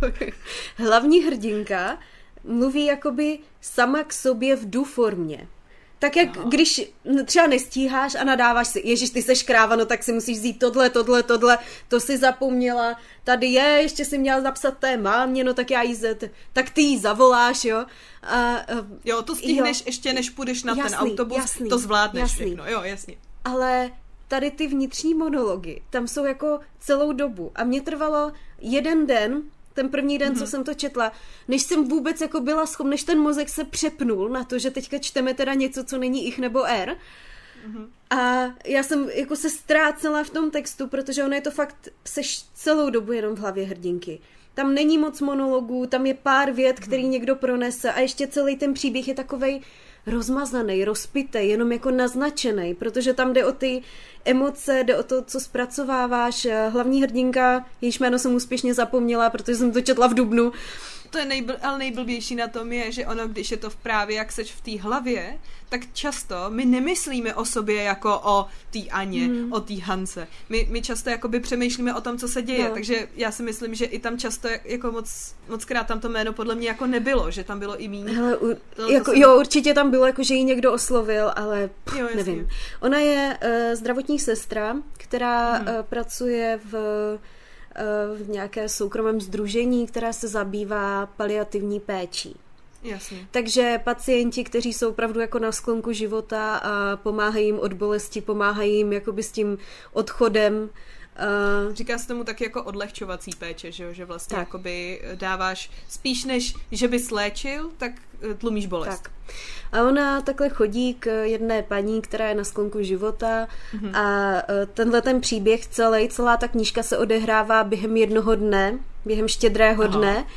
Hlavní hrdinka mluví jakoby sama k sobě v du formě. Tak jak no. když třeba nestíháš a nadáváš si, ježiš, ty seš kráva, no tak si musíš vzít tohle, tohle, tohle, to si zapomněla, tady je, ještě si měla napsat té mámě, no tak já jí, z... tak ty jí zavoláš, jo. A, a, jo, to stihneš jo. ještě, než půjdeš na jasný, ten autobus, jasný, to zvládneš jasný. všechno, jo, jasně. Ale tady ty vnitřní monology, tam jsou jako celou dobu a mě trvalo jeden den, ten první den, mm-hmm. co jsem to četla, než jsem vůbec jako byla schopna, než ten mozek se přepnul na to, že teďka čteme teda něco, co není ich nebo er. Mm-hmm. A já jsem jako se ztrácela v tom textu, protože ono je to fakt, seš celou dobu jenom v hlavě hrdinky. Tam není moc monologů, tam je pár vět, který mm-hmm. někdo pronese a ještě celý ten příběh je takovej rozmazaný, rozpitej, jenom jako naznačenej, protože tam jde o ty emoce, jde o to, co zpracováváš. Hlavní hrdinka, jejíž jméno jsem úspěšně zapomněla, protože jsem to četla v dubnu. To je nejbl, ale nejblbější na tom je, že ono, když je to v právě, jak seš v té hlavě, tak často my nemyslíme o sobě jako o té Aně, hmm. o té Hance. My, my často jakoby přemýšlíme o tom, co se děje, no. takže já si myslím, že i tam často jako moc, mockrát tam to jméno podle mě jako nebylo, že tam bylo i míň. Hele, u, to, jako, jsem... Jo, určitě tam bylo, jako, že ji někdo oslovil, ale pff, jo, nevím. Ona je uh, zdravotní sestra, která hmm. uh, pracuje v v nějaké soukromém sdružení, která se zabývá paliativní péčí. Jasně. Takže pacienti, kteří jsou opravdu jako na sklonku života a pomáhají jim od bolesti, pomáhají jim jakoby s tím odchodem. Uh, Říká se tomu taky jako odlehčovací péče, že, jo? Že vlastně tak. jakoby dáváš spíš než, že bys léčil, tak tlumíš bolest. Tak. A ona takhle chodí k jedné paní, která je na sklonku života mm-hmm. a tenhle ten příběh celý, celá ta knížka se odehrává během jednoho dne, během štědrého Aha. dne,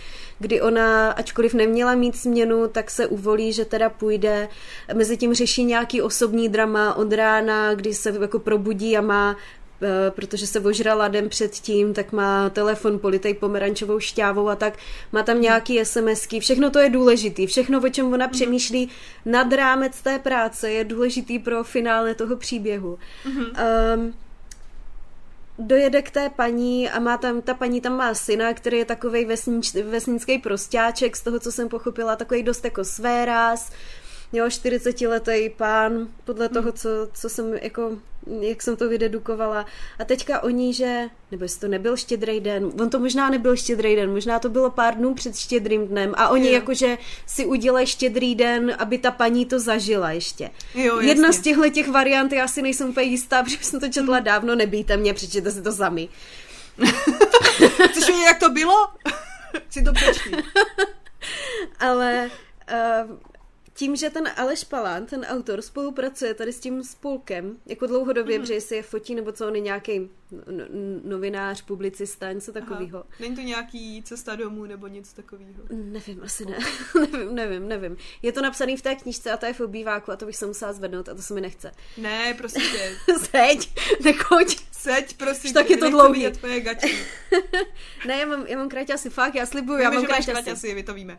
kdy ona, ačkoliv neměla mít směnu, tak se uvolí, že teda půjde. Mezi tím řeší nějaký osobní drama od rána, kdy se jako probudí a má, protože se ožrala den předtím, tak má telefon politej pomerančovou šťávou a tak má tam nějaký SMSky, všechno to je důležitý, všechno, o čem ona přemýšlí nad rámec té práce, je důležitý pro finále toho příběhu. Mm-hmm. Um, dojede k té paní a má tam, ta paní tam má syna, který je takovej vesnič, vesnický prostáček, z toho, co jsem pochopila, takový dost jako svéráz, jo, čtyřicetiletý pán, podle toho, co, co jsem jako, jak jsem to vydedukovala. A teďka oni, že, nebo jestli to nebyl štědrý den, on to možná nebyl štědrý den, možná to bylo pár dnů před štědrým dnem a oni jo. jakože si udělají štědrý den, aby ta paní to zažila ještě. Jo, jedna z těchto těch variant, já si nejsem úplně jistá, protože jsem to četla dávno, nebýte mě, přečtěte si to sami. Chceš vědět, jak to bylo? Si to přečti. Ale... Uh, tím, že ten Aleš Palán, ten autor, spolupracuje tady s tím spolkem, jako dlouhodobě, mm. protože si je fotí, nebo co on je nějaký no, novinář, publicista, něco takového. Není to nějaký cesta domů, nebo něco takového? Nevím, asi ne. nevím, nevím, nevím. Je to napsaný v té knížce a to je v obýváku a to bych se musela zvednout a to se mi nechce. Ne, prosím tě. Seď, nechoď. Seď, prosím tak je to dlouhý. Tvoje gači. Ne, já mám, já mám kráťasy, fakt, já slibuju, já mám kráťasy. kráťasy, my to víme.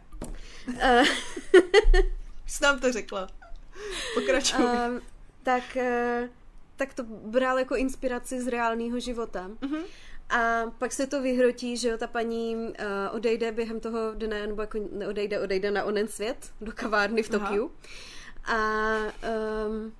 Jsi nám to řekla. Pokračuj. Uh, tak, uh, tak to bral jako inspiraci z reálného života. Uh-huh. A pak se to vyhrotí, že jo, ta paní uh, odejde během toho dne, nebo jako neodejde, odejde na onen svět, do kavárny v Tokiu. Aha. A um,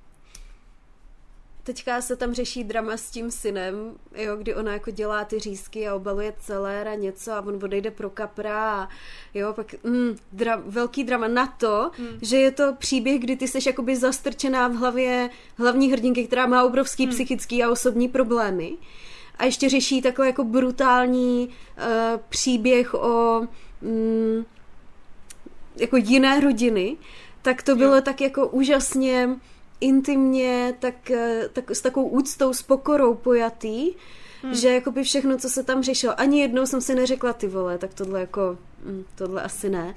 teďka se tam řeší drama s tím synem, jo, kdy ona jako dělá ty řízky a obaluje celér a něco a on odejde pro kapra a jo, pak mm, dra, velký drama na to, mm. že je to příběh, kdy ty seš jakoby zastrčená v hlavě hlavní hrdinky, která má obrovský mm. psychický a osobní problémy a ještě řeší takhle jako brutální uh, příběh o mm, jako jiné rodiny, tak to bylo jo. tak jako úžasně intimně, tak, tak s takovou úctou, s pokorou pojatý, hmm. že jakoby všechno, co se tam řešilo, ani jednou jsem si neřekla, ty vole, tak tohle jako, tohle asi ne.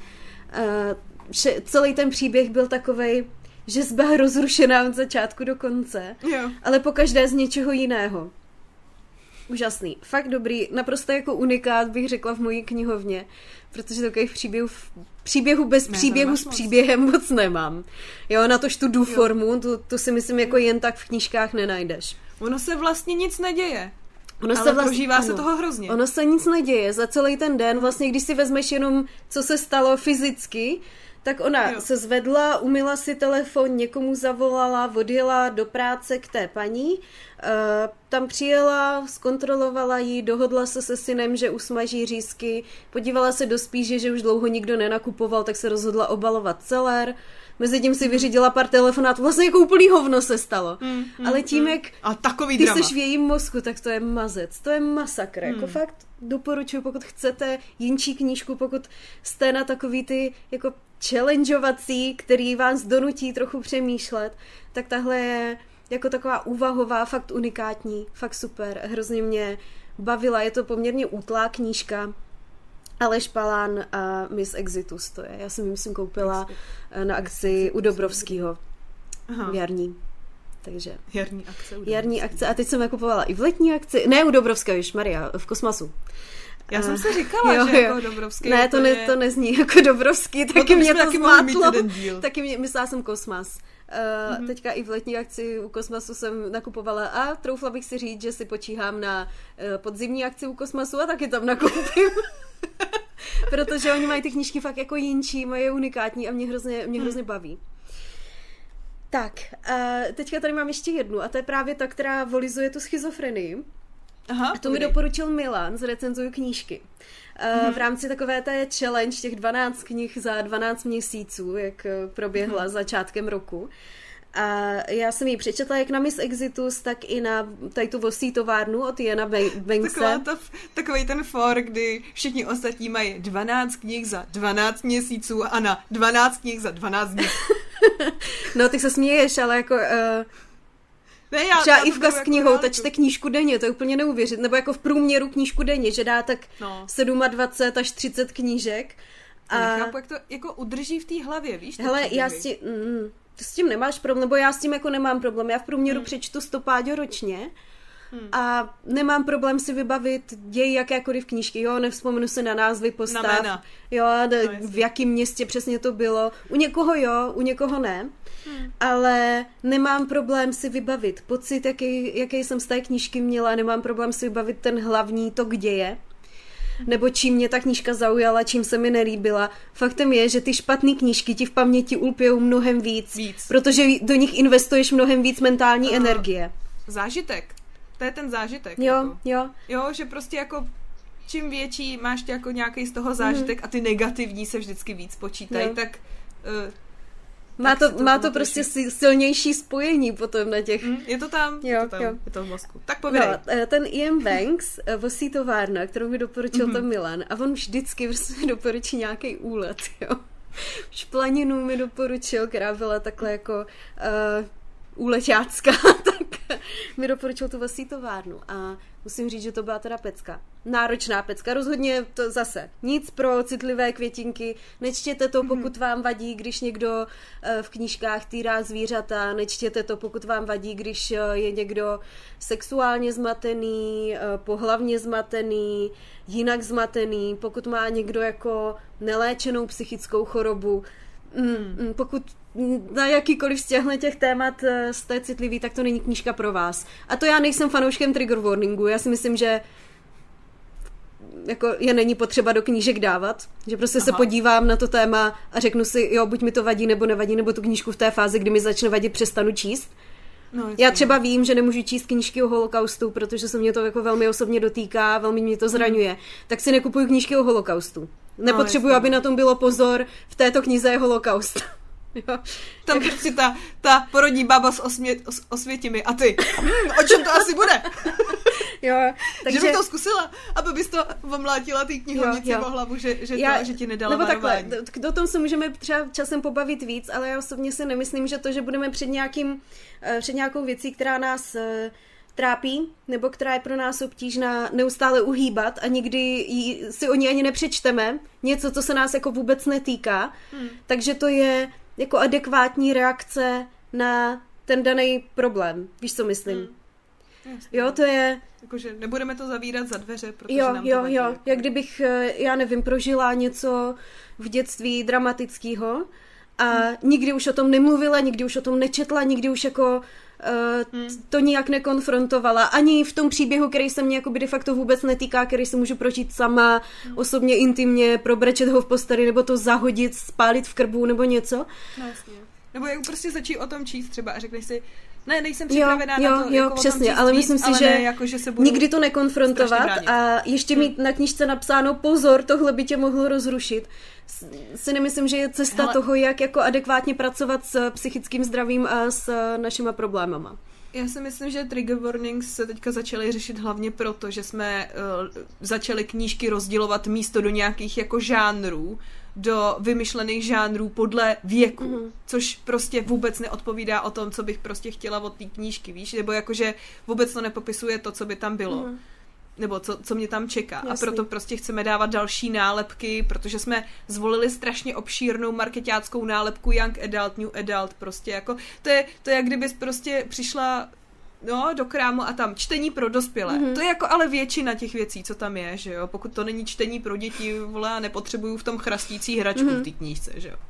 Uh, celý ten příběh byl takovej, že byla rozrušená od začátku do konce, jo. ale pokaždé z něčeho jiného. Úžasný. Fakt dobrý. Naprosto jako unikát bych řekla v mojí knihovně, protože takových příběhů, příběhu bez ne, příběhu s příběhem moc. moc nemám. Jo, na tož tu du formu, tu, tu si myslím jako jen tak v knížkách nenajdeš. Ono se vlastně nic neděje. Ono ale se vlastně, prožívá ano, se toho hrozně. Ono se nic neděje. Za celý ten den, vlastně když si vezmeš jenom, co se stalo fyzicky, tak ona jo. se zvedla, umyla si telefon, někomu zavolala, odjela do práce k té paní, uh, tam přijela, zkontrolovala ji, dohodla se se synem, že usmaží řízky, podívala se do spíže, že už dlouho nikdo nenakupoval, tak se rozhodla obalovat celér, mezitím si vyřídila pár telefonátů, vlastně jako úplný hovno se stalo. Mm, mm, Ale tím, mm. jak a takový ty drama. seš v jejím mozku, tak to je mazec, to je masakr. Mm. Jako fakt doporučuji, pokud chcete jinčí knížku, pokud jste na takový ty jako challengeovací, který vás donutí trochu přemýšlet, tak tahle je jako taková úvahová, fakt unikátní, fakt super, hrozně mě bavila, je to poměrně útlá knížka, Aleš Palán a Miss Exitus to je. Já jsem ji myslím koupila na akci u Dobrovskýho v jarní. Takže jarní akce. Jarní akce. A teď jsem je kupovala i v letní akci. Ne u Dobrovského, Maria, v Kosmasu. Já jsem si říkala, jo, že jo. jako Dobrovský. Ne, to, ne, je... to nezní jako Dobrovský, taky no, mě to zmátlo. Taky mě, myslela jsem Kosmas. Uh, mm-hmm. Teďka i v letní akci u Kosmasu jsem nakupovala a troufla bych si říct, že si počíhám na uh, podzimní akci u Kosmasu a taky tam nakoupím. Protože oni mají ty knížky fakt jako jinčí, mají unikátní a mě hrozně, mě hrozně baví. Tak, uh, teďka tady mám ještě jednu a to je právě ta, která volizuje tu schizofrenii. Aha, a to mi doporučil Milan z Recenzuju knížky. Uh, mm-hmm. V rámci takové té challenge těch dvanáct knih za dvanáct měsíců, jak proběhla mm-hmm. začátkem roku. A já jsem ji přečetla jak na Miss Exitus, tak i na tady tu Vosí továrnu od Jana Bankse. Takový ten for, kdy všichni ostatní mají dvanáct knih za dvanáct měsíců a na dvanáct knih za dvanáct dní. No, ty se směješ, ale jako... Uh, Ne, já, třeba já Ivka s knihou, jako ta čte knížku denně, to je úplně neuvěřit, nebo jako v průměru knížku denně, že dá tak no. dvacet sedm až třicet knížek. A nechápu, jak to jako udrží v té hlavě, víš? Hele, já si, mm, s tím nemáš problém, nebo já s tím jako nemám problém, já v průměru hmm. přečtu sto páďo ročně hmm. a nemám problém si vybavit děj jakékoliv knížky, jo, nevzpomenu se na názvy postav, na jména. Jo, no, v jakém městě přesně to bylo, u někoho jo, u někoho ne, hmm. ale nemám problém si vybavit pocit, jaký, jaký jsem z té knížky měla, nemám problém si vybavit ten hlavní tok děje, nebo čím mě ta knížka zaujala, čím se mi nelíbila. Faktem je, že ty špatné knížky ti v paměti ulpějou mnohem víc, víc, protože do nich investuješ mnohem víc mentální uh, energie. Zážitek. To je ten zážitek. Jo, jako. jo. Jo, že prostě jako čím větší máš jako nějaký z toho zážitek mm. a ty negativní se vždycky víc počítají, tak... Uh, Má to, to, má to prostě silnější spojení potom na těch... Mm, je to tam, jo, je to tam, jo. je to v mozku. Tak povědej. No, ten Ian Banks, Vosí továrna, kterou mi doporučil mm-hmm. to Milan, a on vždycky prostě doporučí nějaký úlet, jo. Šplaninu mi doporučil, která byla takhle jako uh, úleťácká, tak mi doporučil tu Vosí továrnu a musím říct, že to byla teda pecka. Náročná pecka, rozhodně to zase. Nic pro citlivé květinky, nečtěte to, pokud vám vadí, když někdo v knížkách týrá zvířata, nečtěte to, pokud vám vadí, když je někdo sexuálně zmatený, pohlavně zmatený, jinak zmatený, pokud má někdo jako neléčenou psychickou chorobu, mm, pokud na jakýkoliv z těchto těch témat jste citlivý, tak to není knížka pro vás. A to já nejsem fanouškem trigger warningu. Já si myslím, že jako je není potřeba do knížek dávat. Že prostě Aha. se podívám na to téma a řeknu si, jo, buď mi to vadí, nebo nevadí, nebo tu knížku v té fázi, kdy mi začne vadit, přestanu číst. No, já třeba vím, že nemůžu číst knížky o holokaustu, protože se mě to jako velmi osobně dotýká, velmi mě to zraňuje. Hmm. Tak si nekupuju knížky o holokaustu. Nepotřebuju, no, aby na tom bylo pozor, v této knize je holokaust. Jo. Tam prostě ta, ta porodní bába s osmě, os, osvětimi a ty, hmm, o čem to asi bude? Jo, takže... Že bych to zkusila, aby bys to omlátila té knihovnici o hlavu, že, že, já, to, že ti nedala nebo varování. Takhle, o tom se můžeme třeba časem pobavit víc, ale já osobně si nemyslím, že to, že budeme před, nějakým, před nějakou věcí, která nás trápí, nebo která je pro nás obtížná, neustále uhýbat a nikdy jí, si o ní ani nepřečteme, něco, co se nás jako vůbec netýká, hmm. takže to je jako adekvátní reakce na ten daný problém. Víš, co myslím? Hmm. Jo, to je... Jakože nebudeme to zavírat za dveře, protože jo, nám jo, to vadí. Jo, jo, jak kdybych, já nevím, prožila něco v dětství dramatického a hmm. nikdy už o tom nemluvila, nikdy už o tom nečetla, nikdy už jako uh, hmm. to nijak nekonfrontovala. Ani v tom příběhu, který se mě jakoby de facto vůbec netýká, který si můžu prožít sama, hmm. osobně, intimně, probrečet ho v posteli, nebo to zahodit, spálit v krbu, nebo něco. No, jasně. Nebo jak prostě začít o tom číst třeba a řekneš si, ne, nejsem připravená jo, na to, jo, jako přesně, o tom číst ale myslím víc, si, ale že, ne, jako, že se budu nikdy to nekonfrontovat a ještě hmm. mít na knížce napsáno pozor, tohle by tě mohlo rozrušit. Si nemyslím, že je cesta Hele. toho, jak jako adekvátně pracovat s psychickým zdravím a s našima problémama. Já si myslím, že trigger warnings se teďka začaly řešit hlavně proto, že jsme uh, začali knížky rozdělovat místo do nějakých jako žánrů, do vymyšlených žánrů podle věku, mm-hmm. což prostě vůbec neodpovídá o tom, co bych prostě chtěla od té knížky, víš, nebo jakože vůbec to nepopisuje to, co by tam bylo. Mm-hmm. Nebo co, co mě tam čeká. Jasný. A proto prostě chceme dávat další nálepky, protože jsme zvolili strašně obšírnou markeťáckou nálepku Young Adult, New Adult, prostě jako, to je, to je jak kdybys prostě přišla no, do krámu a tam čtení pro dospělé. Mm-hmm. To je jako ale většina těch věcí, co tam je, že jo, pokud to není čtení pro děti, vole, a nepotřebuju v tom chrastící hračku mm-hmm. v té knížce, že jo.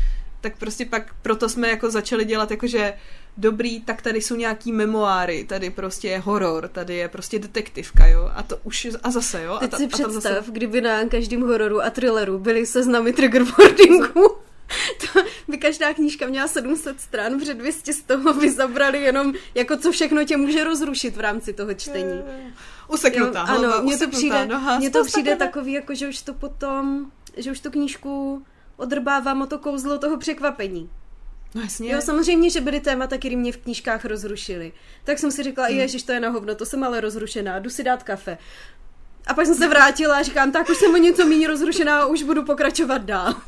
Tak prostě pak proto jsme jako začali dělat jakože dobrý, tak tady jsou nějaký memoáry, tady prostě je horor, tady je prostě detektivka, jo, a to už, a zase, jo. Teď a ta, si a představ, zase... kdyby na každém hororu a thrilleru byly seznamy trigger warningu, to by každá knížka měla sedm set stran, protože dvě stě z toho by zabrali jenom, jako co všechno tě může rozrušit v rámci toho čtení. Useknutá. Jo, ano, mně to přijde, noha, mně to přijde takový, jako že už to potom, že už tu knížku odrbávám o to kouzlo toho překvapení. No jasně. Jo, samozřejmě, že byly témata, které mě v knížkách rozrušily. Tak jsem si řekla, hmm. ježiš, to je na hovno, to jsem ale rozrušená, jdu si dát kafe. A pak jsem se vrátila a říkám, tak už jsem o něco méně rozrušená a už budu pokračovat dál.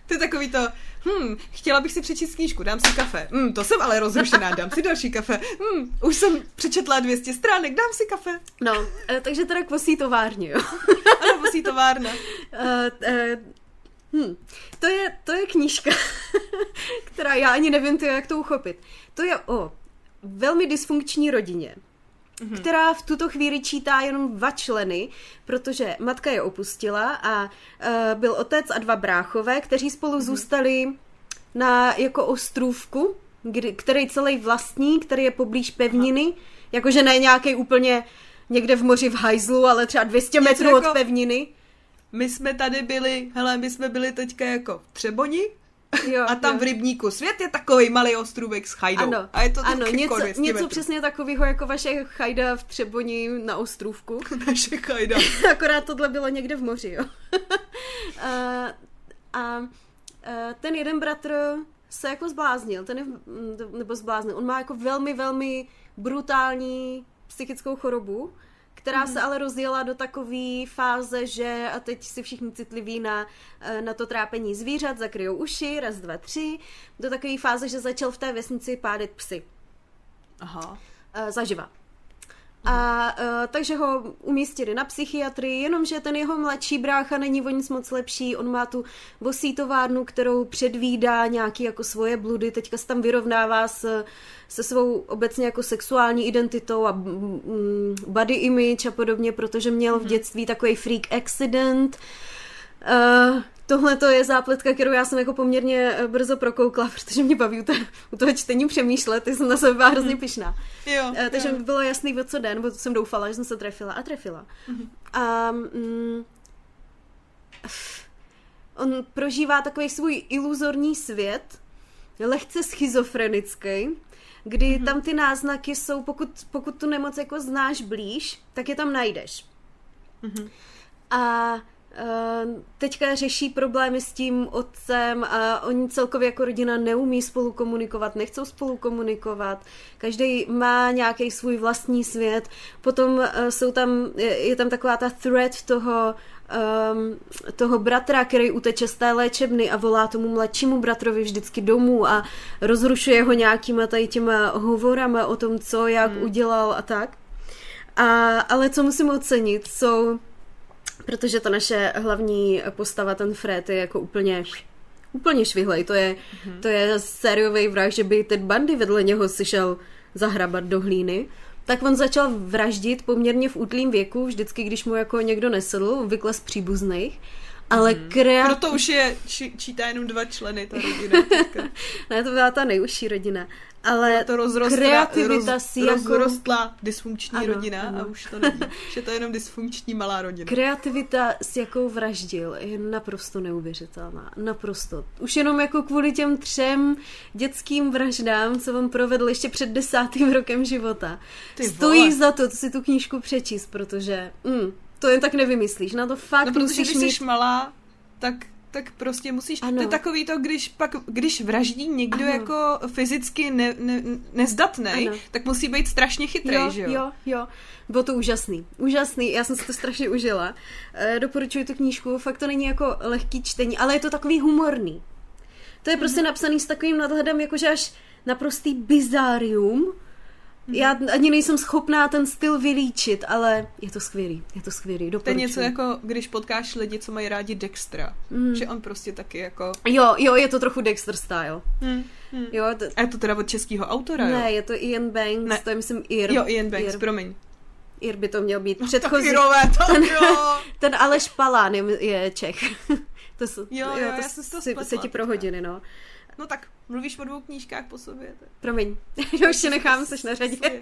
To je takový to, hm, chtěla bych si přečíst knížku, dám si kafe. Hm, to jsem ale rozrušená, dám si další kafe. Hm, už jsem přečetla dvě stě stránek, dám si kafe. No, takže teda k vosí továrně, jo. Ano, vosí továrna. Uh, uh, hm. To je, to je knížka, která já ani nevím, tyjo, jak to uchopit. To je o velmi dysfunkční rodině, mm-hmm. která v tuto chvíli čítá jenom dva členy, protože matka je opustila a uh, byl otec a dva bráchové, kteří spolu mm-hmm. zůstali na jako ostrůvku, kdy, který celý vlastní, který je poblíž pevniny, Aha. jakože ne nějaký úplně někde v moři v hajzlu, ale třeba dvě stě metrů jako, od pevniny. My jsme tady byli, hele, my jsme byli teďka jako v Třeboni, jo, a tam jo. v Rybníku. Svět je takovej malý ostrůvek s chajdou. Ano, a je to ano něco, něco přesně takového jako vaše chajda v Třeboni na ostrůvku. Naše chajda. Akorát tohle bylo někde v moři, jo. a, a ten jeden bratr se jako zbláznil, ten je, nebo zbláznil. On má jako velmi, velmi brutální psychickou chorobu, která mm. se ale rozjela do takové fáze, že a teď si všichni citliví na, na to trápení zvířat, zakryjou uši, raz, dva, tři, do takové fáze, že začal v té vesnici pádet psy. Aha. Zaživa. A uh, takže ho umístili na psychiatrii, jenomže ten jeho mladší brácha není o nic moc lepší, on má tu vosí továrnu, kterou předvídá nějaký jako svoje bludy, teďka se tam vyrovnává s, se svou obecně jako sexuální identitou a mm, body image a podobně, protože měl v dětství takový freak accident. Uh, Tohle to je zápletka, kterou já jsem jako poměrně brzo prokoukla, protože mě baví u, to, u toho čtení přemýšlet, jsem na sebe byla hrozně pyšná. Jo, uh, takže jo. mi bylo jasný, o co den, bo jsem doufala, že jsem se trefila a trefila. Mm-hmm. A mm, on prožívá takový svůj iluzorní svět, lehce schizofrenický, kdy mm-hmm. tam ty náznaky jsou, pokud, pokud tu nemoc jako znáš blíž, tak je tam najdeš. Mm-hmm. A Uh, teďka řeší problémy s tím otcem a oni celkově jako rodina neumí spolu komunikovat, nechcou spolu komunikovat, každý má nějaký svůj vlastní svět, potom uh, jsou tam, je, je tam taková ta thread toho, um, toho bratra, který uteče z té léčebny a volá tomu mladšímu bratrovi vždycky domů a rozrušuje ho nějakýma tady těma hovorama o tom, co, jak hmm. udělal a tak. A, ale co musím ocenit, jsou protože ta naše hlavní postava, ten Fred, je jako úplně, úplně švihlej. To je, mm-hmm. to je sériový vrah, že by Ted Bundy vedle něho si šel zahrabat do hlíny. Tak on začal vraždit poměrně v útlým věku, vždycky, když mu jako někdo nesedl, obvykle z příbuzných. Ale mm-hmm. kreat... Proto už je, či, čítá jenom dva členy, ta rodina. Ne, to byla ta nejužší rodina. Ale to rozrostla, kreativita roz, si jako... rozrostla dysfunkční ano, rodina ano. A už to není. Že to je jenom dysfunkční malá rodina. Kreativita, s jakou vraždil, je naprosto neuvěřitelná. Naprosto. Už jenom jako kvůli těm třem dětským vraždám, co on provedl ještě před desátým rokem života. Ty Stojí vole. Za to, to si tu knížku přečíst, protože mm, to jen tak nevymyslíš. Na to fakt no, protože musíš když mít... jsi malá, tak... tak prostě musíš, ano. to je takový to, když pak, když vraždí někdo ano. jako fyzicky ne, ne, nezdatnej, ano. tak musí být strašně chytrej, jo, že jo? Jo, jo, bylo to úžasný, úžasný, já jsem si to strašně užila. E, doporučuji tu knížku, fakt to není jako lehký čtení, ale je to takový humorný. To je mm-hmm. prostě napsaný s takovým nadhledem, jakože až naprostý bizárium. Já ani nejsem schopná ten styl vylíčit, ale je to skvělý, je to skvělý, doporučuji. To je něco jako, když potkáš lidi, co mají rádi Dextera, mm. že on prostě taky jako... Jo, jo, je to trochu Dexter style. Mm. Mm. Jo, to... A je to teda od českého autora, Ne, jo? je to Ian Banks, ne. To je myslím Ir. Jo, Ian Banks, Ir. promiň. Ir by to měl být předchozí. No, to, ten, jo. ten Aleš Palán je, je Čech. to jsou, jo, jo, jo, já to jsem to se, spletla. se ti pro hodiny, no. No tak, mluvíš o dvou knížkách po sobě. Tak. Promiň, já už tě nechám, seš na řadě.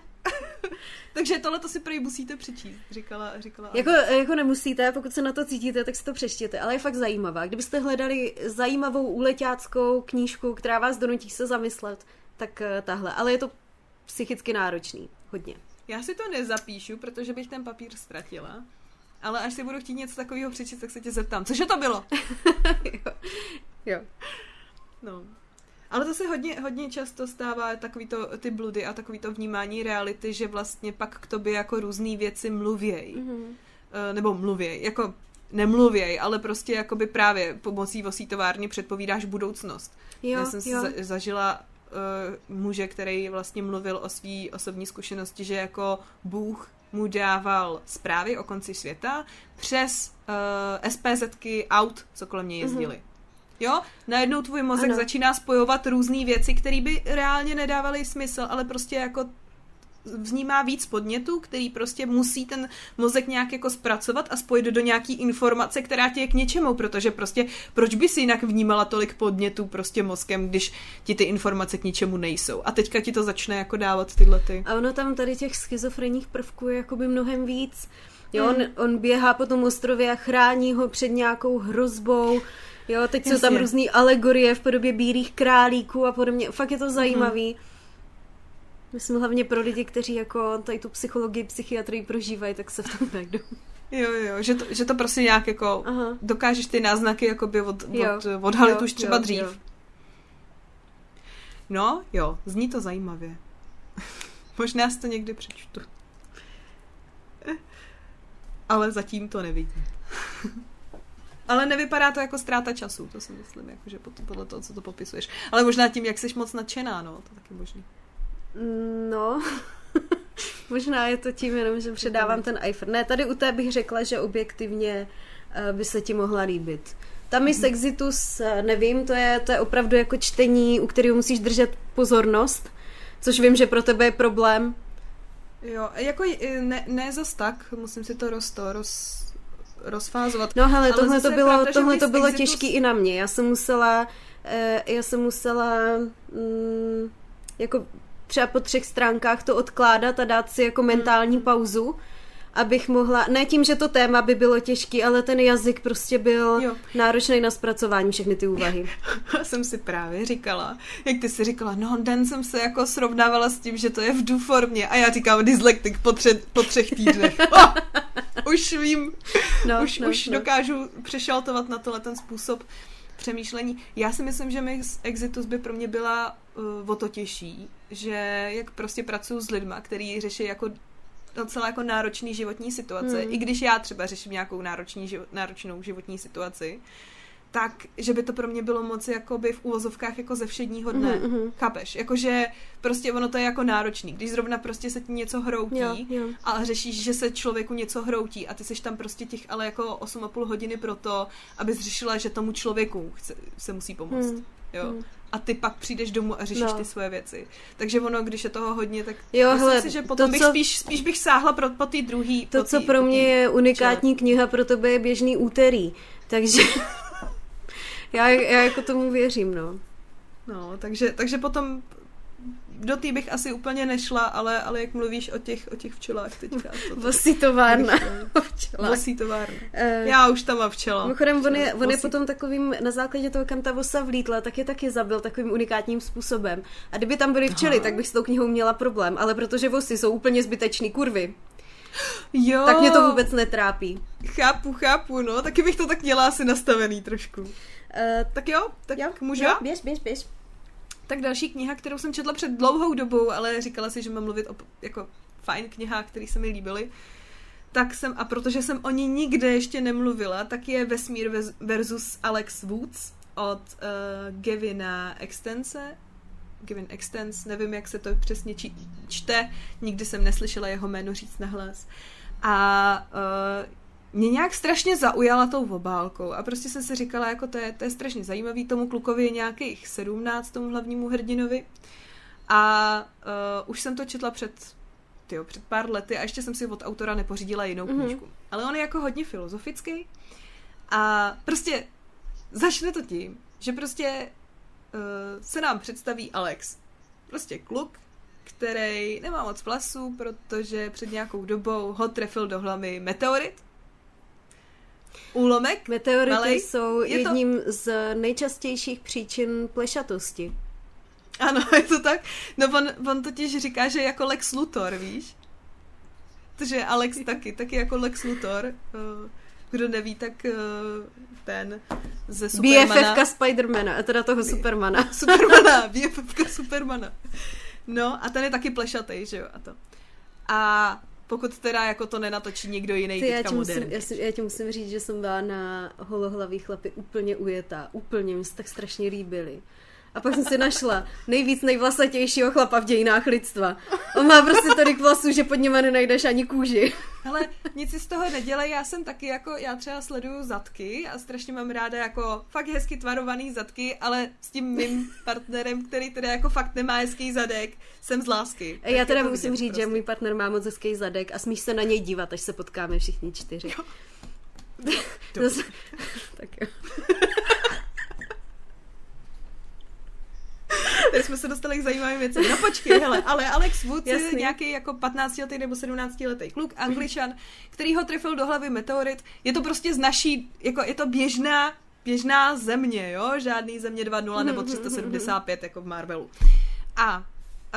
Takže tohle to si prý musíte přečíst, říkala, říkala jako, jako nemusíte, pokud se na to cítíte, tak si to přečtěte, ale je fakt zajímavá. Kdybyste hledali zajímavou úleťáckou knížku, která vás donutí se zamyslet, tak tahle. Ale je to psychicky náročný, hodně. Já si to nezapíšu, protože bych ten papír ztratila, ale až si budu chtít něco takového přečíst, tak se tě zeptám. Cože to bylo? jo. jo. No. Ale to se hodně, hodně často stává takový to, ty bludy a takový to vnímání reality, že vlastně pak k tobě jako různý věci mluvěj. Mm-hmm. Nebo mluvěj. Jako nemluvěj, ale prostě jakoby právě pomocí vosí továrny předpovídáš budoucnost. Jo, Já jsem si jo. za, zažila uh, muže, který vlastně mluvil o svý osobní zkušenosti, že jako Bůh mu dával zprávy o konci světa přes uh, SPZky aut, co kolem něj jezdili. Mm-hmm. Jo? Najednou tvůj mozek ano. začíná spojovat různé věci, které by reálně nedávaly smysl, ale prostě jako vnímá víc podnětů, který prostě musí ten mozek nějak jako zpracovat a spojit do nějaký informace, která ti je k něčemu, protože prostě proč by si jinak vnímala tolik podnětů prostě mozkem, když ti ty informace k ničemu nejsou. A teďka ti to začne jako dávat tyhle ty. A ono tam tady těch schizofrenních prvků je jakoby mnohem víc. Jo, Hmm. on, on běhá po tom ostrově a chrání ho před nějakou hrozbou. Jo, teď Jasně. jsou tam různý alegorie v podobě bílých králíků a podobně. Fakt je to zajímavý. Hmm. Myslím hlavně pro lidi, kteří jako tady tu psychologii, psychiatrii prožívají, tak se v tom najdou. Jo, jo, že to, že to prostě nějak jako Aha. dokážeš ty náznaky jakoby od, od, odhalit jo, už třeba jo, dřív. Jo. No, jo, zní to zajímavě. Možná si to někdy přečtu. Ale zatím to nevidím. Ale nevypadá to jako ztráta času, to si myslím, jako, že podle toho, co to popisuješ. Ale možná tím, jak jsi moc nadšená, no, to taky možný. No, možná je to tím jenom, že předávám ten iPhone. Ne, tady u té bych řekla, že objektivně uh, by se ti mohla líbit. Tam Miss Exitus, uh, nevím, to je, to je opravdu jako čtení, u kterého musíš držet pozornost, což vím, že pro tebe je problém. Jo, jako ne, ne zas tak, musím si to roz, to roz, rozfázovat. No hele, tohle to bylo, pravda, tohle to bylo Exitus... těžký i na mě. Já jsem musela, uh, já jsem musela um, jako třeba po třech stránkách to odkládat a dát si jako mentální hmm. pauzu, abych mohla, ne tím, že to téma by bylo těžký, ale ten jazyk prostě byl jo. náročný na zpracování, všechny ty úvahy. Já jsem si právě říkala, jak ty si říkala, no den jsem se jako srovnávala s tím, že to je v du formě a já říkám dyslektik po, tře- po třech týdnech. Oh, už vím, no, už, no, už no. dokážu přešaltovat na tohle ten způsob přemýšlení. Já si myslím, že Miss Exitus by pro mě byla uh, o to těžší, že jak prostě pracuji s lidma, který řeší jako docela jako náročný životní situace, hmm. i když já třeba řeším nějakou náročný, život, náročnou životní situaci, tak, že by to pro mě bylo moc jakoby v úvozovkách jako ze všedního dne. Mm-hmm. Chápeš? Jakože prostě ono to je jako náročný. Když zrovna prostě se ti něco hroutí jo, jo. a řešíš, že se člověku něco hroutí a ty seš tam prostě těch ale jako osm a půl hodiny pro to, abys řešila, že tomu člověku chce, se musí pomoct. Mm. Jo? Mm. A ty pak přijdeš domů a řešíš no. ty svoje věci. Takže ono, když je toho hodně, tak jo, myslím hele, si, že potom to, bych co, spíš, spíš bych sáhla pro, po té druhý. To, co pro mě je unikátní kniha, pro tebe je Běžný úterý. Takže já, já jako tomu věřím, no. No, takže, takže potom do té bych asi úplně nešla, ale, ale jak mluvíš o těch, o těch včelách teďka. Vosí továrna. Vosí továrna. Uh, Já už tam mám včela. Mimochodem, on je, on je potom takovým, na základě toho, kam ta vosa vlítla, tak je taky zabil takovým unikátním způsobem. A kdyby tam byly včely, Aha. tak bych s tou knihou měla problém. Ale protože vosy jsou úplně zbytečný kurvy, jo. tak mě to vůbec netrápí. Chápu, chápu, no. Taky bych to tak měla asi nastavený trošku. Uh, tak jo, tak jo, můžu? Jo, běž, běž, běž. Tak další kniha, kterou jsem četla před dlouhou dobou, ale říkala si, že mám mluvit o jako fajn knihách, které se mi líbily, tak jsem, a protože jsem o ní nikde ještě nemluvila, tak je Vesmír versus Alex Woods od uh, Gavina Extense. Gavin Extense, nevím, jak se to přesně či, čte, nikdy jsem neslyšela jeho jméno říct nahlas. A uh, mě nějak strašně zaujala tou obálkou a prostě jsem si říkala, jako to je, to je strašně zajímavý, tomu klukovi je nějakých sedmnáct, tomu hlavnímu hrdinovi a uh, už jsem to četla před, tyjo, před pár lety a ještě jsem si od autora nepořídila jinou mm-hmm. knížku. Ale on je jako hodně filozofický a prostě začne to tím, že prostě uh, se nám představí Alex. Prostě kluk, který nemá moc vlasů, protože před nějakou dobou ho trefil do hlavy meteorit. Úlomek. Meteority malej. jsou je jedním to... z nejčastějších příčin plešatosti. Ano, je to tak. No on, on totiž říká, že jako Lex Luthor, víš? Takže Alex taky, taky jako Lex Luthor. Kdo neví, tak ten ze Supermana. B F F ka Spidermana, a teda toho Supermana. Supermana, B F F ka Supermana. No a ten je taky plešatej, že jo? A to. A pokud teda jako to nenatočí někdo jiný Ty, já, teďka ti musím, moderní. já, si, já ti musím říct, že jsem byla na Holohlavý chlapy úplně ujetá, úplně mi se tak strašně líbily. A pak jsem si našla nejvíc nejvlasatějšího chlapa v dějinách lidstva. On má prostě tolik vlasů, že pod něma nenajdeš ani kůži. Hele, nic si z toho nedělej, já jsem taky jako, já třeba sleduju zadky a strašně mám ráda jako fakt hezky tvarovaný zadky, ale s tím mým partnerem, který teda jako fakt nemá hezký zadek, jsem z lásky. Já teda musím vidět, říct, prostě. že můj partner má moc hezký zadek a smíš se na něj dívat, až se potkáme všichni čtyři. Zase... tak jo. Teď jsme se dostali k zajímavým věcem. No počkej, hele, ale Alex Wood je Jasný. nějaký jako patnáctiletý nebo sedmnáctiletý kluk, Angličan, který ho trefil do hlavy meteorit. Je to prostě z naší, jako je to běžná, běžná země, jo? Žádný země dva nula nebo tři sta sedmdesát pět jako v Marvelu. A uh,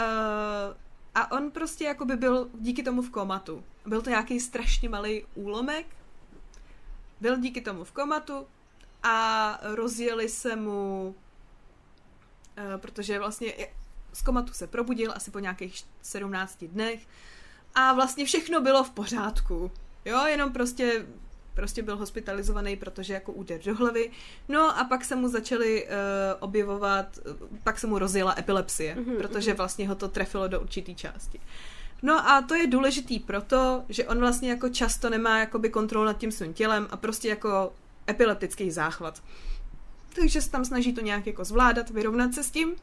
a on prostě jako by byl díky tomu v komatu. Byl to nějaký strašně malý úlomek. Byl díky tomu v komatu a rozjeli se mu Uh, protože vlastně z komatu se probudil asi po nějakých sedmnácti dnech a vlastně všechno bylo v pořádku. Jo, jenom prostě, prostě byl hospitalizovaný, protože jako úder do hlavy. No a pak se mu začaly uh, objevovat, pak se mu rozjela epilepsie, mm-hmm, protože vlastně ho to trefilo do určitý části. No a to je důležitý proto, že on vlastně jako často nemá jakoby kontrolu nad tím svým tělem a prostě jako epileptický záchvat. Takže se tam snaží to nějak jako zvládat, vyrovnat se s tím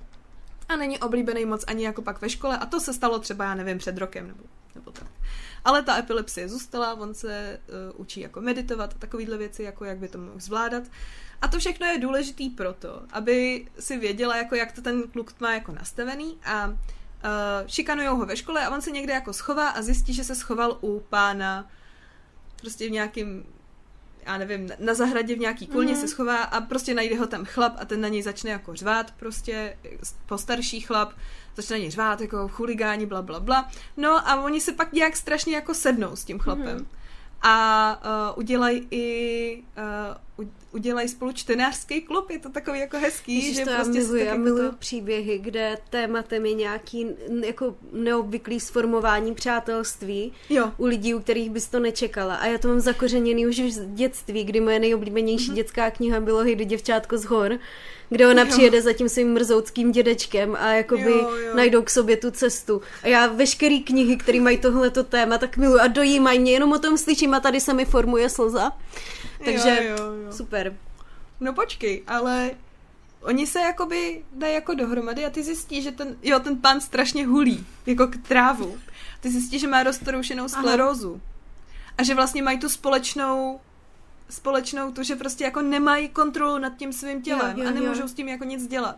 a není oblíbený moc ani jako pak ve škole a to se stalo třeba, já nevím, před rokem nebo, nebo tak. Ale ta epilepsie zůstala, on se uh, učí jako meditovat a takovýhle věci, jako jak by to mohl zvládat. A to všechno je důležitý proto, aby si věděla, jako jak to ten kluk má jako nastavený a uh, šikanujou ho ve škole a on se někde jako schová a zjistí, že se schoval u pána prostě v nějakým, já nevím, na zahradě v nějaký kulně mm. se schová a prostě najde ho tam chlap a ten na něj začne jako řvát, prostě postarší chlap, začne na něj řvát, jako chuligáni, bla, bla, bla. No a oni se pak nějak strašně jako sednou s tím chlapem. Mm. A uh, udělají i uh, udělají spolu čtenářský klub, je to takový jako hezký. Ježiš, že to prostě já miluji, já jako miluji to... příběhy, kde tématem je nějaký jako neobvyklý sformování přátelství jo. u lidí, u kterých bys to nečekala. A já to mám zakořeněný už v dětství, kdy moje nejoblíbenější mm-hmm. dětská kniha bylo Hejdu děvčátko z hor, kde ona jo. přijede za tím svým mrzouckým dědečkem a jakoby jo, jo. najdou k sobě tu cestu. A já veškerý knihy, které mají tohleto téma, tak miluji a dojímají mě, jenom o tom slyším a tady se mi formuje slza. Takže jo, jo, jo. super. No počkej, ale oni se jakoby dají jako dohromady a ty zjistí, že ten, jo, ten pán strašně hulí, jako k trávu. Ty zjistí, že má roztroušenou sklerózu. Aha. A že vlastně mají tu společnou společnou tu, že prostě jako nemají kontrolu nad tím svým tělem jo, jo, a nemůžou jo. s tím jako nic dělat.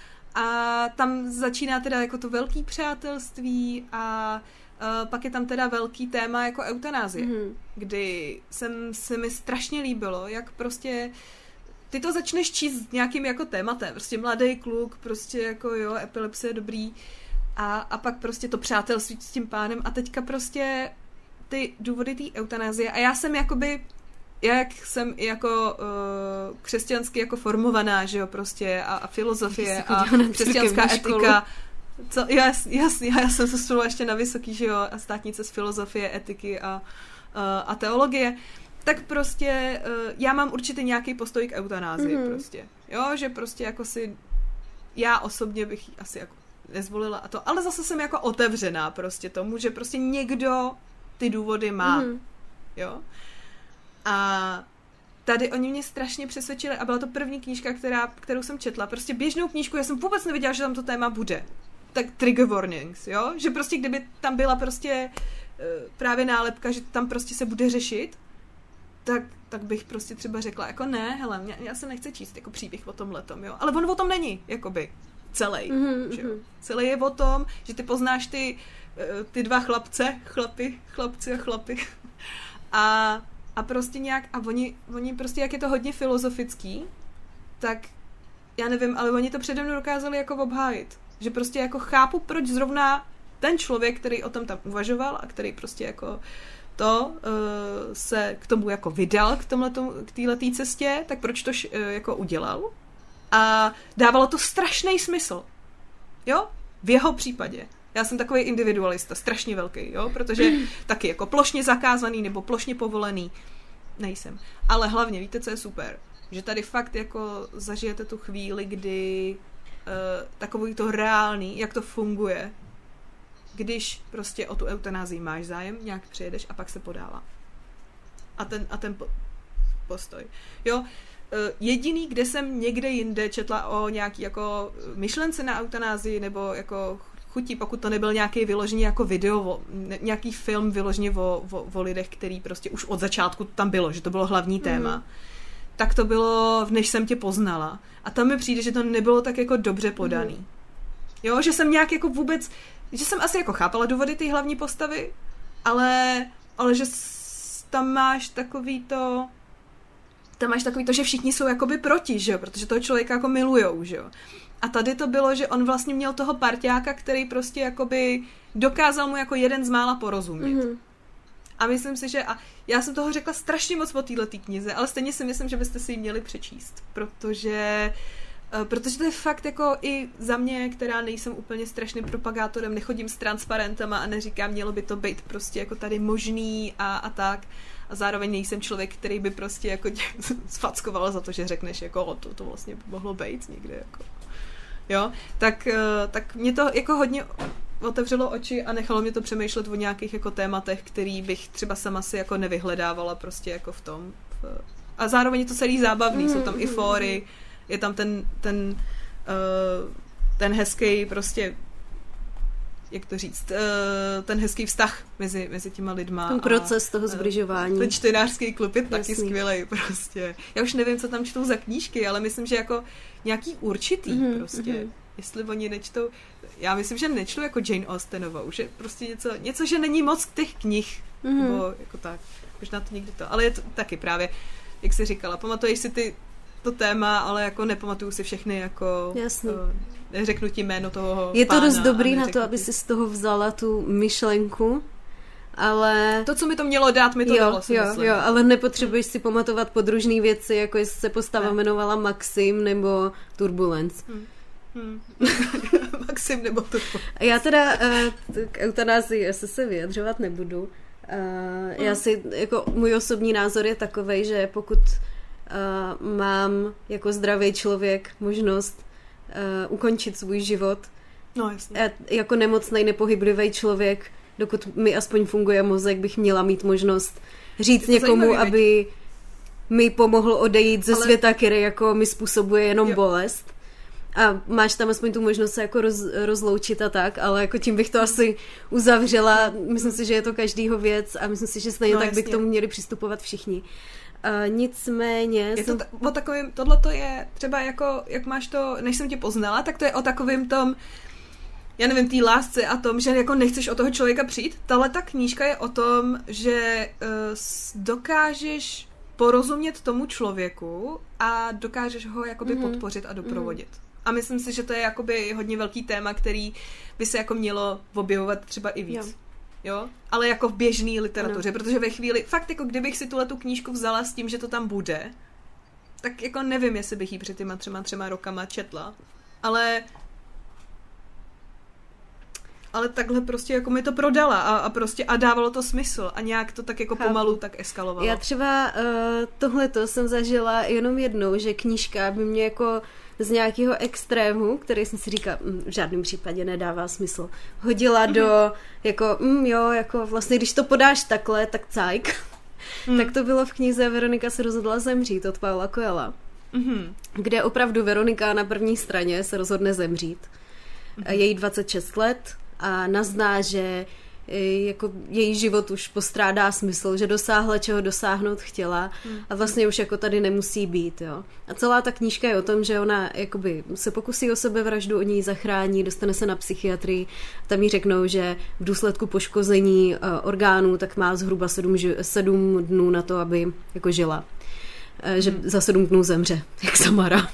A tam začíná teda jako to velký přátelství a uh, pak je tam teda velký téma jako eutanázie, mm-hmm. kdy jsem, se mi strašně líbilo, jak prostě ty to začneš číst nějakým jako tématem, prostě mladý kluk, prostě jako jo, epilepsie je dobrý a, a pak prostě to přátelství s tím pánem a teďka prostě ty důvody té eutanázie a já jsem jakoby já jak jsem i jako uh, křesťansky jako formovaná, že jo, prostě a, a filozofie a křesťanská etika. Co, jasný, jasný, já jsem se studovala ještě na vysoký, že jo, a státnice z filozofie, etiky a, uh, a teologie. Tak prostě uh, já mám určitě nějaký postoj k eutanázii mm-hmm. prostě. Jo, že prostě jako si já osobně bych asi jako nezvolila a to, ale zase jsem jako otevřená prostě tomu, že prostě někdo ty důvody má. Mm-hmm. Jo. A tady oni mě strašně přesvědčili a byla to první knížka, která, kterou jsem četla. Prostě běžnou knížku, já jsem vůbec nevěděla, že tam to téma bude. Tak trigger warnings, jo? Že prostě kdyby tam byla prostě uh, právě nálepka, že tam prostě se bude řešit, tak, tak bych prostě třeba řekla, jako ne, hele, mě, já se nechci číst jako příběh o tomhletom, jo? Ale on o tom není, jakoby, celý, mm-hmm. že jo? Celý je o tom, že ty poznáš ty, uh, ty dva chlapce, chlapy, chlapci a chlapy a A prostě nějak, a oni, oni prostě, jak je to hodně filozofický, tak já nevím, ale oni to přede mnou dokázali jako obhájit. Že prostě jako chápu, proč zrovna ten člověk, který o tom tam uvažoval a který prostě jako to uh, se k tomu jako vydal, k tomhletom, k téhletý cestě, tak proč to uh, jako udělal. A dávalo to strašný smysl. Jo? V jeho případě. Já jsem takový individualista, strašně velký, jo, protože taky jako plošně zakázaný nebo plošně povolený nejsem. Ale hlavně, víte, co je super? Že tady fakt jako zažijete tu chvíli, kdy uh, takový to reálný, jak to funguje, když prostě o tu eutanázii máš zájem, nějak přijedeš a pak se podává. A ten, a ten po, postoj. Jo, uh, jediný, kde jsem někde jinde četla o nějaký jako myšlence na eutanázii nebo jako chutí, pokud to nebyl nějaký vyložený jako video, nějaký film vyloženě o, o, o lidech, který prostě už od začátku tam bylo, že to bylo hlavní téma. Mm. Tak to bylo, než jsem tě poznala. A tam mi přijde, že to nebylo tak jako dobře podaný. Mm. Jo, že jsem nějak jako vůbec, že jsem asi jako chápala důvody té hlavní postavy, ale, ale že tam máš takový to, tam máš takový to, že všichni jsou jakoby proti, že jo, protože toho člověka jako milujou, že jo. A tady to bylo, že on vlastně měl toho parťáka, který prostě jakoby dokázal mu jako jeden z mála porozumět. Mm-hmm. A myslím si, že a já jsem toho řekla strašně moc po této knize, ale stejně si myslím, že byste si ji měli přečíst, protože protože to je fakt jako i za mě, která nejsem úplně strašným propagátorem, nechodím s transparentama a neříkám, mělo by to být prostě jako tady možný a, a tak. A zároveň nejsem člověk, který by prostě jako sfackoval za to, že řekneš jako o, to, to vlastně by mohlo být někde jako. Jo, tak, tak mě to jako hodně otevřelo oči a nechalo mě to přemýšlet o nějakých jako tématech, který bych třeba sama si jako nevyhledávala prostě jako v tom. A zároveň je to celý zábavný, jsou tam i fóry, je tam ten ten, ten hezký prostě jak to říct, ten hezký vztah mezi, mezi těma lidma. Ten proces a, toho zbližování. Ten čtenářský klub je taky skvělej prostě. Já už nevím, co tam čtou za knížky, ale myslím, že jako nějaký určitý mm-hmm, prostě. Mm-hmm. Jestli oni nečtou, já myslím, že nečtou jako Jane Austenovou, že prostě něco, něco, že není moc těch knih, mm-hmm. nebo jako tak. Možná to někdy to, ale je to taky právě, jak jsi říkala, pamatuješ si ty to téma, ale jako nepamatuju si všechny jako... Jasný. Řeknu ti jméno toho Je to pána dost dobrý na to, ti. aby si z toho vzala tu myšlenku, ale... To, co mi to mělo dát, mi to jo, dalo, si jo, myslím. jo, ale nepotřebuješ si pamatovat podružný věci, jako jestli se postava ne. jmenovala Maxim nebo Turbulence. Hmm. Hmm. Maxim nebo Turbulence. Já teda uh, k eutanázii asi se vyjadřovat nebudu. Uh, hmm. Já si, jako můj osobní názor je takovej, že pokud uh, mám jako zdravý člověk možnost uh, ukončit svůj život, no, jasně. jako nemocnej, nepohyblivý člověk, dokud mi aspoň funguje mozek, bych měla mít možnost říct někomu, zajímavý, aby mi pomohl odejít ze Ale... světa, který jako mi způsobuje jenom jo. bolest. A máš tam aspoň tu možnost se jako roz, rozloučit a tak, ale jako tím bych to asi uzavřela. Myslím si, že je to každýho věc a myslím si, že stejně no, tak jasně. by k tomu měli přistupovat všichni. Uh, nicméně... Je to t- o takovým, tohle to je třeba jako, jak máš to, než jsem tě poznala, tak to je o takovým tom, já nevím, té lásce a tom, že jako nechceš od toho člověka přijít. Tahle ta knížka je o tom, že uh, dokážeš porozumět tomu člověku a dokážeš ho jakoby mm-hmm. podpořit a doprovodit. Mm-hmm. A myslím si, že to je jakoby hodně velký téma, který by se jako mělo objevovat třeba i víc. Jo. Jo? Ale jako v běžné literatuře, no. protože ve chvíli, fakt jako kdybych si tuhletu knížku vzala s tím, že to tam bude, tak jako nevím, jestli bych ji před těma třema, třema rokama četla. Ale ale takhle prostě jako mi to prodala a, a prostě a dávalo to smysl a nějak to tak jako Chápu. pomalu tak eskalovalo. Já třeba uh, tohleto jsem zažila jenom jednou, že knížka by mě jako z nějakého extrému, který jsem si říkala, mm, v žádném případě nedává smysl, hodila mm-hmm. do, jako, mm, jo, jako vlastně, když to podáš takhle, tak cajk. Mm. Tak to bylo v knize Veronika se rozhodla zemřít od Paula Coelha, mm-hmm. kde opravdu Veronika na první straně se rozhodne zemřít. Mm-hmm. Je jí dvacet šest let a nazná, že jako její život už postrádá smysl, že dosáhla, čeho dosáhnout chtěla a vlastně už jako tady nemusí být, jo. A celá ta knížka je o tom, že ona jakoby se pokusí o sebevraždu, oni ji zachrání, dostane se na psychiatrii, tam jí řeknou, že v důsledku poškození uh, orgánů tak má zhruba sedm, sedm dnů na to, aby jako žila. Uh, že hmm. za sedm dnů zemře, jak Samara.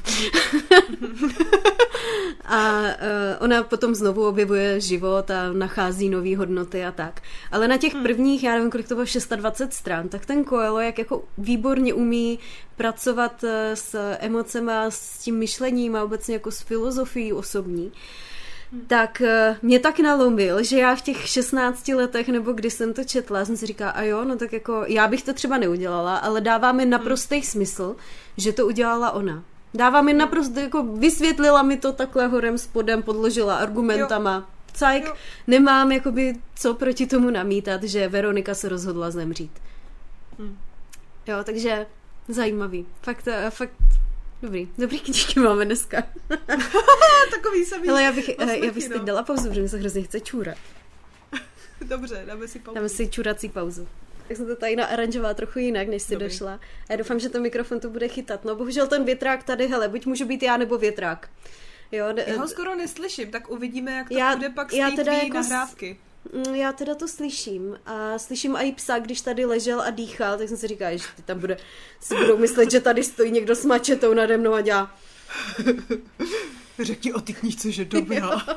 A uh, ona potom znovu objevuje život a nachází nový hodnoty a tak. Ale na těch prvních, já nevím, kolik to bylo, dvacet šest stran, tak ten Coelho, jak jako výborně umí pracovat s emocema, s tím myšlením a obecně jako s filozofií osobní, hmm. tak uh, mě tak nalomil, že já v těch šestnácti letech, nebo když jsem to četla, jsem si říkala, a jo, no tak jako, já bych to třeba neudělala, ale dává mi naprostý hmm. smysl, že to udělala ona. Dává mi naprosto, jako vysvětlila mi to takhle horem spodem, podložila argumentama. Jo. Cajk, jo. Nemám jakoby co proti tomu namítat, že Veronika se rozhodla zemřít. Hmm. Jo, takže zajímavý. Fakt, fakt dobrý. Dobrý knížky máme dneska. Takový samý. Hele, já bych, osmeti, já bych si teď dala pauzu, protože mi se hrozně chce čůrat. Dobře, dáme si pauzu. Dáme si čůrací pauzu. Tak jsem to tady naaranžovala trochu jinak, než si Dobrý. došla. A já doufám, že ten mikrofon tu bude chytat. No bohužel ten větrák tady, hele, buď můžu být já nebo větrák. Jo, d- já ho skoro neslyším, tak uvidíme, jak to já, bude pak z já té teda tvý jako nahrávky. S, já teda to slyším. A slyším i psa, když tady ležel a dýchal, tak jsem si říkala, že ty tam bude, si budou myslet, že tady stojí někdo s mačetou nade mnou a dělá. Řekni o ty knížce, že dobrá. uh,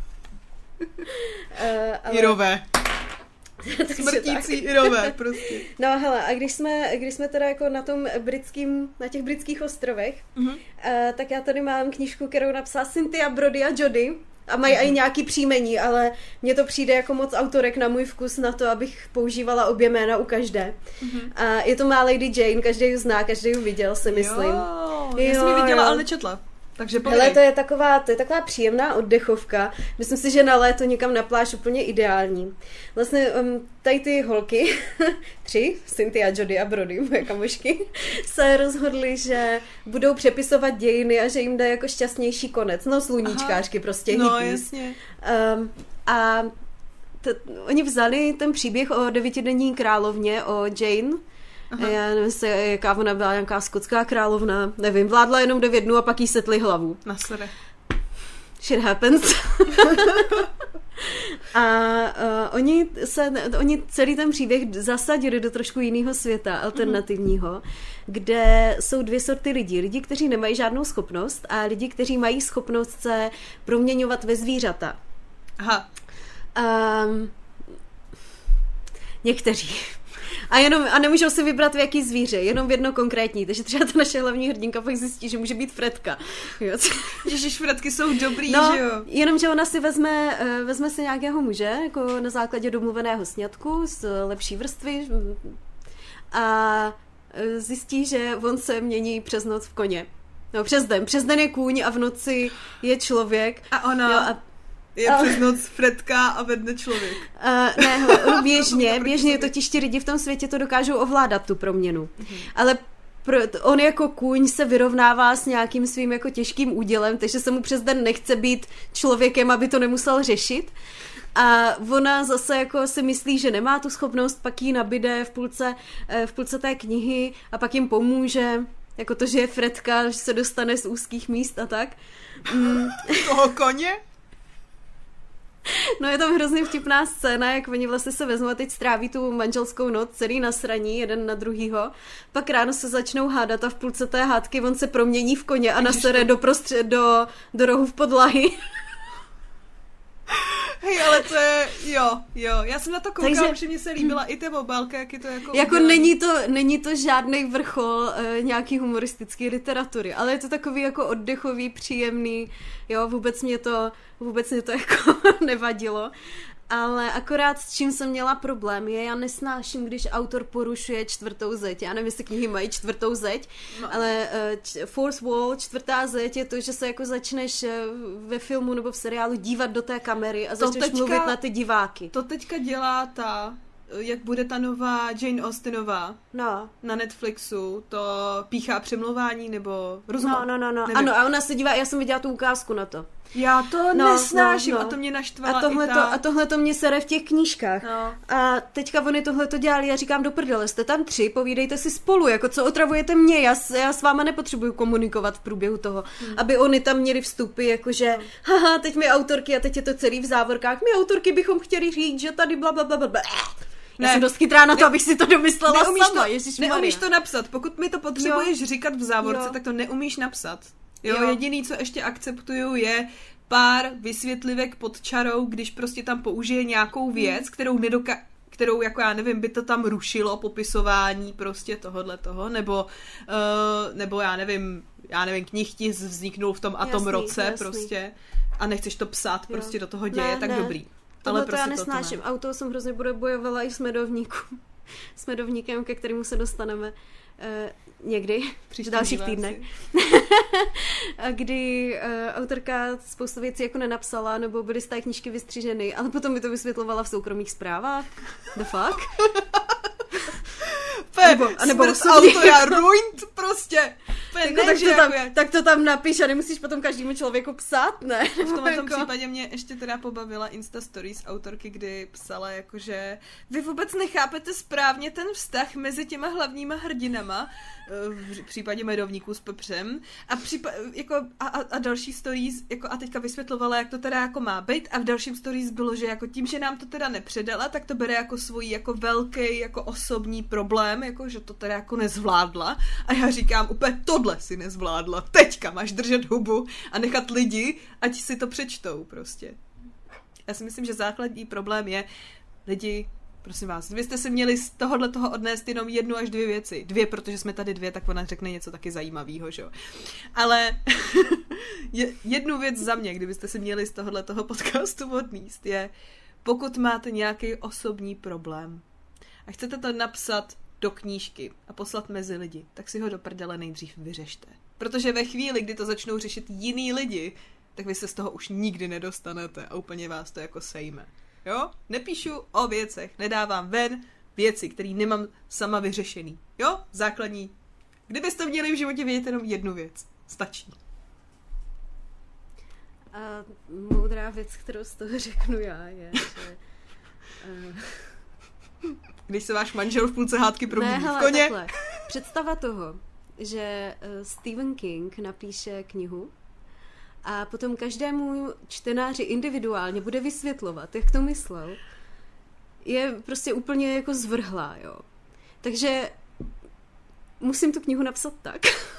ale... Jirové. Smrtící Irové, prostě. No hele, a když jsme, když jsme teda jako na tom britským, na těch britských ostrovech, mm-hmm. uh, tak já tady mám knížku, kterou napsala Cynthia Brody a Jody a mají mm-hmm. i nějaký příjmení, ale mně to přijde jako moc autorek na můj vkus na to, abych používala obě jména u každé. Mm-hmm. A je to má Lady Jane, každý ji zná, každý ji viděl, si myslím. Jo, já jsem ji viděla, ale nečetla. Takže hele, to je taková, to je taková příjemná oddechovka. Myslím si, že na léto někam na pláž úplně ideální. Vlastně um, tady ty holky, tři, Cynthia, Jody a Brody, moje kamošky, se rozhodly, že budou přepisovat dějiny a že jim dá jako šťastnější konec. No sluníčkářky, aha. prostě no, hippies. Jasně. Um, a t- oni vzali ten příběh o devítidenní královně, o Jane. Aha. Já nevím, jestli, jaká ona byla, nějaká skotská královna, nevím, vládla jenom devět dnů a pak jí setli hlavu. Nasere. Shit happens. A uh, oni, se, oni celý ten příběh zasadili do trošku jiného světa, alternativního, uh-huh. kde jsou dvě sorty lidí. Lidi, kteří nemají žádnou schopnost a lidi, kteří mají schopnost se proměňovat ve zvířata. Aha. Um, někteří. A, jenom, a nemůžou si vybrat v jaký zvíře, jenom v jedno konkrétní. Takže třeba ta naše hlavní hrdinka pak zjistí, že může být Fredka. Ježiš, Fredky jsou dobrý, no, že jo? Jenom, že ona si vezme, vezme si nějakého muže, jako na základě domluveného sňatku z lepší vrstvy a zjistí, že on se mění přes noc v koně. No, přes den. Přes den je kůň a v noci je člověk. A ona... Jo, a je ale... přes noc Fredka a ve dne člověk. Uh, ne, hele, běžně, běžně totiž ti lidi v tom světě to dokážou ovládat, tu proměnu. Uh-huh. Ale pro, on jako kůň se vyrovnává s nějakým svým jako těžkým údělem, takže se mu přes den nechce být člověkem, aby to nemusel řešit. A ona zase jako si myslí, že nemá tu schopnost, pak jí nabide v půlce, v půlce té knihy a pak jim pomůže, jako to, že je Fredka, že se dostane z úzkých míst a tak. Mm. Toho koně? No je tam hrozně vtipná scéna, jak oni vlastně se vezmou a teď stráví tu manželskou noc celý nasraní, jeden na druhýho. Pak ráno se začnou hádat a v půlce té hádky on se promění v koně a nasere do, prostřed, do, do rohu v podlahy. Hej, ale to je, jo, jo, já jsem na to koukala, takže, že mně se líbila i ta obálka, jak je to jako... Jako není to, není to žádný vrchol uh, nějaký humoristický literatury, ale je to takový jako oddechový, příjemný, jo, vůbec mě to, vůbec mě to jako nevadilo. Ale akorát s čím jsem měla problém je, já nesnáším, když autor porušuje čtvrtou zeď. Já nevím, jestli knihy mají čtvrtou zeď, no. ale uh, Fourth Wall, čtvrtá zeď je to, že se jako začneš uh, ve filmu nebo v seriálu dívat do té kamery a začneš teďka, mluvit na ty diváky. To teďka dělá ta, jak bude ta nová Jane Austenová no. na Netflixu, to píchá přemlouvání nebo rozum. No, no, no, no. Ano, a ona se dívá, já jsem viděla tu ukázku na to. Já to no, nesnáším no, no. a to mě naštvala a tohle i ta... A tohle to mě sere v těch knížkách. No. A teďka oni tohle to dělali, já říkám do prdele, jste tam tři, povídejte si spolu, jako co otravujete mě, já, já s váma nepotřebuju komunikovat v průběhu toho, hmm. aby oni tam měli vstupy, jakože hmm. haha, teď my autorky a teď je to celý v závorkách, my autorky bychom chtěli říct, že tady bla bla bla bla. Já ne, jsem dost chytrá na to, ne, abych si to domyslela neumíš sama. To, neumíš to napsat, pokud mi to potřebuješ jo. říkat v závorce, jo. tak to neumíš napsat. Jo, jo. Jediný, co ještě akceptuju, je pár vysvětlivek pod čarou, když prostě tam použije nějakou věc, kterou nedoka- kterou, jako já nevím, by to tam rušilo popisování prostě tohodle toho, nebo, uh, nebo já nevím, já nevím, knihtisk vzniknul v tom a tom roce, jasný. prostě. a nechceš to psát jo. prostě do toho děje, ne, tak ne. dobrý. Tohle Ale to prostě já nesnáším. to Auto jsem hrozně bude bojovala i s medovníkem. s medovníkem, ke kterému se dostaneme uh, někdy v dalších týdnech. A kdy uh, autorka spoustu věcí jako nenapsala, nebo byly z té knížky vystřiženy, ale potom mi to vysvětlovala v soukromých zprávách. The fuck? Pe, nebo, a nebo autora ruined prostě. Pe, jako, ne, tak, to jako tam, je... tak to tam napiš a nemusíš potom každému člověku psát, ne? V tomhle jako... případě mě ještě teda pobavila Insta Stories autorky, kdy psala jakože vy vůbec nechápete správně ten vztah mezi těma hlavníma hrdinama, v případě medovníků s pepřem a, přípa- jako, a, a, a další stories jako a teďka vysvětlovala, jak to teda jako má být a v dalším stories bylo, že jako tím, že nám to teda nepředala, tak to bere jako svůj jako velký jako osobní problém, jako že to teda jako nezvládla a já říkám úplně tohle si nezvládla, teďka máš držet hubu a nechat lidi, ať si to přečtou prostě. Já si myslím, že základní problém je lidi. Prosím vás, vy jste si měli z tohohle toho odnést jenom jednu až dvě věci. Dvě, protože jsme tady dvě, tak ona řekne něco taky zajímavého, že jo. Ale jednu věc za mě, kdybyste si měli z tohohle toho podcastu odníst, je, pokud máte nějaký osobní problém a chcete to napsat do knížky a poslat mezi lidi, tak si ho do prdele nejdřív vyřešte. Protože ve chvíli, kdy to začnou řešit jiný lidi, tak vy se z toho už nikdy nedostanete a úplně vás to jako sejme. Jo? Nepíšu o věcech, nedávám ven věci, které nemám sama vyřešený. Jo? Základní. Kdybyste měli v životě vědět jenom jednu věc. Stačí. A moudrá věc, kterou z toho řeknu já, je, že... Uh... Když se váš manžel v půlce hádky probudí ne, hele, v koně. Takhle. Představa toho, že uh, Stephen King napíše knihu a potom každému čtenáři individuálně bude vysvětlovat, jak to myslel, je prostě úplně jako zvrhlá, jo. Takže musím tu knihu napsat tak,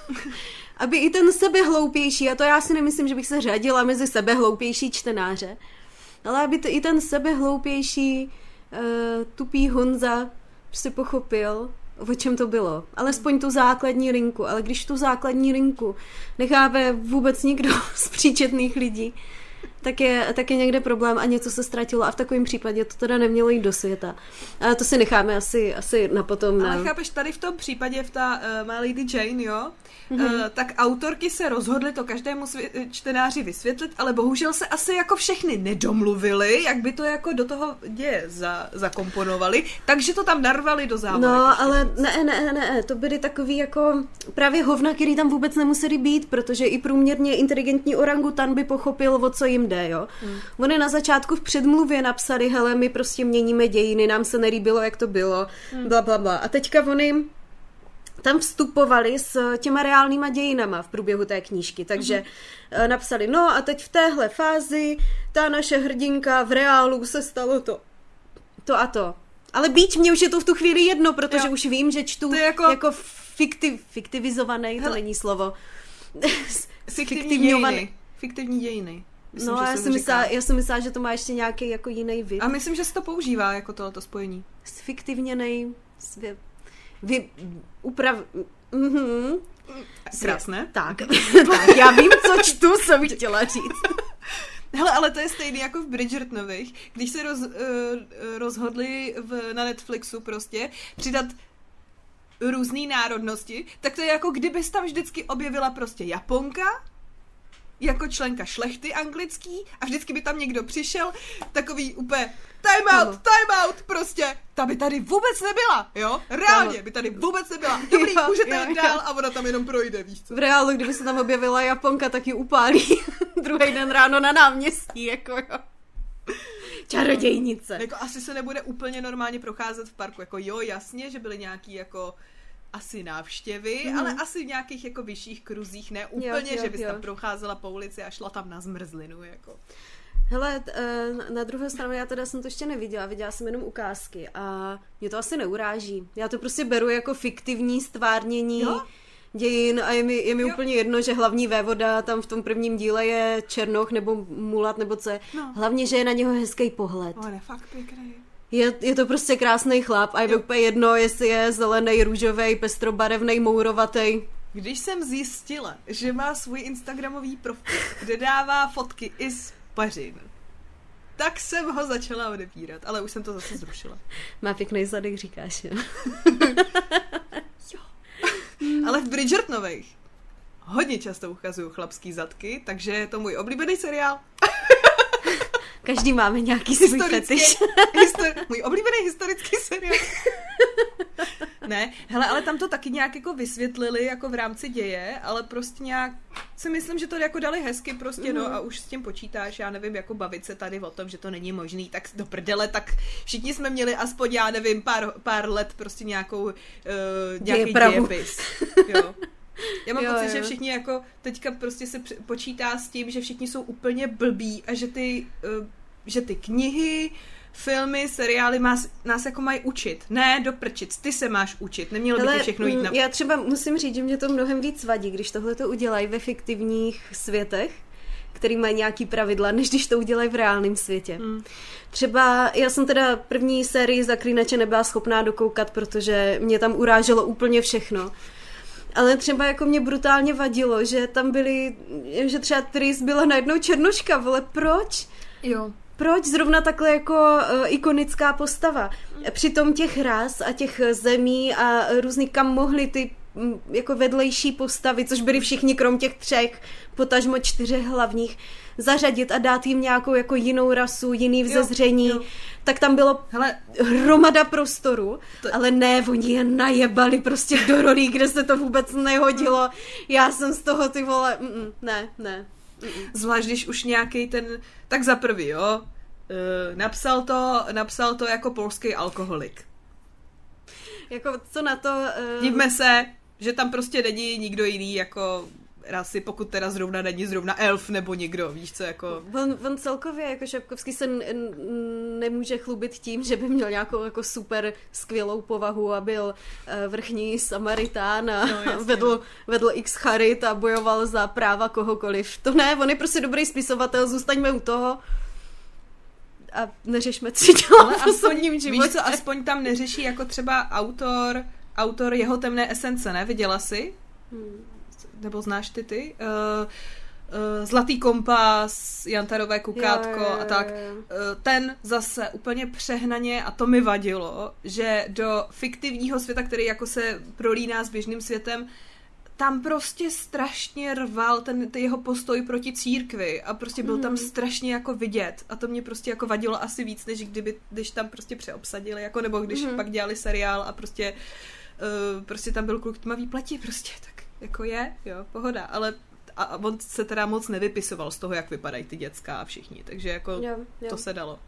aby i ten sebehloupější, a to já si nemyslím, že bych se řadila mezi sebehloupější čtenáře, ale aby to i ten sebehloupější uh, tupý Honza prostě pochopil, o čem to bylo. Alespoň tu základní linku. Ale když tu základní linku nechápe vůbec nikdo z příčetných lidí, tak je, tak je někde problém a něco se ztratilo a v takovém případě to teda nemělo jít do světa. A to si necháme asi, asi na potom. Ale na... chápeš, tady v tom případě v ta uh, My Lady Jane, jo, mm-hmm. uh, tak autorky se rozhodly to každému svě- čtenáři vysvětlit, ale bohužel se asi jako všechny nedomluvili, jak by to jako do toho děje za, zakomponovali, takže to tam narvali do závorek. No, ale ne, ne, ne, to byly takový jako právě hovna, který tam vůbec nemuseli být, protože i průměrně inteligentní orangutan by pochopil, o co jim jde, jo. Hmm. Oni na začátku v předmluvě napsali, hele, my prostě měníme dějiny, nám se nelíbilo, jak to bylo, hmm. bla, bla, bla. A teďka oni tam vstupovali s těma reálnýma dějinama v průběhu té knížky, takže hmm. napsali, no a teď v téhle fázi ta naše hrdinka v reálu se stalo to, to a to. Ale byť mě už je to v tu chvíli jedno, protože jo. už vím, že čtu jako, jako fiktiv, fiktivizovaný, to není slovo. Fiktivní dějiny. Fiktivní dějiny. Myslím, no a já jsem, myslela, já jsem myslela, že to má ještě nějaký jako jiný vid. A myslím, že se to používá jako tohleto spojení. Sfiktivněnej svě... Vy... Uprav... Mhm. Krásné. Tak. tak, já vím, co čtu, co bych chtěla říct. Hele, ale to je stejný jako v Bridgertonových, když se roz, uh, rozhodli v, na Netflixu prostě přidat různý národnosti, tak to je jako kdybys tam vždycky objevila prostě Japonka, jako členka šlechty anglický a vždycky by tam někdo přišel, takový úplně time out, time out, prostě, ta by tady vůbec nebyla, jo? Reálně by tady vůbec nebyla. Dobrý, jo, můžete jít dál a ona tam jenom projde, víš co? V reálu, kdyby se tam objevila Japonka, tak ji upálí druhý den ráno na náměstí, jako jo. Čarodějnice. Jako asi se nebude úplně normálně procházet v parku, jako jo, jasně, že byly nějaký jako asi návštěvy, mm. ale asi v nějakých jako vyšších kruzích, ne úplně, jo, jo, že bys jo. tam procházela po ulici a šla tam na zmrzlinu, jako. Hele, na druhou stranu já teda jsem to ještě neviděla, viděla jsem jenom ukázky a mě to asi neuráží. Já to prostě beru jako fiktivní stvárnění jo? dějin a je mi, je mi úplně jedno, že hlavní vévoda tam v tom prvním díle je černoch nebo mulat nebo co je. No. Hlavně, že je na něho hezký pohled. On je fakt pěkný. Je, je to prostě krásný chlap a je mi úplně jedno, jestli je zelený, růžový, pestrobarevný, mourovatý. když jsem zjistila, že má svůj instagramový profil, kde dává fotky i z pařin, tak jsem ho začala odebírat, ale už jsem to zase zrušila. Má pěkný zadek, říkáš, jo? Jo. Ale v Bridgertonových hodně často ukazuju chlapský zadky, takže je to můj oblíbený seriál. Každý máme nějaký svůj fetiš. Histori- můj oblíbený historický seriál. Ne, hele, ale tam to taky nějak jako vysvětlili jako v rámci děje, ale prostě nějak si myslím, že to jako dali hezky prostě, mm. no a už s tím počítáš, já nevím, jako bavit se tady o tom, že to není možný, tak do prdele, tak všichni jsme měli aspoň, já nevím, pár, pár let prostě nějakou, uh, nějaký dějepis. Jo. Já mám jo, pocit, jo. že všichni jako teďka prostě se počítá s tím, že všichni jsou úplně blbí a že ty, uh, že ty knihy, filmy, seriály nás, nás jako mají učit. Ne doprčit, ty se máš učit, nemělo by to všechno jít na... Já třeba musím říct, že mě to mnohem víc vadí, když tohle to udělají ve fiktivních světech, který mají nějaký pravidla, než když to udělají v reálném světě. Hmm. Třeba já jsem teda první sérii Zaklínače nebyla schopná dokoukat, protože mě tam uráželo úplně všechno. Ale třeba jako mě brutálně vadilo, že tam byly, že třeba Tris byla najednou černoška, vole, proč? Jo. Proč zrovna takhle jako uh, ikonická postava? Přitom těch ras a těch zemí a různý, kam mohly ty m, jako vedlejší postavy, což byly všichni krom těch třech, potažmo čtyřech hlavních, zařadit a dát jim nějakou jako jinou rasu, jiný vzezření, jo, jo. Tak tam bylo hele, hromada prostoru, to... ale ne, oni je najebali prostě do rolí, kde se to vůbec nehodilo. Já jsem z toho, ty vole, mm, ne, ne. Mm-mm. Zvlášť, když už nějaký ten, tak za prvý, jo, uh, napsal to, napsal to jako polský alkoholik. Jako, co na to... Uh... Dívme se, že tam prostě není nikdo jiný jako rasy, pokud teda zrovna není zrovna elf nebo někdo, víš co, jako... On, on celkově, jako Šapkovský se n- n- nemůže chlubit tím, že by měl nějakou jako super skvělou povahu a byl uh, vrchní Samaritán a no, vedl, vedl x charit a bojoval za práva kohokoliv. To ne, on je prostě dobrý spisovatel, zůstaňme u toho a neřešme, co dělá v osobním životě. Víš co, aspoň tam neřeší jako třeba autor, autor Jeho temné esence, ne? Viděla jsi? Hmm. Nebo znáš ty ty? Uh, uh, Zlatý kompas, Jantarové kukátko jo, jo, jo. a tak. Uh, ten zase úplně přehnaně, a to mi vadilo, že do fiktivního světa, který jako se prolíná s běžným světem, tam prostě strašně rval ten, ten jeho postoj proti církvi a prostě byl mm. tam strašně jako vidět a to mě prostě jako vadilo asi víc, než kdyby, když tam prostě přeobsadili, jako nebo když mm. pak dělali seriál a prostě uh, prostě tam byl kluk tmavý pleti, prostě tak jako je, jo, pohoda, ale a, a on se teda moc nevypisoval z toho, jak vypadají ty děcka a všichni, takže jako jo, jo. to se dalo.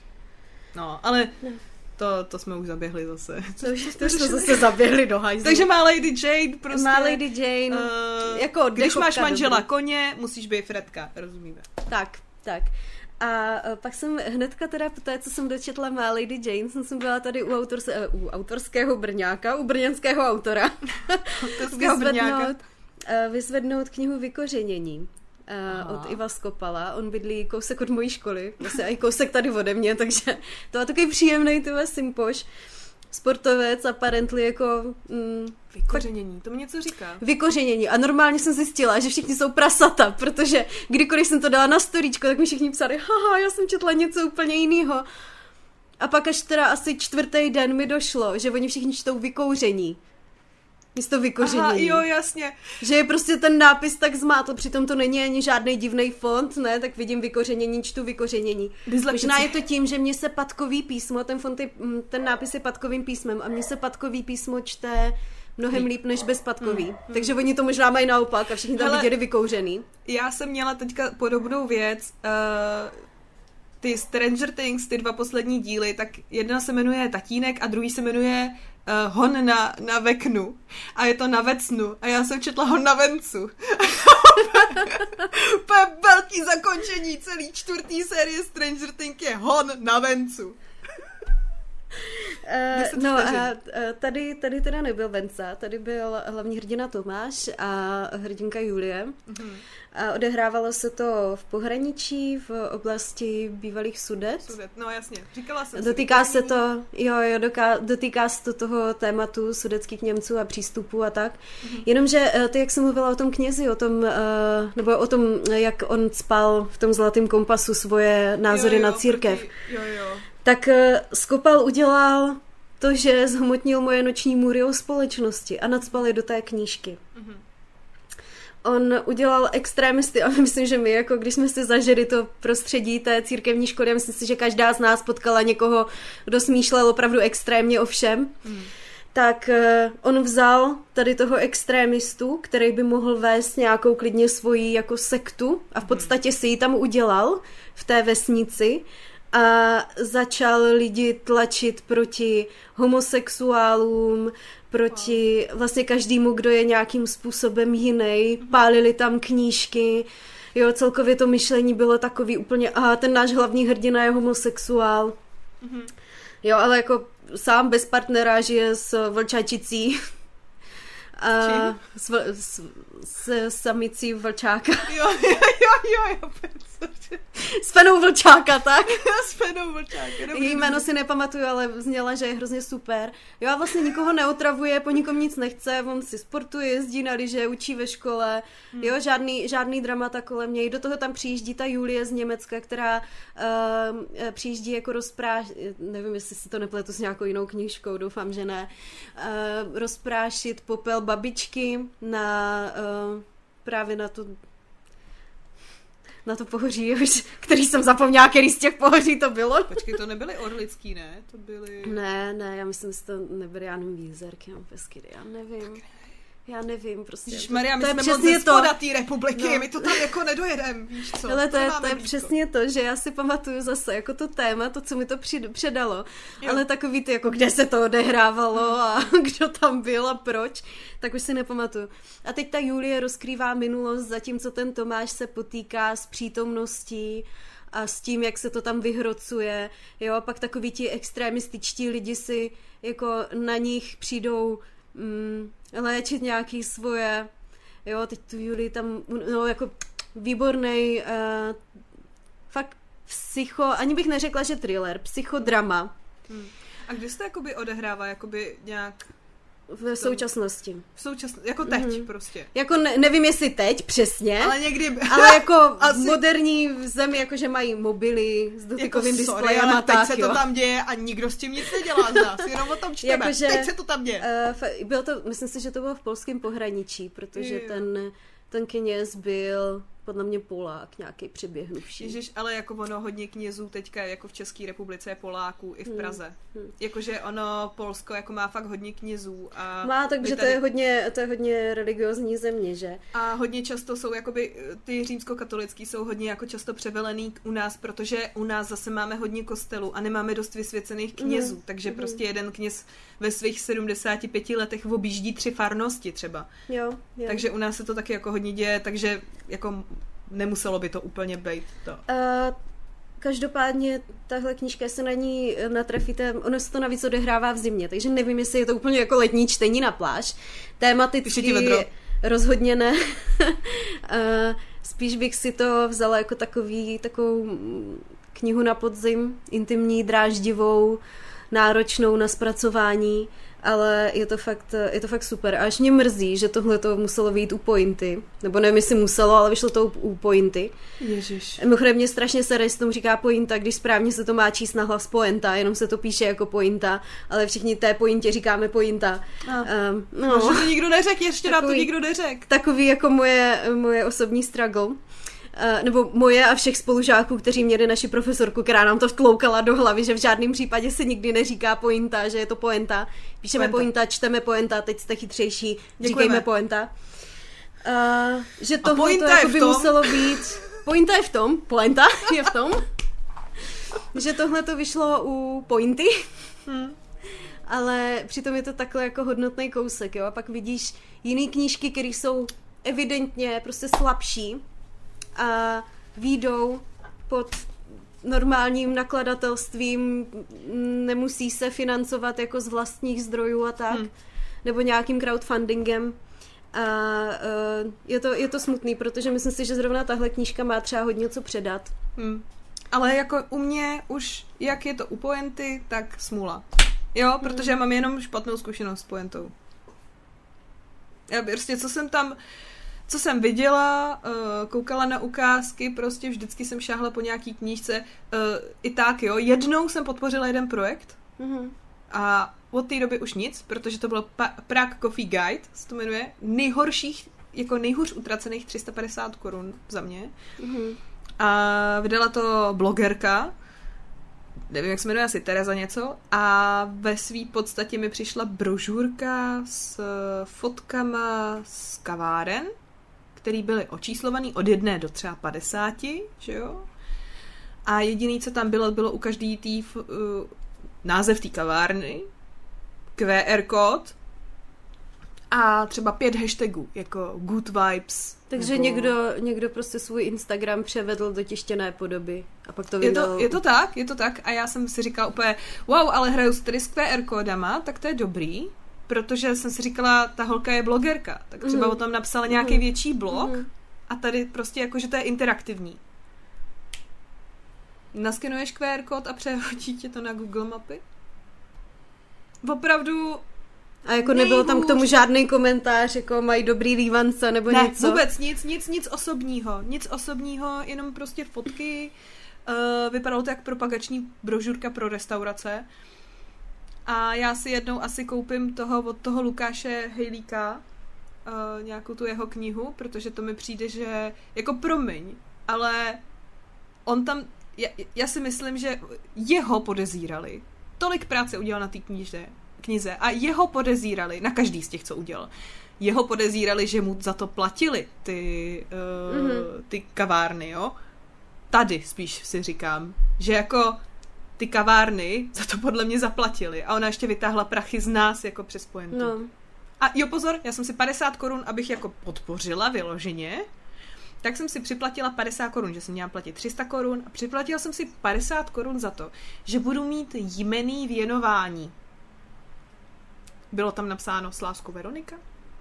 No, ale no. To, to jsme už zaběhli zase. To už to jsme zase zaběhli do hajzlu. Takže má Lady Jane prostě. Má Lady Jane. Uh, jako když máš manžela dobrý. Koně, musíš být Fredka, rozumíme. Tak, tak. A pak jsem hnedka teda po té, co jsem dočetla Má Lady Jane, jsem, jsem byla tady u, autors, u autorského brňáka, u brněnského autora. Autorského brňáka. Vyzvednout knihu Vykořenění. Uh, od Iva Skopala. On bydlí kousek od mojí školy, vlastně i kousek tady ode mě, takže to je takový příjemný tyhle simpoš. Sportovec a apparently jako... Mm, Vykořenění, to mi něco říká. Vykořenění. A normálně jsem zjistila, že všichni jsou prasata, protože kdykoliv jsem to dala na storíčko, tak mi všichni psali, haha, já jsem četla něco úplně jiného. A pak až teda asi čtvrtý den mi došlo, že oni všichni čtou Vykouření. Místo Vykořenění. Aha, jo, jasně. Že je prostě ten nápis tak zmátl, přitom to není ani žádný divný font, ne, tak vidím Vykořenění, čtu Vykořenění. Možná je to tím, že mně se patkový písmo, ten font je, ten nápis je patkovým písmem a mně se patkový písmo čte mnohem líp než bezpatkový. Hmm. Takže oni to možná mají naopak a všichni tam Hele, viděli Vykouřený. Já jsem měla teďka podobnou věc, uh, ty Stranger Things, ty dva poslední díly, tak jedna se jmenuje Tatínek a druhý se jmenuje Uh, Hon na, na veknu a je to na vecnu a já jsem četla Hon na vencu. Úplně velký zakončení celý čtvrtý série Stranger Things je Hon na vencu. Uh, no a tady, tady teda nebyl Venca, tady byl hlavní hrdina Tomáš a hrdinka Julie. Uh-huh. A odehrávalo se to v pohraničí, v oblasti bývalých Sudet. Sudet, no jasně, říkala jsem. Dotýká se to, jo, jo, doká, dotýká se to toho tématu sudetských Němců a přístupů a tak. Uh-huh. Jenomže ty, jak jsem mluvila o tom knězi, o tom, nebo o tom, jak on spal v tom zlatém kompasu svoje názory jo, jo, na církev. Proti, jo, jo. Tak Skopal udělal to, že zhmotnil moje noční můry o společnosti a nacpal je do té knížky. Mm-hmm. On udělal extrémisty a myslím, že my, jako když jsme si zažili to prostředí té církevní školy, myslím si, že každá z nás potkala někoho, kdo smýšlel opravdu extrémně o všem, mm. tak on vzal tady toho extrémistu, který by mohl vést nějakou klidně svoji jako sektu a v podstatě si ji tam udělal v té vesnici, a začal lidi tlačit proti homosexuálům, proti vlastně každému, kdo je nějakým způsobem jiný. Pálili tam knížky. Jo, celkově to myšlení bylo takový úplně, aha, ten náš hlavní hrdina je homosexuál. Mm-hmm. Jo, ale jako sám bez partnera žije s vlčačicí. A s, s, s samicí vlčáka. Jo, jo, jo, jo, jo. S fenou vlčáka, tak? S fenou vlčáka. Její jméno si nepamatuju, ale zněla, že je hrozně super. Jo, a vlastně nikoho neotravuje, po nikom nic nechce, on si sportuje, jezdí na lyže, učí ve škole, hmm. jo, žádný, žádný dramata kolem něj. Do toho tam přijíždí ta Julie z Německa, která uh, přijíždí jako rozpráš... Nevím, jestli si to nepletu s nějakou jinou knížkou, doufám, že ne. Uh, rozprášit popel babičky na uh, právě na tu na to pohoří, už, který jsem zapomněla, který z těch pohoří to bylo. Počkej, to nebyly Orlický, ne? To byly... Ne, ne, já myslím, že to nebyly, já nevím, Výzerky, já Peskydy, já nevím. Já nevím, prostě. Ježišmarja, my to jsme moc ze spoda té republiky, no. My to tam jako nedojedem, víš co? Ale to, je, to je přesně to, že já si pamatuju zase jako to téma, to, co mi to předalo, jo. Ale takový ty, jako kde se to odehrávalo a kdo tam byl a proč, tak už si nepamatuju. A teď ta Julie rozkrývá minulost, zatímco ten Tomáš se potýká s přítomností a s tím, jak se to tam vyhrocuje, jo, a pak takový ti extremističtí lidi si jako na nich přijdou mm, léčit nějaký svoje, jo, teď tu Julii tam, no, jako výbornej, uh, fakt psycho, ani bych neřekla, že thriller, psychodrama. Hmm. A kde se to jakoby odehrává, jakoby nějak... V současnosti. V současnosti, jako teď mm-hmm. prostě. Jako ne, nevím, jestli teď přesně, ale někdy... ale jako asi... moderní zemi, jakože mají mobily s dotykovým jako displejem a tak, teď se jo. to tam děje a nikdo s tím nic nedělá z nás, jenom o tom čteme. Jako, že, teď se to tam děje. Uh, bylo to, myslím si, že to bylo v polském pohraničí, protože je. ten, ten kněz byl podle mě Polák, nějaký přeběhnuvší. Ježiš, ale jako ono hodně knězů teďka jako v České republice je Poláků i v Praze. Hmm. Hmm. Jakože ono Polsko jako má fakt hodně knězů. A má, takže tady... to je hodně, to je hodně religiozní země, že? A hodně často jsou jakoby, ty římskokatolický jsou hodně jako často převelený u nás, protože u nás zase máme hodně kostelů a nemáme dost vysvěcených knězů, hmm. takže hmm. prostě jeden kněz ve svých sedmdesáti pěti letech objíždí tři farnosti třeba. Jo, jo. Takže u nás se to taky jako hodně děje, takže jako nemuselo by to úplně být to. Uh, každopádně tahle knížka se na ní natrefíte, ono se to navíc odehrává v zimě, takže nevím, jestli je to úplně jako letní čtení na pláž. Tématicky rozhodně ne. uh, spíš bych si to vzala jako takový, takovou knihu na podzim, intimní, dráždivou, náročnou na zpracování, ale je to fakt, je to fakt super. A až mě mrzí, že tohle to muselo vyjít u Pointy. Nebo nevím, jestli muselo, ale vyšlo to u Pointy. Ježiš. Mimochodem mě strašně sere, že tomu říká Pointa, když správně se to má číst na hlas Pointa, jenom se to píše jako Pointa, ale všichni té Pointě říkáme Pointa. Um, no. Že to nikdo neřekl, ještě nám to nikdo neřekl. Takový jako moje, moje osobní struggle. Uh, nebo moje a všech spolužáků, kteří měli naši profesorku, která nám to vtloukala do hlavy, že v žádném případě se nikdy neříká pointa, že je to poenta. Píšeme poenta, pointa čteme poenta, teď jste chytřejší, děkujeme. Říkejme poenta. Uh, že tohle to jako by muselo být... Pointa je v tom, poenta je v tom, že tohle to vyšlo u Pointy, hmm. ale přitom je to takhle jako hodnotný kousek, jo? A pak vidíš jiný knížky, které jsou evidentně prostě slabší, a výjdou pod normálním nakladatelstvím, nemusí se financovat jako z vlastních zdrojů a tak, hmm. nebo nějakým crowdfundingem. A uh, je, to, je to smutný, protože myslím si, že zrovna tahle knížka má třeba hodně co předat. Hmm. Ale jako u mě už, jak je to u pointy, tak smůla. Jo, hmm. protože já mám jenom špatnou zkušenost s pointou. Já prostě, co jsem tam, co jsem viděla, uh, koukala na ukázky, prostě vždycky jsem šáhla po nějaký knížce. Uh, I tak, jo, jednou jsem podpořila jeden projekt hmm. a od té doby už nic, protože to bylo pa- Prague Coffee Guide, se to jmenuje, nejhorších, jako nejhůř utracených tři sta padesát korun za mě. Mm-hmm. A vydala to blogerka, nevím, jak se jmenuje, asi Tereza něco, a ve své podstatě mi přišla brožurka s fotkama z kaváren, který byly očíslovaný od jedné do třeba padesáti, že jo? A jediný, co tam bylo, bylo u každý tý uh, název té kavárny, Q R kód a třeba pět hashtagů, jako good vibes. Takže nebo... někdo, někdo prostě svůj Instagram převedl do tištěné podoby a pak to vydal. Je to, je to tak, je to tak a já jsem si říkala úplně, wow, ale hraju se tady s Q R kódama, tak to je dobrý, protože jsem si říkala, ta holka je blogerka, tak třeba mm. o tom napsala nějaký mm. větší blog mm. a tady prostě jako, že to je interaktivní. Naskenuješ Q R kód a přehodí tě to na Google mapy? Opravdu. A jako nejhůř. Nebylo tam k tomu žádný komentář, jako mají dobrý lívance nebo ne, něco? Ne, vůbec nic, nic, nic osobního. Nic osobního, jenom prostě fotky. Uh, vypadalo to jak propagační brožurka pro restaurace. A já si jednou asi koupím toho od toho Lukáše Hejlíka, uh, nějakou tu jeho knihu, protože to mi přijde, že jako promiň, ale on tam, já, já si myslím, že jeho podezírali. Tolik práce udělal na té knize, knize a jeho podezírali, na každý z těch, co udělal, jeho podezírali, že mu za to platili ty, uh, mm-hmm. ty kavárny, jo. Tady spíš si říkám, že jako ty kavárny za to podle mě zaplatili a ona ještě vytáhla prachy z nás jako přes pointu. No. A jo, pozor, já jsem si padesát korun, abych jako podpořila vyloženě, tak jsem si připlatila padesát korun, že jsem měla platit tři sta korun a připlatila jsem si padesát korun za to, že budu mít jmenný věnování. Bylo tam napsáno s láskou Veronika?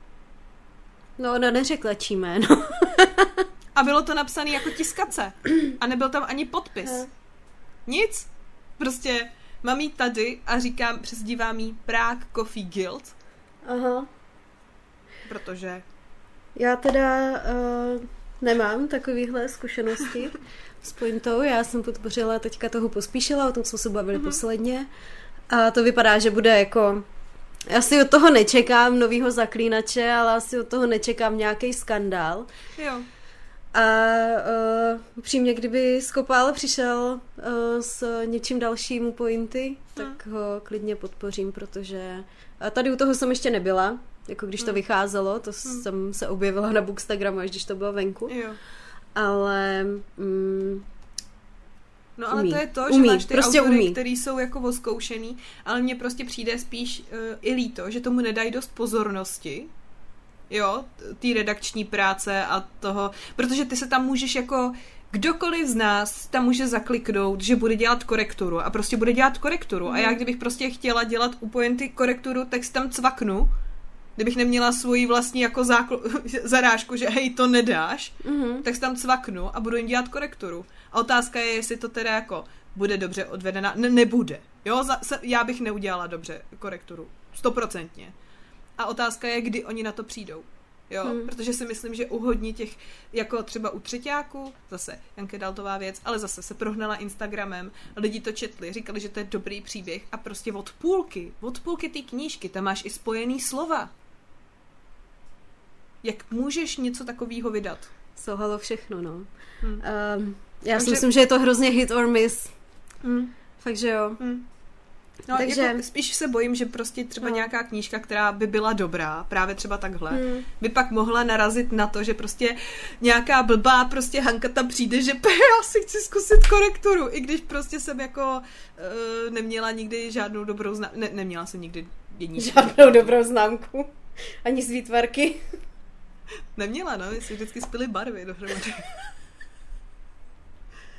No, ona neřekla čí jméno. A bylo to napsané jako tiskace. A nebyl tam ani podpis. Nic. Prostě mám jí tady a říkám, přezdívám jí Prague Coffee Guild. Aha. Protože... Já teda uh, nemám takovýhle zkušenosti s pointou. Já jsem podpořila teďka toho Pospíšila, o tom jsme se bavili mm-hmm. posledně. A to vypadá, že bude jako... Já si od toho nečekám novýho Zaklínače, ale asi od toho nečekám nějaký skandál. Jo. A uh, upřímně, kdyby Skopal přišel uh, s něčím dalším u pointy, tak hmm. ho klidně podpořím, protože a tady u toho jsem ještě nebyla, jako když hmm. to vycházelo, to hmm. jsem se objevila na Bookstagramu, až když to bylo venku. Jo. Ale... Mm, No ale umí. to je to, umí. že máš ty prostě autory, umí. který jsou jako oskoušený, ale mně prostě přijde spíš uh, i líto, že tomu nedají dost pozornosti, jo, té redakční práce a toho, protože ty se tam můžeš jako, kdokoliv z nás tam může zakliknout, že bude dělat korekturu a prostě bude dělat korekturu mm. a já kdybych prostě chtěla dělat u pointy korekturu, tak si tam cvaknu, kdybych neměla svoji vlastní jako zákl- zarážku, že hej, to nedáš, mm-hmm. tak si tam cvaknu a budu jim dělat korekturu. A otázka je, jestli to teda jako bude dobře odvedena. Ne, nebude. Jo, za, se, já bych neudělala dobře korekturu. Stoprocentně. A otázka je, kdy oni na to přijdou. Jo, hmm. protože si myslím, že u hodně těch, jako třeba u třetíáku, zase Janka Daltová věc, ale zase se prohnala Instagramem, lidi to četli, říkali, že to je dobrý příběh a prostě od půlky, od půlky té knížky, tam máš i spojený slova. Jak můžeš něco takového vydat? Souhalo všechno, no. Hmm. Um, já Takže... si myslím, že je to hrozně hit or miss. Hmm. Fakt, že jo. Hmm. No, Takže... jako, spíš se bojím, že prostě třeba no. nějaká knížka, která by byla dobrá, právě třeba takhle, hmm. by pak mohla narazit na to, že prostě nějaká blbá prostě Hanka tam přijde, že já si chci zkusit korekturu, i když prostě jsem jako uh, neměla nikdy žádnou dobrou známku, ne, neměla jsem nikdy jedničku. Žádnou dobrou známku. Ani z výtvarky. Neměla, no, my si vždycky spily barvy dohromady.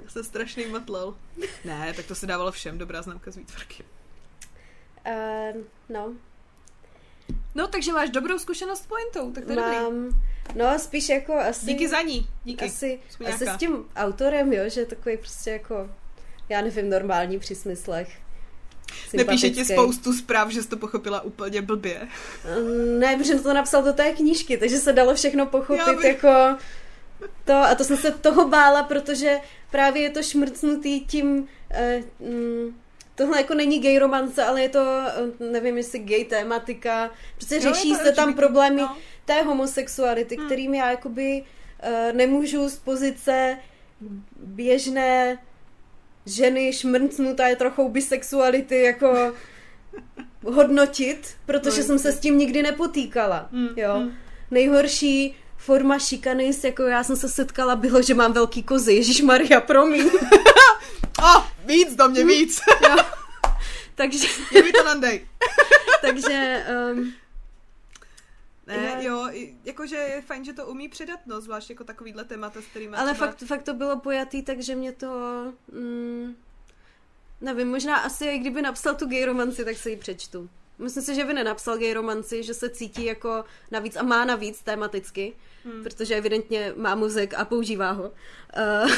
Se strašný matlal. Ne, tak to se dávalo všem, dobrá známka z výtvarky. Uh, no. No, takže máš dobrou zkušenost s pointou, tak to je dobrý. Mám, no spíš jako asi... Díky za ní, díky. Asi, asi s tím autorem, jo, že je takový prostě jako, já nevím, normální při smyslech. Nepíše ti spoustu zpráv, že jsi to pochopila úplně blbě. Ne, protože to napsal do té knížky, takže se dalo všechno pochopit jako to. A to jsem se toho bála, protože právě je to šmrcnutý tím... Uh, mm, tohle jako není gay romance, ale je to, nevím, jestli gay tématika. Prostě řeší se tam problémy no. té homosexuality, hmm. kterým já jakoby uh, nemůžu z pozice běžné ženy šmrcnuté trochu bisexuality jako hodnotit, protože no, jsem se s tím nikdy nepotýkala. Hmm. Jo. Hmm. Nejhorší forma šikany, jako já jsem se setkala, bylo, že mám velký kozy. Ježišmarja, promiň. Oh, víc do mě, víc. Jo. Takže... Je mi to nandej. Takže... Um, ne, jo, jakože je fajn, že to umí předat, no, zvlášť jako takovýhle témata, s kterýma... Ale třeba... fakt, fakt to bylo pojatý, takže mě to... Mm, nevím, možná asi, i kdyby napsal tu gay romanci, tak si ji přečtu. Myslím si, že by nenapsal gay romanci, že se cítí jako navíc a má navíc tematicky, hmm. protože evidentně má mozek a používá ho. Uh,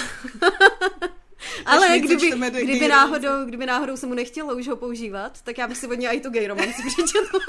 ale kdyby, kdyby, náhodou, kdyby náhodou se mu nechtělo už ho používat, tak já bych si od něj i tu gay romanci přečetla.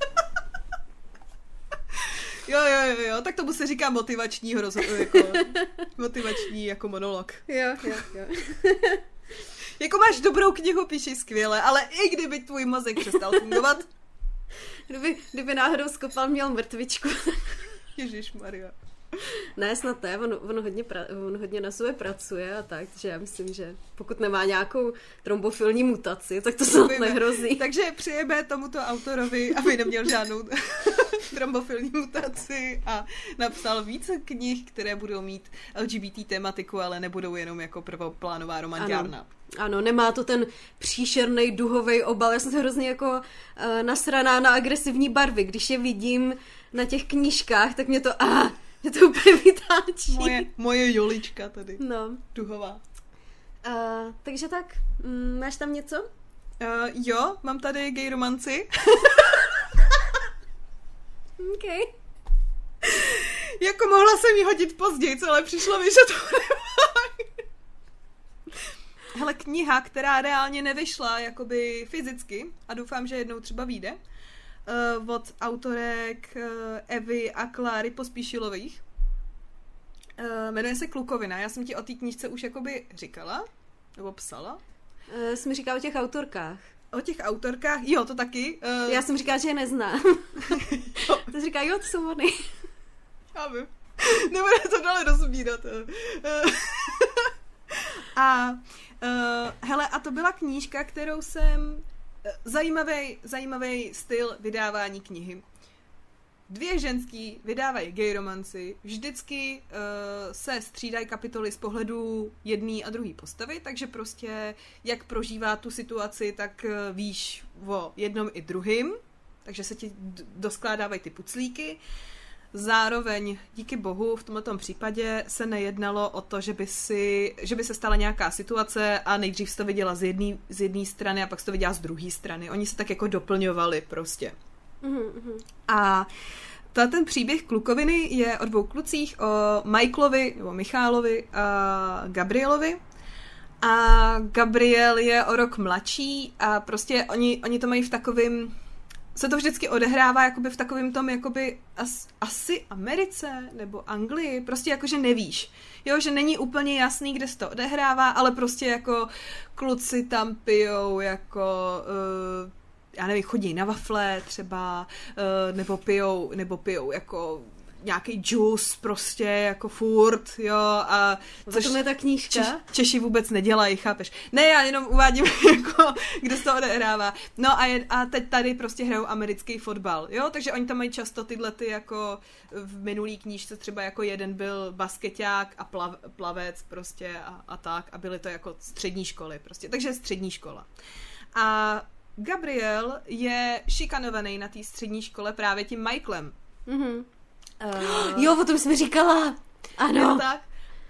Jo, jo, jo, jo, tak tomu se říká motivační rozhovor, jako motivační jako monolog. Jo, jo, jo. Jako máš dobrou knihu, píši skvěle, ale i kdyby tvůj mozek přestal fungovat. Kdyby, kdyby náhodou Skopal měl mrtvičku. Ježišmarja. Ne, snad ne, on, on, hodně pra, on hodně na sobě pracuje a tak, že já myslím, že pokud nemá nějakou trombofilní mutaci, tak to snad nehrozí. Takže přijeme tomuto autorovi, aby neměl žádnou trombofilní mutaci a napsal více knih, které budou mít L G B T tematiku, ale nebudou jenom jako prvoplánová romantiárna. Ano. Ano, nemá to ten příšerný duhový obal. Já jsem se hrozně jako uh, nasraná na agresivní barvy. Když je vidím na těch knížkách, tak mě to, ah, mě to úplně vytáčí. Moje, moje Jolička tady. No. Duhová. Uh, takže tak, mm, máš tam něco? Uh, jo, mám tady gay romanci. OK. Jako mohla jsem ji hodit později, ale přišlo mi, že to nemá. Hele, kniha, která reálně nevyšla jakoby fyzicky a doufám, že jednou třeba vyjde, uh, od autorek uh, Evy a Kláry Pospíšilových. Uh, jmenuje se Klukovina. Já jsem ti o té knížce už jakoby říkala, nebo psala. Uh, jsi mi říkala o těch autorkách. O těch autorkách, jo, to taky. Uh... Já jsem říkala, že je neznám. To jsi říká, jo, to jsou oni. Já vím. Nebude to dále rozbírat. Uh... A uh, hele, a to byla knížka, kterou jsem... Zajímavý, zajímavý styl vydávání knihy. Dvě ženský vydávají gay romanci, vždycky uh, se střídají kapitoly z pohledu jedné a druhé postavy, takže prostě jak prožívá tu situaci, tak uh, víš o jednom i druhým, takže se ti d- doskládávají ty puclíky. Zároveň, díky bohu, v tomto případě se nejednalo o to, že by, si, že by se stala nějaká situace a nejdřív jsi to viděla z jedné z jedné strany a pak jsi to viděla z druhé strany. Oni se tak jako doplňovali prostě. Mm-hmm. A ta, ten příběh Klukoviny je o dvou klucích, o Michaelovi, nebo Michálovi a Gabrielovi. A Gabriel je o rok mladší a prostě oni, oni to mají v takovém... se to vždycky odehrává jakoby v takovém tom jakoby as, asi Americe nebo Anglii, prostě jakože nevíš. Jo, že není úplně jasný, kde se to odehrává, ale prostě jako kluci tam pijou jako, uh, já nevím, chodí na wafle třeba, uh, nebo pijou, nebo pijou jako nějaký džus prostě jako furt, jo, a což to je ta knížka? Češ, Češi vůbec nedělají, chápeš? Ne, já jenom uvádím, jako, kde se to odehrává. No a, je, a teď tady prostě hrajou americký fotbal, jo, takže oni tam mají často tyhle ty jako v minulý knížce třeba jako jeden byl baskeťák a plav, plavec prostě a, a tak a byly to jako střední školy prostě, takže střední škola. A Gabriel je šikanovaný na té střední škole právě tím Michaelem. Mhm. Uh, jo, o tom jsi mi říkala. Ano. Tak.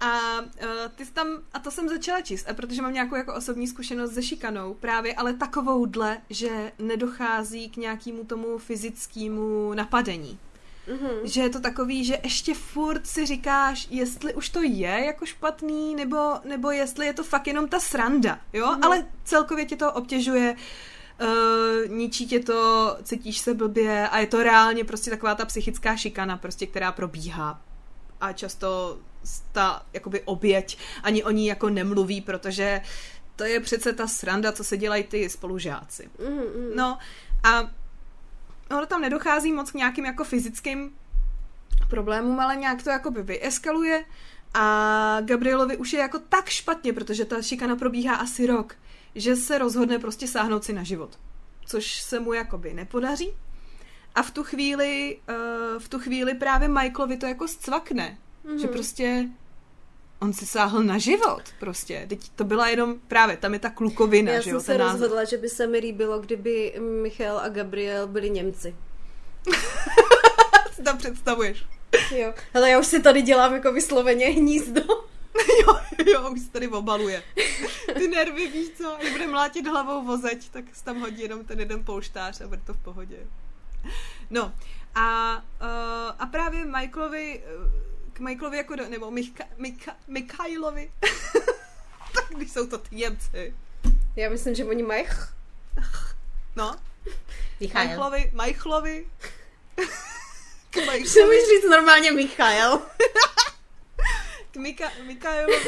A uh, ty jsi tam, a to jsem začala číst, a protože mám nějakou jako osobní zkušenost se šikanou právě, ale takovouhle, že nedochází k nějakému tomu fyzickému napadení. Mm-hmm. Že je to takový, že ještě furt si říkáš, jestli už to je jako špatný, nebo, nebo jestli je to fakt jenom ta sranda, jo? Mm-hmm. Ale celkově tě to obtěžuje, uh, ničí tě to, cítíš se blbě a je to reálně prostě taková ta psychická šikana, prostě, která probíhá. A často ta jakoby oběť ani o ní jako nemluví, protože to je přece ta sranda, co se dělají ty spolužáci. Mm-hmm. No a ono tam nedochází moc k nějakým jako fyzickým problémům, ale nějak to jakoby vyeskaluje a Gabrielovi už je jako tak špatně, protože ta šikana probíhá asi rok, že se rozhodne prostě sáhnout si na život. Což se mu jakoby nepodaří. A v tu chvíli, uh, v tu chvíli právě Michaelovi to jako zcvakne. Mm-hmm. Že prostě on si sáhl na život prostě. Teď to byla jenom právě, tam je ta klukovina. Já že jsem jo, se rozhodla, že by se mi líbilo, kdyby Michal a Gabriel byli Němci. Si tam představuješ. Jo, ale já už si tady dělám jako vysloveně hnízdo. jo, jo, už se tady obaluje. Ty nervy, víš co, až bude mlátit hlavou vozeď, tak se tam hodí jenom ten jeden polštář a bude to v pohodě. No, a, uh, a právě Michaelovi, k Michaelovi jako, do, nebo Micha, Micha, Michailovi, tak když jsou to ty Němci. Já myslím, že oni mají no, Michail. Michaelovi, Michaelovi, k Michaelovi. Můžeš říct normálně Michail. K Mika, Michailovi.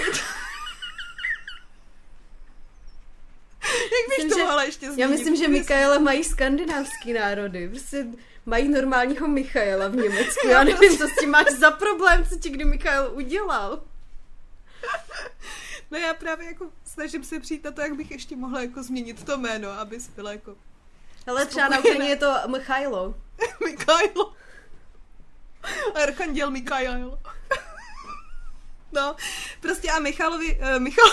Jak bych to mohla ještě zmínit? Já myslím, že Michaele mají skandinávský národy. Prostě mají normálního Michaela v Německu. Já nevím, co s tím máš za problém, co ti kdy Michael udělal. No já právě jako snažím se přijít na to, jak bych ještě mohla jako změnit to jméno, aby byla jako... Ale třeba na Ukrajině je to Michailo. Michailo. Archanděl Michail. No, prostě a Michalovi... Uh, Michal...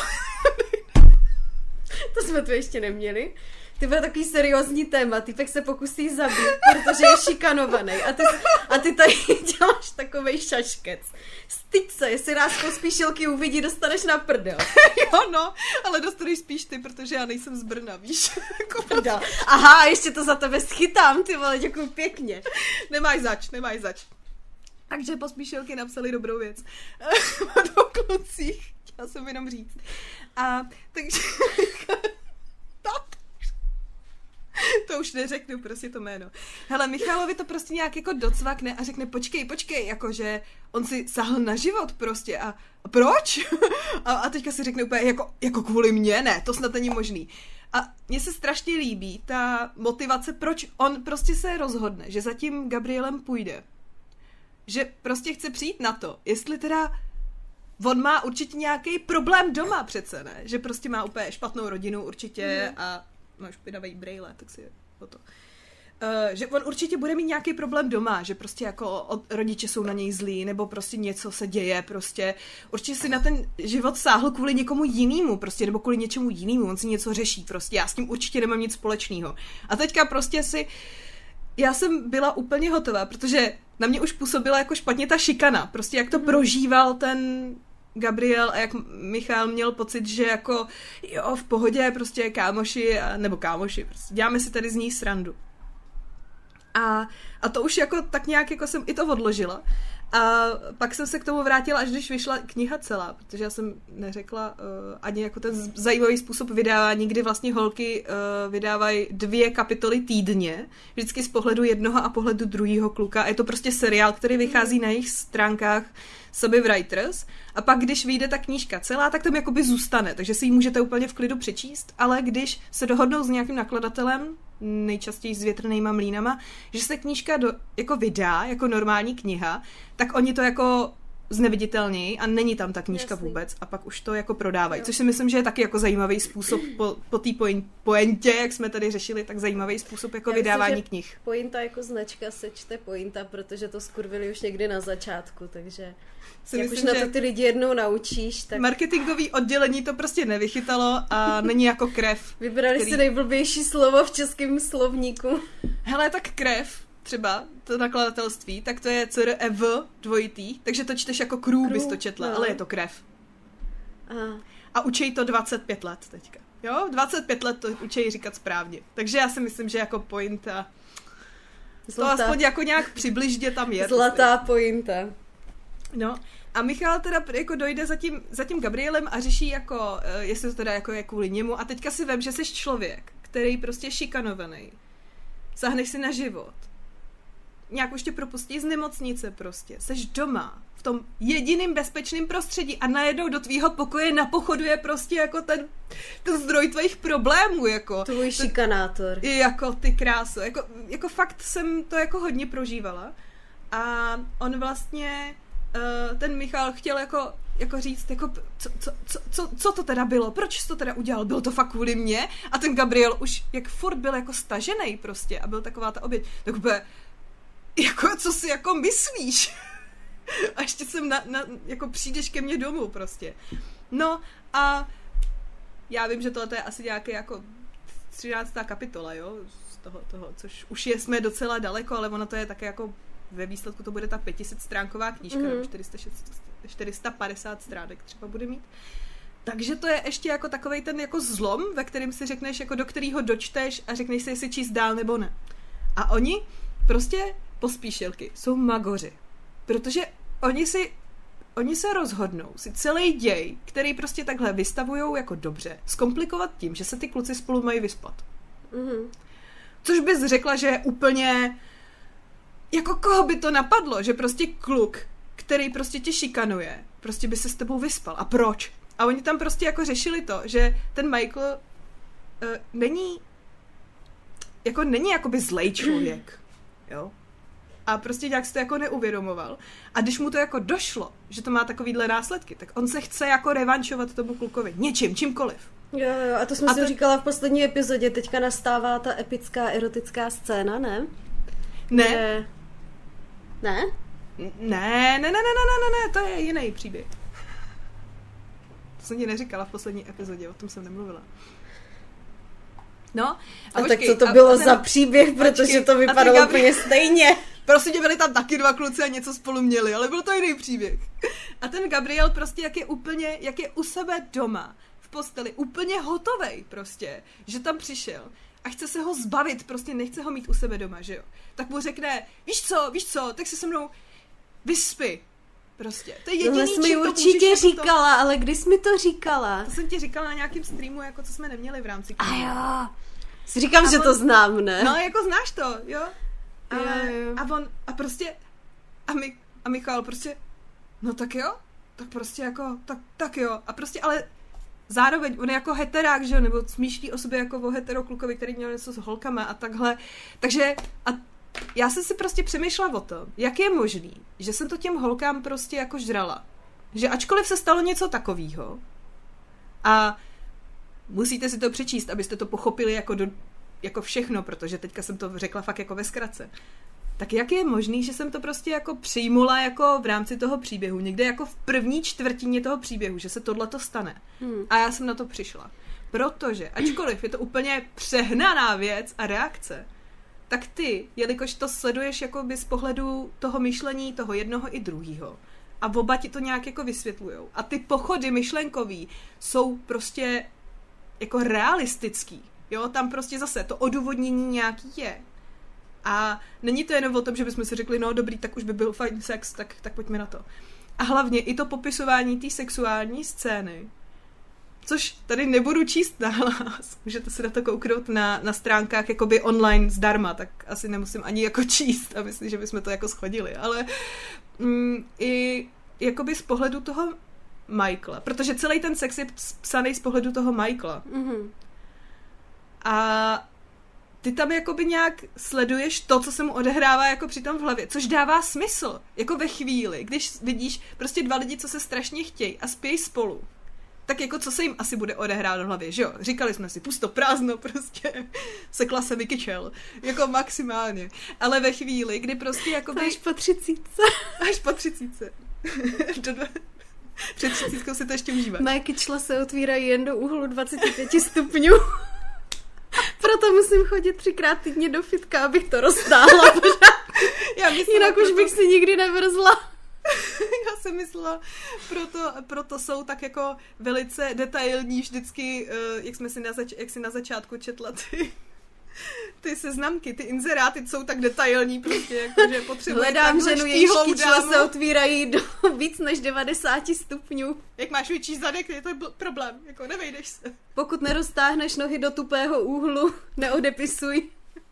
To jsme tu ještě neměli. Ty byl takový seriózní téma, typek se pokusí zabít, protože je šikanovaný. A ty, a ty tady děláš takovej šaškec. Styď se, jestli nás pospíšilky uvidí, dostaneš na prdel. Jo, no, ale dostaneš spíš ty, protože já nejsem z Brna, víš. Prdel. Aha, ještě to za tebe schytám, ty vole, děkuju pěkně. Nemáš zač, nemáš zač. Takže pospíšilky napsali dobrou věc. O dvou klucích, chtěla jsem jenom říct. A takže... To už neřeknu, prostě to jméno. Hele, Michalovi to prostě nějak jako docvakne a řekne, počkej, počkej, jakože on si sahl na život prostě a, a proč? A, a teďka si řekne úplně, jako, jako kvůli mně, ne, to snad není možný. A mně se strašně líbí ta motivace, proč on prostě se rozhodne, že za tím Gabrielem půjde. Že prostě chce přijít na to, jestli teda on má určitě nějaký problém doma přece, ne? Že prostě má úplně špatnou rodinu určitě mm. a má špinavé brejle, tak si je o to. Uh, že on určitě bude mít nějaký problém doma, že prostě jako od, rodiče jsou na něj zlí, nebo prostě něco se děje, prostě určitě si na ten život sáhl kvůli někomu jinému, prostě, nebo kvůli něčemu jinému, on si něco řeší, prostě, já s tím určitě nemám nic společného. A teďka prostě si, já jsem byla úplně hotová, protože na mě už působila jako špatně ta šikana, prostě jak to mm. prožíval ten Gabriel a jak Michal měl pocit, že jako jo, v pohodě, prostě kámoši, a, nebo kámoši, prostě děláme si tady z ní srandu. A, a to už jako tak nějak jako jsem i to odložila. A pak jsem se k tomu vrátila, až když vyšla kniha celá, protože já jsem neřekla uh, ani jako ten zajímavý způsob vydávání, kdy vlastně holky uh, vydávají dvě kapitoly týdně, vždycky z pohledu jednoho a pohledu druhého kluka. A je to prostě seriál, který vychází na jejich stránkách Subway Writers. A pak, když vyjde ta knížka celá, tak tam jakoby zůstane, takže si ji můžete úplně v klidu přečíst, ale když se dohodnou s nějakým nakladatelem, nejčastěji s větrnýma mlýnama, že se knížka do, jako vydá, jako normální kniha, tak oni to jako zneviditelnějí a není tam ta knížka Jasný. Vůbec a pak už to jako prodávají, jo. Což si myslím, že je taky jako zajímavý způsob po, po té pointě, jak jsme tady řešili, tak zajímavý způsob jako Já vydávání myslím, knih. Pointa jako značka se čte pointa, protože to skurvili už někdy na začátku, takže si jak myslím, už na to ty lidi jednou naučíš, tak... Marketingový oddělení to prostě nevychytalo a není jako krev. Vybrali který... si nejblbější slovo v českém slovníku. Hele, tak krev, třeba, to nakladatelství, tak to je C R E V dvojitý, takže to čteš jako krů, krů bys to četla, no. Ale je to krev. Aha. A učí to dvacet pět let teďka. Jo, dvacet pět let to učí říkat správně. Takže já si myslím, že jako pointa Zlatá. To aspoň jako nějak přibližně tam je. Zlatá pointa. No a Michal teda jako dojde za tím, za tím Gabrielem a řeší jako, jestli to teda jako je kvůli němu. A teďka si vem, že jsi člověk, který prostě je šikanovaný. Sáhneš si na život. Nějak už tě propustí z nemocnice prostě. Seš doma, v tom jediným bezpečným prostředí a najednou do tvýho pokoje napochoduje prostě jako ten, ten zdroj tvých problémů, jako. Tvůj šikanátor. Jako ty kráso. Jako, jako fakt jsem to jako hodně prožívala. A on vlastně, uh, ten Michal chtěl jako, jako říct, jako, co, co, co, co, co to teda bylo? Proč jsi to teda udělal? Bylo to fakt kvůli mně? A ten Gabriel už, jak furt byl jako stažený prostě a byl taková ta oběť, tak úplně, jako, co si jako myslíš? A ještě jsem na, na, jako přijdeš ke mně domů prostě. No a já vím, že tohle je asi nějaké jako třináctá kapitola, jo, z toho, toho, což už je, jsme docela daleko, ale ono to je také jako ve výsledku to bude ta pětisetstránková knížka, mm. nebo čtyři sta padesát stránek třeba bude mít. Takže to je ještě jako takovej ten jako zlom, ve kterém si řekneš, jako do kterého dočteš a řekneš si, jestli číst dál nebo ne. A oni prostě pospíšilky jsou magoři. Protože oni si oni se rozhodnou si celý děj, který prostě takhle vystavujou jako dobře, zkomplikovat tím, že se ty kluci spolu mají vyspat. Mm-hmm. Což bys řekla, že je úplně jako koho by to napadlo, že prostě kluk, který prostě tě šikanuje, prostě by se s tebou vyspal. A proč? A oni tam prostě jako řešili to, že ten Michael uh, není jako není jakoby zlej člověk. Jo? A prostě nějak si to jako neuvědomoval. A když mu to jako došlo, že to má takovýhle následky, tak on se chce jako revanšovat tomu klukovi. Něčím, čímkoliv. Jo, jo, a to jsme a si to říkala v poslední epizodě. Teďka nastává ta epická erotická scéna, ne? Ne. Je... Ne? Ne, ne, ne, ne, ne, ne, ne, to je jiný příběh. To jsem ti neříkala v poslední epizodě, o tom jsem nemluvila. No, a, a počkej, tak co to bylo a, a za ten, příběh, protože počkej, to vypadalo Gabri... úplně stejně. Prostě byli tam taky dva kluci a něco spolu měli, ale byl to jiný příběh. A ten Gabriel prostě, jak je úplně, jak je u sebe doma, v posteli, úplně hotovej prostě, že tam přišel a chce se ho zbavit, prostě nechce ho mít u sebe doma, že jo. Tak mu řekne, víš co, víš co, tak si se mnou vyspí. Prostě. To je jediný, no, jsi mi určitě říkala, jako to... ale kdy jsi mi to říkala? To jsem ti říkala na nějakém streamu, jako co jsme neměli v rámci knihy. A jo. Si říkám, a že on... to znám, ne? No, jako znáš to, jo? A, jo, jo. a on, a prostě, a, my, a Michal prostě, no tak jo, tak prostě jako, tak, tak jo. A prostě, ale zároveň on je jako heterák, že jo, nebo smýšlí o sobě jako o heteroklukovi, který měl něco s holkama a takhle. Takže, a já jsem si prostě přemýšlela o tom, jak je možný, že jsem to těm holkám prostě jako žrala. Že ačkoliv se stalo něco takového a musíte si to přečíst, abyste to pochopili jako, do, jako všechno, protože teďka jsem to řekla fakt jako ve zkratce. Tak jak je možný, že jsem to prostě jako přijmula jako v rámci toho příběhu, někde jako v první čtvrtině toho příběhu, že se tohleto stane. Hmm. A já jsem na to přišla. Protože, ačkoliv je to úplně přehnaná věc a reakce, tak ty, jelikož to sleduješ jakoby z pohledu toho myšlení toho jednoho i druhýho a oba ti to nějak jako vysvětlujou. A ty pochody myšlenkový jsou prostě jako realistický. Jo, tam prostě zase to odůvodnění nějaký je. A není to jenom o tom, že bychom si řekli, no dobrý, tak už by byl fajn sex, tak, tak pojďme na to. A hlavně i to popisování té sexuální scény, což tady nebudu číst nahlas, můžete si na to kouknout na, na stránkách jakoby online zdarma, tak asi nemusím ani jako číst a myslím, že bychom to jako schodili, ale mm, i jakoby z pohledu toho Michaela, protože celý ten sex je psaný z pohledu toho Michaela. Mm-hmm. A ty tam jakoby nějak sleduješ to, co se mu odehrává jako přitom v hlavě, což dává smysl, jako ve chvíli, když vidíš prostě dva lidi, co se strašně chtějí a spějí spolu, tak jako co se jim asi bude odehrávat v hlavě, že jo? Říkali jsme si, pusto prázdno prostě, sekla se vykyčel, jako maximálně. Ale ve chvíli, kdy prostě jakoby... Až po třicítce. Až po třicítce. Před třicítkou si to ještě užívá. Moje kyčla se otvírají jen do úhlu dvacet pět stupňů. Proto musím chodit třikrát týdně do fitka, abych to roztáhla pořád. Já myslím, jinak už bych si nikdy nevrzla. Já jsem myslela, proto, proto jsou tak jako velice detailní vždycky, jak jsme si na, zač- jak si na začátku četla ty, ty seznamky, ty inzeráty jsou tak detailní prostě, jako, že potřebuje hledám ženu, jejíž kyčle se otvírají do víc než devadesát stupňů. Jak máš větší zadek, je to bl- problém, jako nevejdeš se. Pokud neroztáhneš nohy do tupého úhlu, neodepisuj.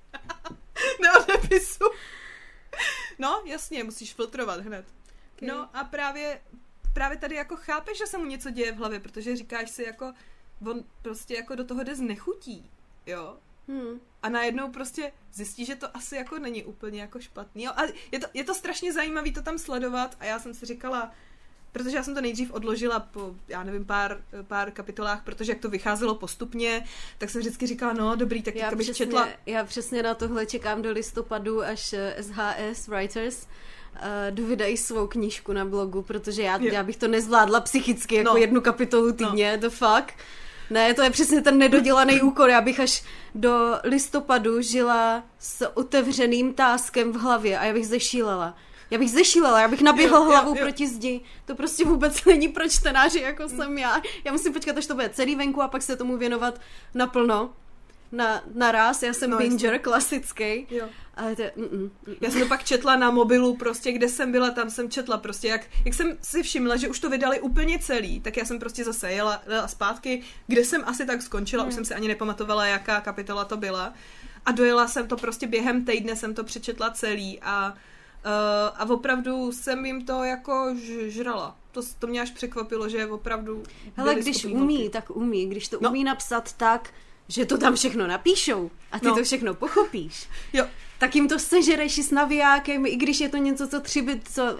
Neodepisuj. No, jasně, musíš filtrovat hned. Okay. No a právě, právě tady jako chápeš, že se mu něco děje v hlavě, protože říkáš si jako, on prostě jako do toho jde z nechutí, jo. Hmm. A najednou prostě zjistí, že to asi jako není úplně jako špatný. Jo? A je to, je to strašně zajímavý to tam sledovat a já jsem si říkala, protože já jsem to nejdřív odložila po, já nevím, pár, pár kapitolách, protože jak to vycházelo postupně, tak jsem vždycky říkala, no dobrý, tak já bych přesně, četla. Já přesně na tohle čekám do listopadu, až S H S Writers uh, dovydají svou knížku na blogu, protože já, já bych to nezvládla psychicky, jako no. jednu kapitolu týdně, no. The fuck. Ne, to je přesně ten nedodělaný úkol. Já bych až do listopadu žila s otevřeným táskem v hlavě a já bych zešílela. Já bych zešílela, já bych naběhla jo, hlavou jo, jo. proti zdi. To prostě vůbec není pro čtenáři, jako mm. jsem já. Já musím počkat, až to bude celý venku a pak se tomu věnovat naplno. Na, naraz, já jsem no, binger jasný. Klasický. Jo. Ale to je, mm, mm, mm. Já jsem to pak četla na mobilu, prostě kde jsem byla, tam jsem četla prostě, jak, jak jsem si všimla, že už to vydali úplně celý, tak já jsem prostě zase jela, jela zpátky, kde jsem asi tak skončila, mm. už jsem si ani nepamatovala, jaká kapitola to byla a dojela jsem to prostě během týdne, jsem to přečetla celý a, uh, a opravdu jsem jim to jako žrala. To, to mě až překvapilo, že opravdu hele, když umí, holky. Tak umí, když to no. umí napsat tak, že to tam všechno napíšou a ty no. to všechno pochopíš. Jo. Tak jim to sežereš s navijákem, i když je to něco, co tři by... Co...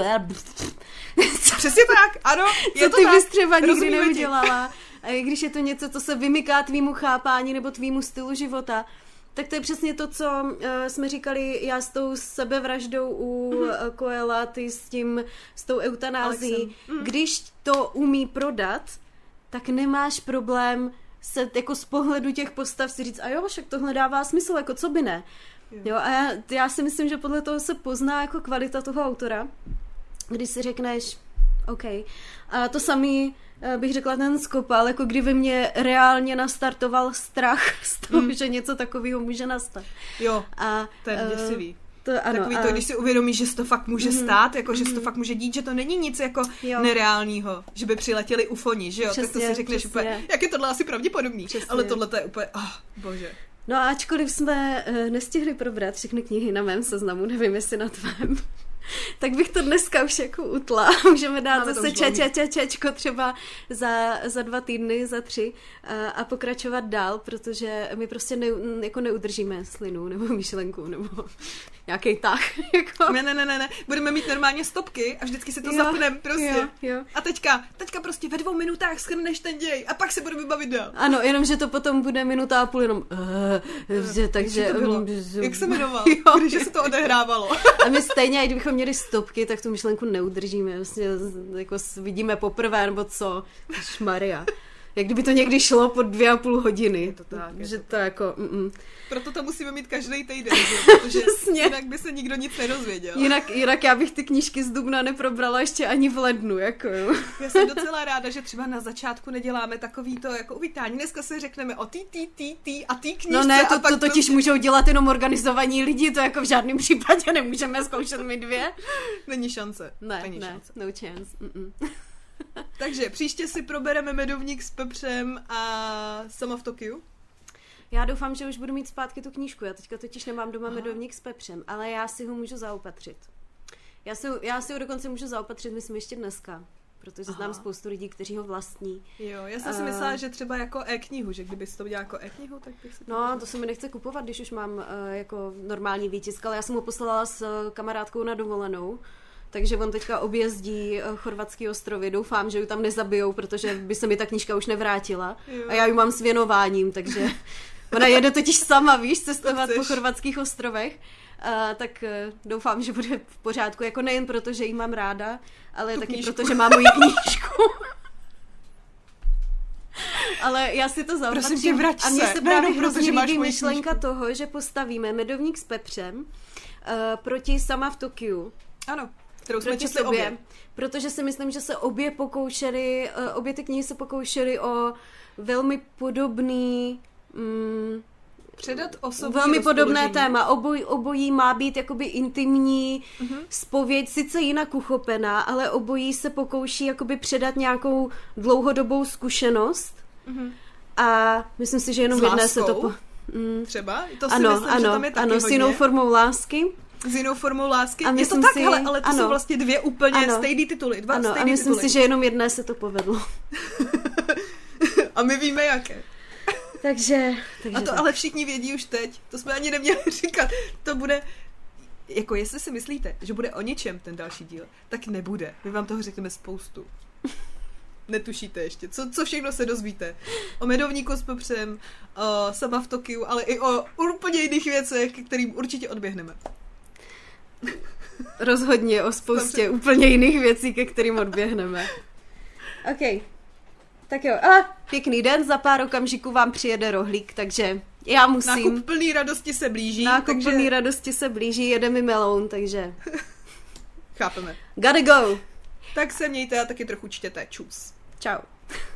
Přesně tak, ano. Je co to ty tak. bys třeba nikdy neudělala. A i když je to něco, co se vymyká tvýmu chápání nebo tvýmu stylu života, tak to je přesně to, co uh, jsme říkali já s tou sebevraždou u mm-hmm. Coela, ty s tím, s tou eutanází. Mm. Když to umí prodat, tak nemáš problém se jako z pohledu těch postav si říct, a jo, však tohle dává smysl, jako co by ne. Jo, jo a já, já si myslím, že podle toho se pozná jako kvalita toho autora, když si řekneš, OK. A to samý bych řekla ten Skopal, jako kdyby mě reálně nastartoval strach z toho, mm. že něco takového může nastat. Jo, a, to je děsivý. To, ano, Takový a... to, když si uvědomíš, že se to fakt může stát, jako, že se to fakt může dít, že to není nic jako jo. nereálního, že by přiletěli ufoni, že jo? Přesně, tak to si řekneš přesně. Úplně, jak je tohle asi pravděpodobný, přesně. Ale tohle to je úplně, oh, bože. No a ačkoliv jsme uh, nestihli probrat všechny knihy na mém seznamu, nevím, jestli na tvém, tak bych to dneska už jako utla. Můžeme dát Máme zase čačačačko třeba za, za dva týdny, za tři a, a pokračovat dál, protože my prostě ne, jako neudržíme slinu nebo myšlenku nebo nějaký tah. Jako. Ne, ne, ne, ne, budeme mít normálně stopky a vždycky si to zapneme prostě. Jo, jo. A teďka, teďka prostě ve dvou minutách shrneš ten děj a pak se budeme bavit dál. Ano, jenom, že to potom bude minuta a půl jenom uh, takže... Jak, to bylo? Um, Jak se jmenoval? Když se to odehrávalo. A my stejně, i kdybychom měli stopky, tak tu myšlenku neudržíme. Vlastně jako vidíme poprvé, nebo co? Šmaria. Jak kdyby to někdy šlo po dvě a půl hodiny. Je to tak. Je že to, to jako... Mm-mm. Proto to musíme mít každý týden, protože jinak by se nikdo nic nedozvěděl. Jinak, jinak já bych ty knížky z dubna neprobrala ještě ani v lednu, jako jo. Já jsem docela ráda, že třeba na začátku neděláme takový to jako uvítání. Dneska si řekneme o tý, tý, tý, tý a tý knížce. No ne, to, a pak to totiž prostě... můžou dělat jenom organizovaní lidi, to jako v žádném případě nemůžeme zkoušet my dvě. Není šance. Ne, Není ne, šance. no chance. Mm-mm. Takže příště si probereme Medovník s pepřem a Sama v Tokiu. Já doufám, že už budu mít zpátky tu knížku. Já teďka totiž nemám doma Aha. Medovník s pepřem, ale já si ho můžu zaopatřit. Já si, já si ho dokonce můžu zaopatřit, myslím, ještě dneska, protože Aha. znám spoustu lidí, kteří ho vlastní. Jo, já jsem si uh, myslela, že třeba jako e-knihu, že kdyby si to udělala jako e-knihu, tak bych si to No, myslela. to se mi nechce kupovat, když už mám uh, jako normální výtisk, ale já jsem ho poslala s kamarádkou na dovolenou. Takže on teďka objezdí chorvatský ostrovy. Doufám, že ji tam nezabijou, protože by se mi ta knížka už nevrátila. Jo. A já ji mám s věnováním, takže ona jede totiž sama, víš, cestovat po chorvatských ostrovech. A, tak doufám, že bude v pořádku. Jako nejen proto, že ji mám ráda, ale tu taky knížku. Proto, že mám moji knížku. Ale já si to zaopatřím. Prosím tě, vrať se. A mně se právě hrozně líbí myšlenka knížku. Toho, že postavíme Medovník s pepřem uh, proti Sama v Tokiu. Ano. kterou jsme Proč četli obě? obě. Protože si myslím, že se obě pokoušely, obě ty knihy se pokoušely o velmi podobný... Mm, Předat osobní velmi podobné rozpoložení. téma. Oboj, obojí má být jakoby intimní Mhm. zpověď, sice jinak uchopená, ale obojí se pokouší jakoby předat nějakou dlouhodobou zkušenost. Mhm. A myslím si, že jenom S v jedné se to... láskou? Po... Mm. Třeba? To si Ano, myslím, ano, že tam je taky ano, s hodně. jinou formou lásky. S jinou formou lásky. A Je to myslím tak, si- hele, ale to ano. jsou vlastně dvě úplně Ano. stejný tituly. Dva Ano, a stejný myslím tituly. si, že jenom jedné se to povedlo. A my víme, jaké. takže, takže A to tak. ale všichni vědí už teď. To jsme ani neměli říkat. To bude... Jako jestli si myslíte, že bude o ničem ten další díl, tak nebude. My vám toho řekneme spoustu. Netušíte ještě. Co, co všechno se dozvíte. O medovníku s popřem, o sama v Tokiu, ale i o úplně jiných věcech, kterým určitě odběhneme. Rozhodně o spoustě úplně jiných věcí, ke kterým odběhneme. OK. Tak jo. A pěkný den, za pár okamžiků vám přijede rohlík, takže já musím... Nákup plný radosti se blíží. Nákup takže... plný radosti se blíží, jede mi meloun, takže... Chápeme. Gotta go! Tak se mějte a taky trochu čtěte. Čus. Čau.